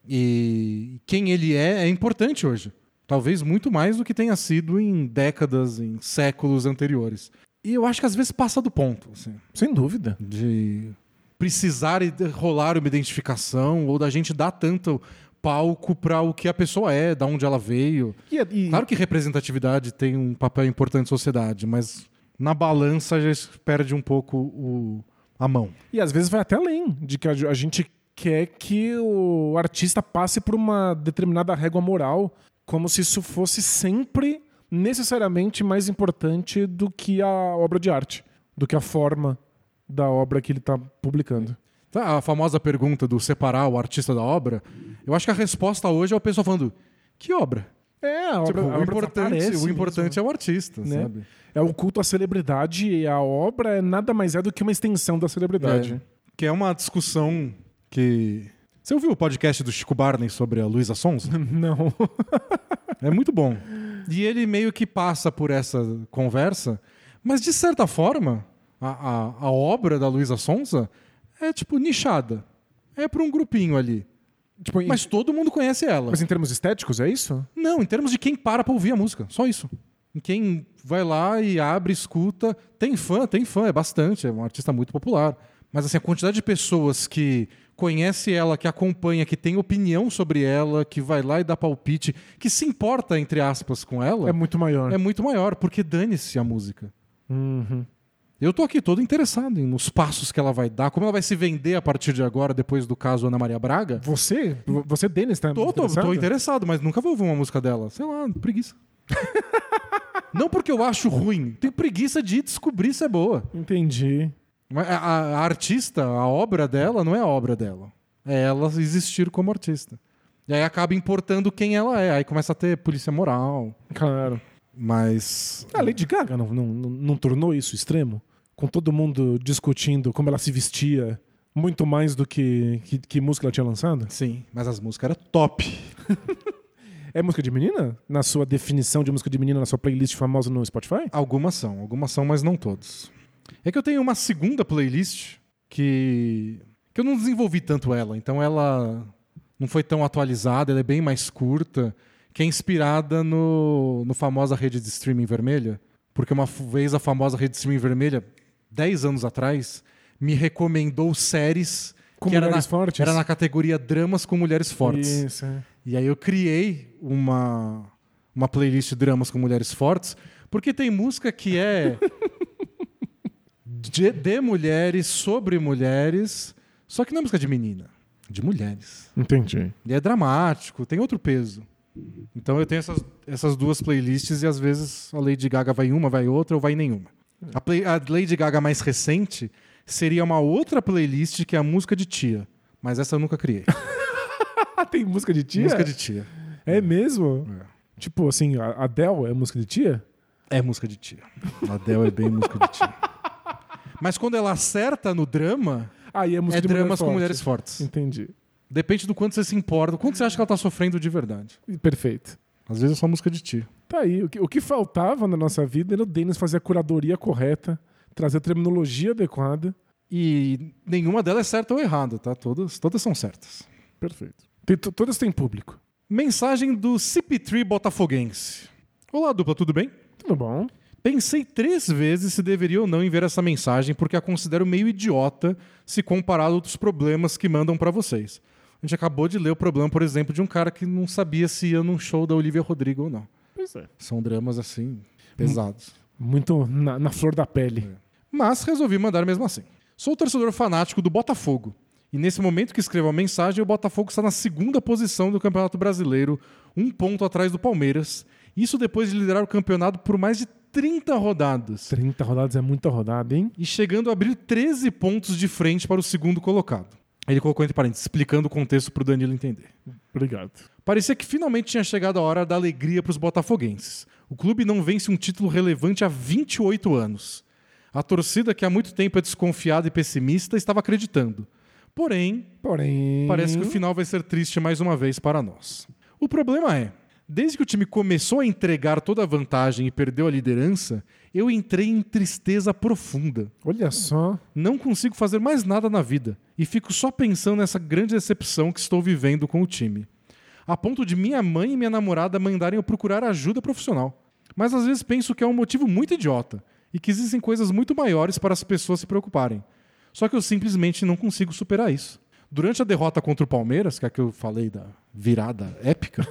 E quem ele é é importante hoje. Talvez muito mais do que tenha sido em décadas, em séculos anteriores. E eu acho que às vezes passa do ponto. Assim, sem dúvida. De precisar rolar uma identificação ou da gente dar tanto palco para o que a pessoa é, da onde ela veio. E, e... Claro que representatividade tem um papel importante na sociedade, mas... na balança já perde um pouco o, a mão. E às vezes vai até além de que a, a gente quer que o artista passe por uma determinada régua moral, como se isso fosse sempre necessariamente mais importante do que a obra de arte, do que a forma da obra que ele está publicando. Tá, a famosa pergunta do separar o artista da obra, eu acho que a resposta hoje é o pessoal falando, que obra? É, a obra, tipo, a o, obra importante, o importante mesmo. é o artista, né? sabe? É o culto à celebridade e a obra é nada mais é do que uma extensão da celebridade. É, que é uma discussão que... Você ouviu o podcast do Chico Barney sobre a Luísa Sonza? Não. É muito bom. E ele meio que passa por essa conversa, mas de certa forma, a, a, a obra da Luísa Sonza é tipo nichada. É para um grupinho ali. Tipo, em... Mas todo mundo conhece ela. Mas em termos estéticos, é isso? Não, em termos de quem para pra ouvir a música. Só isso. Em quem vai lá e abre, escuta. Tem fã, tem fã, é bastante. É um artista muito popular. Mas assim, a quantidade de pessoas que conhece ela, que acompanha, que tem opinião sobre ela, que vai lá e dá palpite, que se importa, entre aspas, com ela... É muito maior. É muito maior, porque dane-se a música. Uhum. Eu tô aqui todo interessado nos passos que ela vai dar, como ela vai se vender a partir de agora, depois do caso Ana Maria Braga. Você? Você, Denis, tá tô, interessado? Tô, tô interessado, mas nunca vou ouvir uma música dela. Sei lá, preguiça. Não porque eu acho ruim, tenho preguiça de descobrir se é boa. Entendi. A, a, a artista, a obra dela não é a obra dela. É ela existir como artista. E aí acaba importando quem ela é. Aí começa a ter polícia moral. Claro. Mas... A Lady Gaga não, não, não, não tornou isso extremo? Com todo mundo discutindo como ela se vestia muito mais do que, que, que música ela tinha lançado? Sim, mas as músicas eram top. É música de menina? Na sua definição de música de menina, na sua playlist famosa no Spotify? Algumas são, algumas são, mas não todos. É que eu tenho uma segunda playlist que, que eu não desenvolvi tanto ela, então ela não foi tão atualizada, ela é bem mais curta, que é inspirada no, no famosa rede de streaming vermelha, porque uma vez a famosa rede de streaming vermelha, dez anos atrás, me recomendou séries com que era mulheres na, fortes? Era na categoria dramas com mulheres fortes. Isso, é. E aí eu criei uma, uma playlist de dramas com mulheres fortes, porque tem música que é de, de mulheres, sobre mulheres, só que não é música de menina, de mulheres. Entendi. E é dramático, tem outro peso. Então eu tenho essas, essas duas playlists e às vezes a Lady Gaga vai em uma, vai em outra ou vai em nenhuma. A, play, a Lady Gaga mais recente seria uma outra playlist que é a música de tia, mas essa eu nunca criei. Tem música de tia? Música de tia. É mesmo? É. Tipo assim, a Adele é música de tia? É música de tia. A Adele é bem música de tia. Mas quando ela acerta no drama, Aí é, música é de dramas mulher com forte. mulheres fortes. Entendi. Depende do quanto você se importa, do quanto você acha que ela tá sofrendo de verdade. Perfeito. Às vezes é só música de tia. Tá aí. O que, o que faltava na nossa vida era o Denis fazer a curadoria correta, trazer a terminologia adequada. E nenhuma delas é certa ou errada, tá? Todas, todas são certas. Perfeito. Tem, todas têm público. Mensagem do C P três Botafoguense. Olá, dupla, tudo bem? Tudo bom. Pensei três vezes se deveria ou não enviar essa mensagem, porque a considero meio idiota se comparado a outros problemas que mandam pra vocês. A gente acabou de ler o problema, por exemplo, de um cara que não sabia se ia num show da Olivia Rodrigo ou não. Pois é. São dramas, assim, pesados. Muito na, na flor da pele. É. Mas resolvi mandar mesmo assim. Sou torcedor fanático do Botafogo E nesse momento que escrevo a mensagem, o Botafogo está na segunda posição do Campeonato Brasileiro, um ponto atrás do Palmeiras. Isso depois de liderar o campeonato por mais de trinta rodadas. trinta rodadas é muita rodada, hein? E chegando a abrir treze pontos de frente para o segundo colocado. Ele colocou entre parênteses, explicando o contexto para o Danilo entender. Obrigado. Parecia que finalmente tinha chegado a hora da alegria para os botafoguenses. O clube não vence um título relevante há vinte e oito anos. A torcida, que há muito tempo é desconfiada e pessimista, estava acreditando. Porém, Porém... parece que o final vai ser triste mais uma vez para nós. O problema é, desde que o time começou a entregar toda a vantagem e perdeu a liderança, eu entrei em tristeza profunda. Olha só. Não consigo fazer mais nada na vida e fico só pensando nessa grande decepção que estou vivendo com o time. A ponto de minha mãe e minha namorada mandarem eu procurar ajuda profissional. Mas às vezes penso que é um motivo muito idiota e que existem coisas muito maiores para as pessoas se preocuparem. Só que eu simplesmente não consigo superar isso. Durante a derrota contra o Palmeiras, que é a que eu falei da virada épica,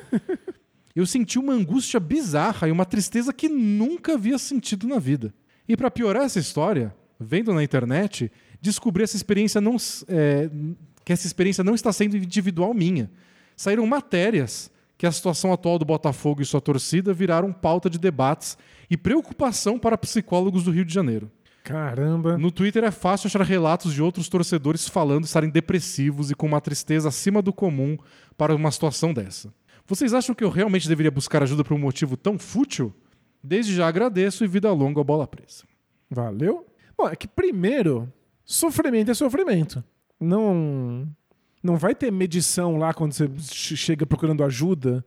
eu senti uma angústia bizarra e uma tristeza que nunca havia sentido na vida. E para piorar essa história, vendo na internet, descobri essa experiência não, é, que essa experiência não está sendo individual minha. Saíram matérias que a situação atual do Botafogo e sua torcida viraram pauta de debates e preocupação para psicólogos do Rio de Janeiro. Caramba. No Twitter é fácil achar relatos de outros torcedores falando estarem depressivos e com uma tristeza acima do comum para uma situação dessa. Vocês acham que eu realmente deveria buscar ajuda por um motivo tão fútil? Desde já agradeço e vida longa ao Bola Presa. Valeu. Bom, é que primeiro, sofrimento é sofrimento. Não, não vai ter medição lá quando você chega procurando ajuda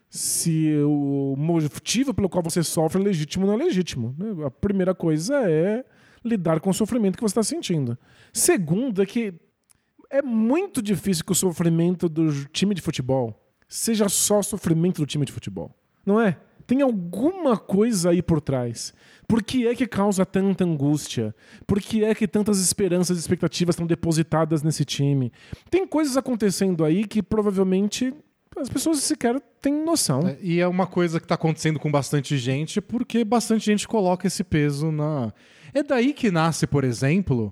se o motivo pelo qual você sofre é legítimo ou não é legítimo. A primeira coisa é lidar com o sofrimento que você está sentindo. Segundo é que é muito difícil que o sofrimento do time de futebol seja só sofrimento do time de futebol. Não é? Tem alguma coisa aí por trás. Por que é que causa tanta angústia? Por que é que tantas esperanças e expectativas estão depositadas nesse time? Tem coisas acontecendo aí que provavelmente as pessoas sequer têm noção. É, e é uma coisa que está acontecendo com bastante gente, porque bastante gente coloca esse peso na... É daí que nasce, por exemplo,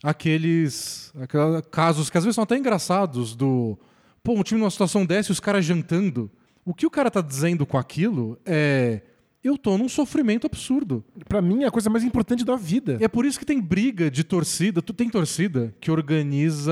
aqueles, aqueles casos que às vezes são até engraçados do... Pô, um time numa situação dessa e os caras jantando. O que o cara tá dizendo com aquilo é... Eu tô num sofrimento absurdo. Pra mim é a coisa mais importante da vida. E é por isso que tem briga de torcida. Tu tem torcida que organiza...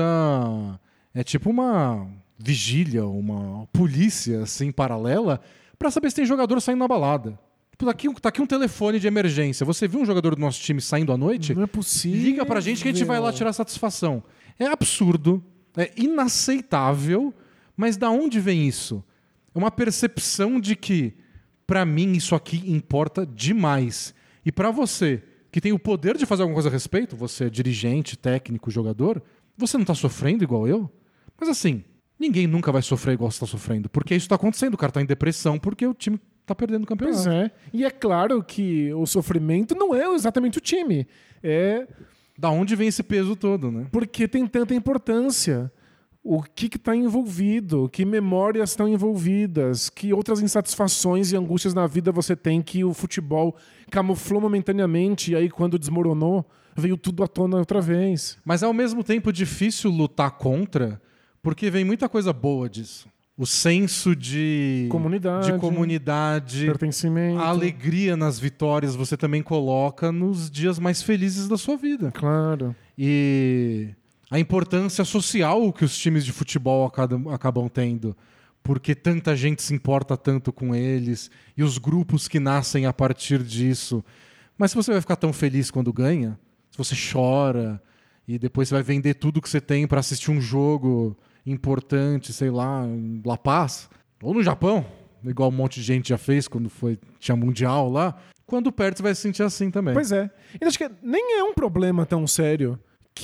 É tipo uma vigília, uma polícia assim, paralela, pra saber se tem jogador saindo na balada. Tipo, tá aqui, tá aqui um telefone de emergência. Você viu um jogador do nosso time saindo à noite? Não é possível. Liga pra gente que a gente vai lá tirar satisfação. É absurdo. É inaceitável. Mas da onde vem isso? É uma percepção de que, pra mim, isso aqui importa demais. E pra você, que tem o poder de fazer alguma coisa a respeito, você é dirigente, técnico, jogador, você não tá sofrendo igual eu? Mas assim, ninguém nunca vai sofrer igual você tá sofrendo. Porque isso tá acontecendo. O cara tá em depressão porque o time tá perdendo o campeonato. Pois é. E é claro que o sofrimento não é exatamente o time. É... Da onde vem esse peso todo, né? Porque tem tanta importância. O que está envolvido, que memórias estão envolvidas, que outras insatisfações e angústias na vida você tem que o futebol camuflou momentaneamente e aí quando desmoronou, veio tudo à tona outra vez. Mas é ao mesmo tempo difícil lutar contra, porque vem muita coisa boa disso. O senso de comunidade, de comunidade, pertencimento, a alegria nas vitórias você também coloca nos dias mais felizes da sua vida. Claro. E... a importância social que os times de futebol acabam, acabam tendo, porque tanta gente se importa tanto com eles, e os grupos que nascem a partir disso. Mas se você vai ficar tão feliz quando ganha, se você chora, e depois você vai vender tudo que você tem para assistir um jogo importante, sei lá, em La Paz, ou no Japão, igual um monte de gente já fez quando foi, tinha Mundial lá, quando perde você vai se sentir assim também. Pois é. Eu acho que nem é um problema tão sério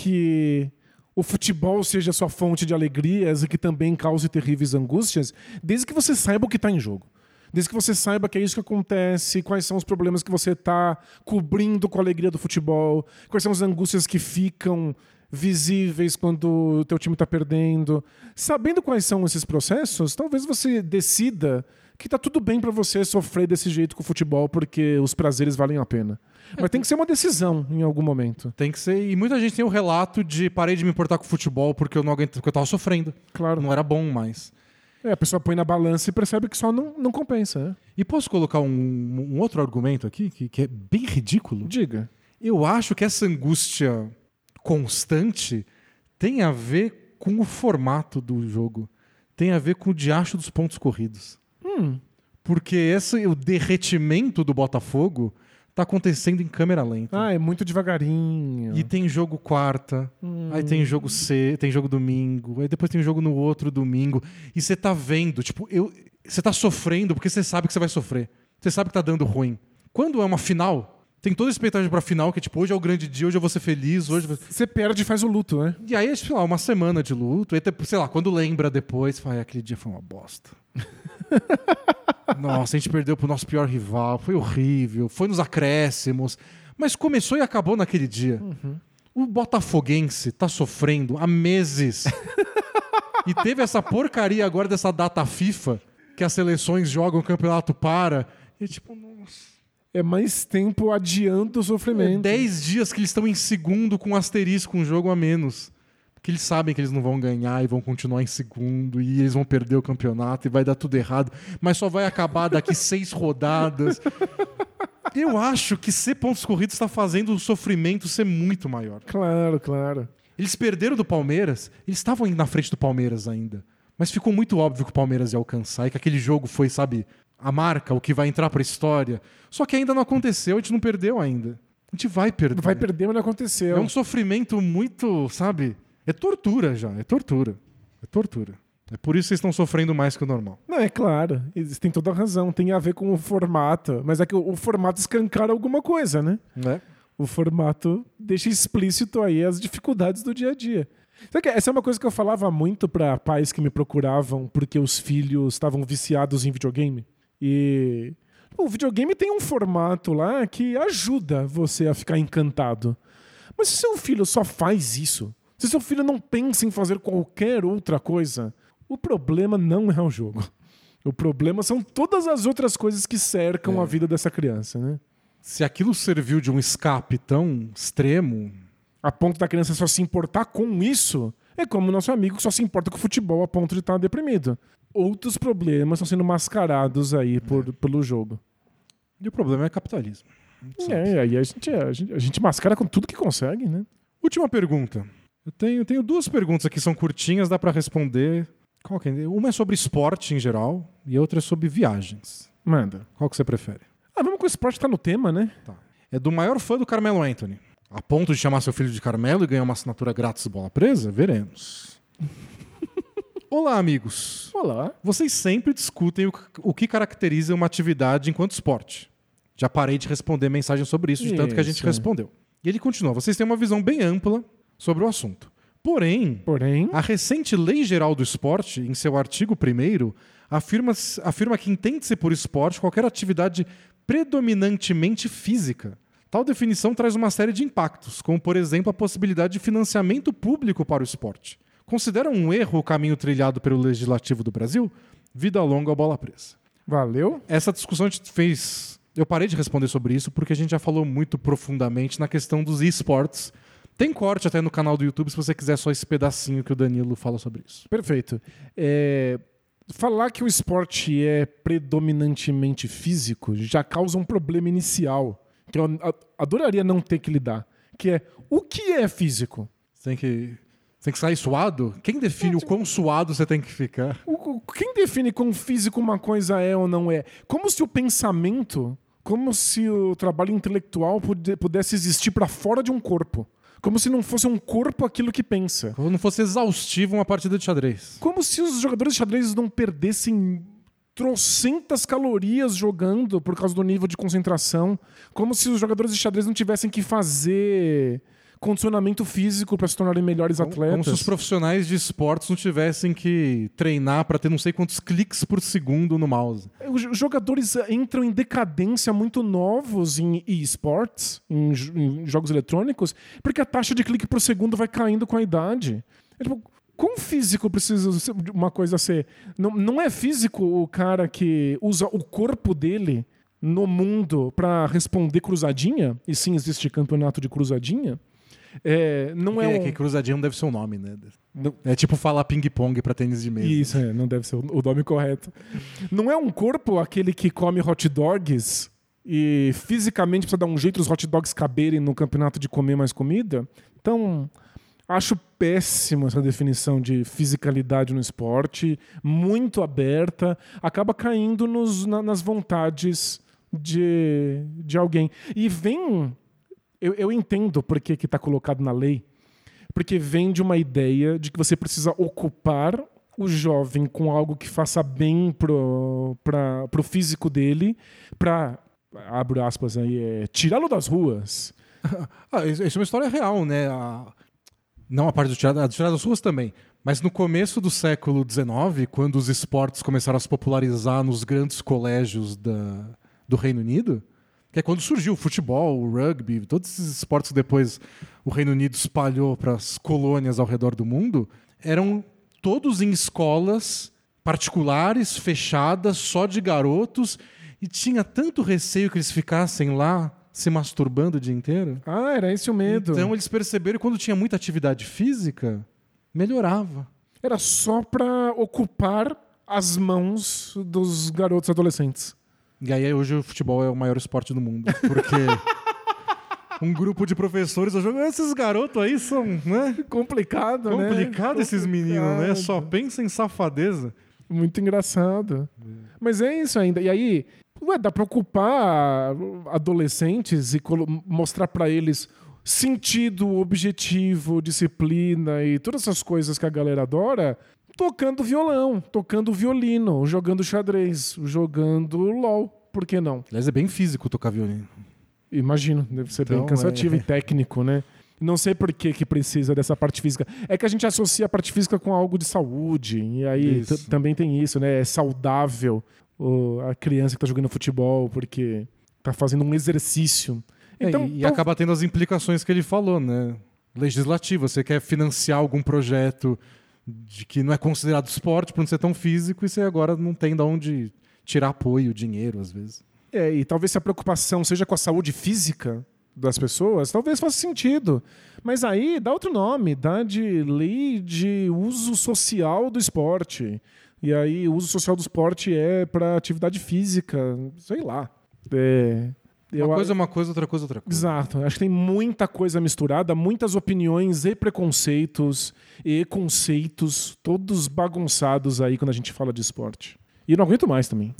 que o futebol seja sua fonte de alegrias e que também cause terríveis angústias, desde que você saiba o que está em jogo. Desde que você saiba que é isso que acontece, quais são os problemas que você está cobrindo com a alegria do futebol, quais são as angústias que ficam visíveis quando o teu time está perdendo. Sabendo quais são esses processos, talvez você decida que tá tudo bem pra você sofrer desse jeito com o futebol porque os prazeres valem a pena. Mas tem que ser uma decisão em algum momento. Tem que ser. E muita gente tem o relato de parei de me importar com o futebol porque eu não aguento, porque eu tava sofrendo. Claro. Não era bom mais. É, a pessoa põe na balança e percebe que só não, não compensa, né? E posso colocar um, um outro argumento aqui, que, que é bem ridículo? Diga. Eu acho que essa angústia constante tem a ver com o formato do jogo. Tem a ver com o diacho dos pontos corridos. Hum. Porque esse, o derretimento do Botafogo tá acontecendo em câmera lenta. Ah, é muito devagarinho. E tem jogo quarta, Hum. aí tem jogo C, tem jogo domingo, aí depois tem jogo no outro domingo. E você tá vendo, tipo, eu, você tá sofrendo porque você sabe que você vai sofrer. Você sabe que tá dando ruim. Quando é uma final, tem toda a expectativa pra final, que tipo, hoje é o grande dia, hoje eu vou ser feliz, hoje... Você perde e faz o luto, né? E aí, sei lá, uma semana de luto, aí, sei lá, quando lembra depois, fala, aquele dia foi uma bosta. Nossa, a gente perdeu pro nosso pior rival, foi horrível, foi nos acréscimos, mas começou e acabou naquele dia. Uhum. O botafoguense tá sofrendo há meses. E teve essa porcaria agora dessa data FIFA, que as seleções jogam, o campeonato para, e tipo, nossa... É mais tempo adiando o sofrimento. É dez dias que eles estão em segundo com um asterisco, um jogo a menos. Porque eles sabem que eles não vão ganhar e vão continuar em segundo e eles vão perder o campeonato e vai dar tudo errado. Mas só vai acabar daqui seis rodadas. Eu acho que ser pontos corridos está fazendo o sofrimento ser muito maior. Claro, claro. Eles perderam do Palmeiras, eles estavam indo na frente do Palmeiras ainda. Mas ficou muito óbvio que o Palmeiras ia alcançar e que aquele jogo foi, sabe, a marca, o que vai entrar pra história. Só que ainda não aconteceu, a gente não perdeu ainda. A gente vai perder. Vai perder, mas não aconteceu. É um sofrimento muito, sabe... É tortura já, é tortura. É tortura. É por isso que vocês estão sofrendo mais que o normal. Não, é claro. Eles têm toda a razão. Tem a ver com o formato. Mas é que o, o formato escancara alguma coisa, né? É. O formato deixa explícito aí as dificuldades do dia a dia. Sabe que essa é uma coisa que eu falava muito para pais que me procuravam porque os filhos estavam viciados em videogame. E o videogame tem um formato lá que ajuda você a ficar encantado. Mas se seu filho só faz isso, se seu filho não pensa em fazer qualquer outra coisa, o problema não é o jogo. O problema são todas as outras coisas que cercam É. a vida dessa criança, né? Se aquilo serviu de um escape tão extremo... A ponto da criança só se importar com isso, é como o nosso amigo que só se importa com o futebol a ponto de estar deprimido. Outros problemas estão sendo mascarados aí por, pelo jogo. E o problema é capitalismo. É, e aí a gente, a, gente, a gente mascara com tudo que consegue, né? Última pergunta. Eu tenho, tenho duas perguntas aqui, são curtinhas, dá pra responder. Qual que é? Uma é sobre esporte em geral e a outra é sobre viagens. Manda. Qual que você prefere? Ah, vamos com o esporte, tá no tema, né? Tá. É do maior fã do Carmelo Anthony. A ponto de chamar seu filho de Carmelo e ganhar uma assinatura grátis Bola Presa? Veremos. Olá, amigos. Olá. Vocês sempre discutem o, o que caracteriza uma atividade enquanto esporte. Já parei de responder mensagem sobre isso, de tanto que a gente Isso. respondeu. E ele continua. Vocês têm uma visão bem ampla sobre o assunto. Porém, Porém, a recente Lei Geral do Esporte, em seu artigo primeiro, afirma, afirma que entende-se por esporte qualquer atividade predominantemente física. Tal definição traz uma série de impactos, como, por exemplo, a possibilidade de financiamento público para o esporte. Considera um erro o caminho trilhado pelo Legislativo do Brasil? Vida longa à Bola Presa. valeu. Essa discussão a gente fez... Eu parei de responder sobre isso porque a gente já falou muito profundamente na questão dos esportes. Tem corte até no canal do YouTube se você quiser só esse pedacinho que o Danilo fala sobre isso. Perfeito. É, falar que o esporte é predominantemente físico já causa um problema inicial, que eu a- adoraria não ter que lidar, que é o que é físico? Você tem que, você tem que sair suado? Quem define o quão suado você tem que ficar? O- o- Quem define quão físico uma coisa é ou não é? Como se o pensamento, como se o trabalho intelectual pude- pudesse existir para fora de um corpo. Como se não fosse um corpo aquilo que pensa. Como não fosse exaustivo uma partida de xadrez. Como se os jogadores de xadrez não perdessem trocentas calorias jogando por causa do nível de concentração. Como se os jogadores de xadrez não tivessem que fazer condicionamento físico para se tornarem melhores atletas. Como se os profissionais de esportes não tivessem que treinar para ter não sei quantos cliques por segundo no mouse. Os jogadores entram em decadência muito novos em esportes, em, jo- em jogos eletrônicos, porque a taxa de clique por segundo vai caindo com a idade. É tipo, quão físico precisa ser uma coisa ser? Não, não é físico o cara que usa o corpo dele no mundo pra responder cruzadinha? E sim, existe campeonato de cruzadinha? É, não é, é um... que cruzadinha não deve ser o nome, né? Não... É tipo falar ping-pong pra tênis de mesa. Isso, é, não deve ser o nome correto. Não é um corpo aquele que come hot dogs e fisicamente precisa dar um jeito os hot dogs caberem no campeonato de comer mais comida? Então, acho péssimo essa definição de fisicalidade no esporte, muito aberta, acaba caindo nos, na, nas vontades de, de alguém. E vem... Eu, eu entendo por que está colocado na lei, porque vem de uma ideia de que você precisa ocupar o jovem com algo que faça bem pro, pra, pro físico dele, para, abro aspas aí, é, tirá-lo das ruas. Ah, isso é uma história real, né? A... Não a parte do tirar, do tirar das ruas também. Mas no começo do século dezenove, quando os esportes começaram a se popularizar nos grandes colégios da, do Reino Unido, que é quando surgiu o futebol, o rugby, todos esses esportes que depois o Reino Unido espalhou para as colônias ao redor do mundo, eram todos em escolas particulares, fechadas, só de garotos, e tinha tanto receio que eles ficassem lá se masturbando o dia inteiro. Ah, era esse o medo. Então eles perceberam que quando tinha muita atividade física, melhorava. Era só para ocupar as mãos dos garotos adolescentes. E aí hoje o futebol é o maior esporte do mundo, porque um grupo de professores jogam, esses garotos aí são, né? Complicado, né? Complicado esses meninos, né? Só Complicado. pensa em safadeza. Muito engraçado. Mas é isso ainda. E aí, ué, dá pra ocupar adolescentes e colo- mostrar pra eles sentido, objetivo, disciplina e todas essas coisas que a galera adora, tocando violão, tocando violino, jogando xadrez, jogando LOL. Por que não? Aliás, é bem físico tocar violino. Imagino, deve ser Então, bem cansativo é... e técnico, né? Não sei por que, que precisa dessa parte física. É que a gente associa a parte física com algo de saúde. E aí t- também tem isso, né? É saudável o, a criança que tá jogando futebol porque tá fazendo um exercício. Então, É, e então- acaba tendo as implicações que ele falou, né? Legislativo, você quer financiar algum projeto de que não é considerado esporte por não ser tão físico e você agora não tem de onde tirar apoio, dinheiro, às vezes. É, e talvez se a preocupação seja com a saúde física das pessoas, talvez faça sentido. Mas aí dá outro nome, dá de lei de uso social do esporte. E aí o uso social do esporte é para atividade física, sei lá. É, eu Uma a- coisa é uma coisa, outra coisa é outra coisa. Exato. Acho que tem muita coisa misturada, muitas opiniões e preconceitos e conceitos todos bagunçados aí quando a gente fala de esporte. E eu não aguento mais também.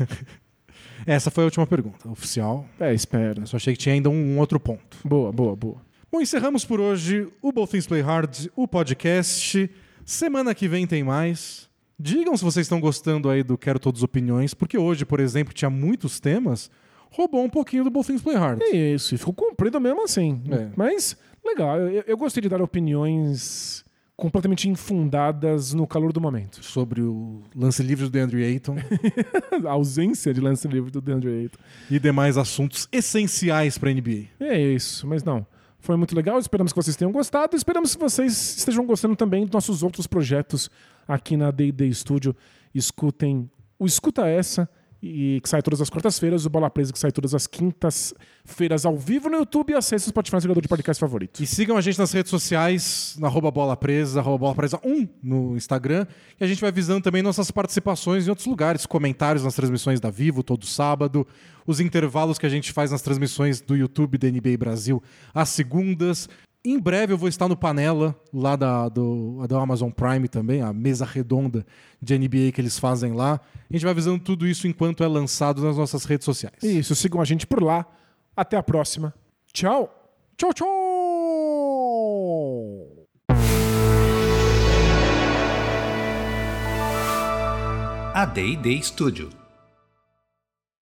Essa foi a última pergunta, oficial. É, espera. Eu só achei que tinha ainda um, um outro ponto. Boa, boa, boa. Bom, encerramos por hoje o Both Things Play Hard, o podcast. Semana que vem tem mais. Digam se vocês estão gostando aí do Quero Todos Opiniões, porque hoje, por exemplo, tinha muitos temas, roubou um pouquinho do Both Things Play Hard. É isso, e ficou comprido mesmo assim. É. Mas, legal, eu, eu gostei de dar opiniões completamente infundadas no calor do momento. Sobre o lance livre do DeAndre Ayton A ausência de lance livre do DeAndre Ayton. e demais assuntos essenciais para a N B A. É isso, mas não. Foi muito legal, esperamos que vocês tenham gostado. Esperamos que vocês estejam gostando também dos nossos outros projetos aqui na D e D Studio. Escutem o Escuta Essa, e que sai todas as quartas-feiras, o Bola Presa, que sai todas as quintas-feiras ao vivo no YouTube, e acesse o Spotify, jogador de podcast favorito. E sigam a gente nas redes sociais, na arroba Bola Presa, arroba Bola Presa um no Instagram. E a gente vai avisando também nossas participações em outros lugares, comentários nas transmissões da Vivo todo sábado, os intervalos que a gente faz nas transmissões do YouTube da N B A Brasil às segundas. Em breve eu vou estar no Panela, lá da, do, da Amazon Prime também, a mesa redonda de N B A que eles fazem lá. A gente vai avisando tudo isso enquanto é lançado nas nossas redes sociais. Isso, sigam a gente por lá. Até a próxima. Tchau! Tchau, tchau! A D e D Studio.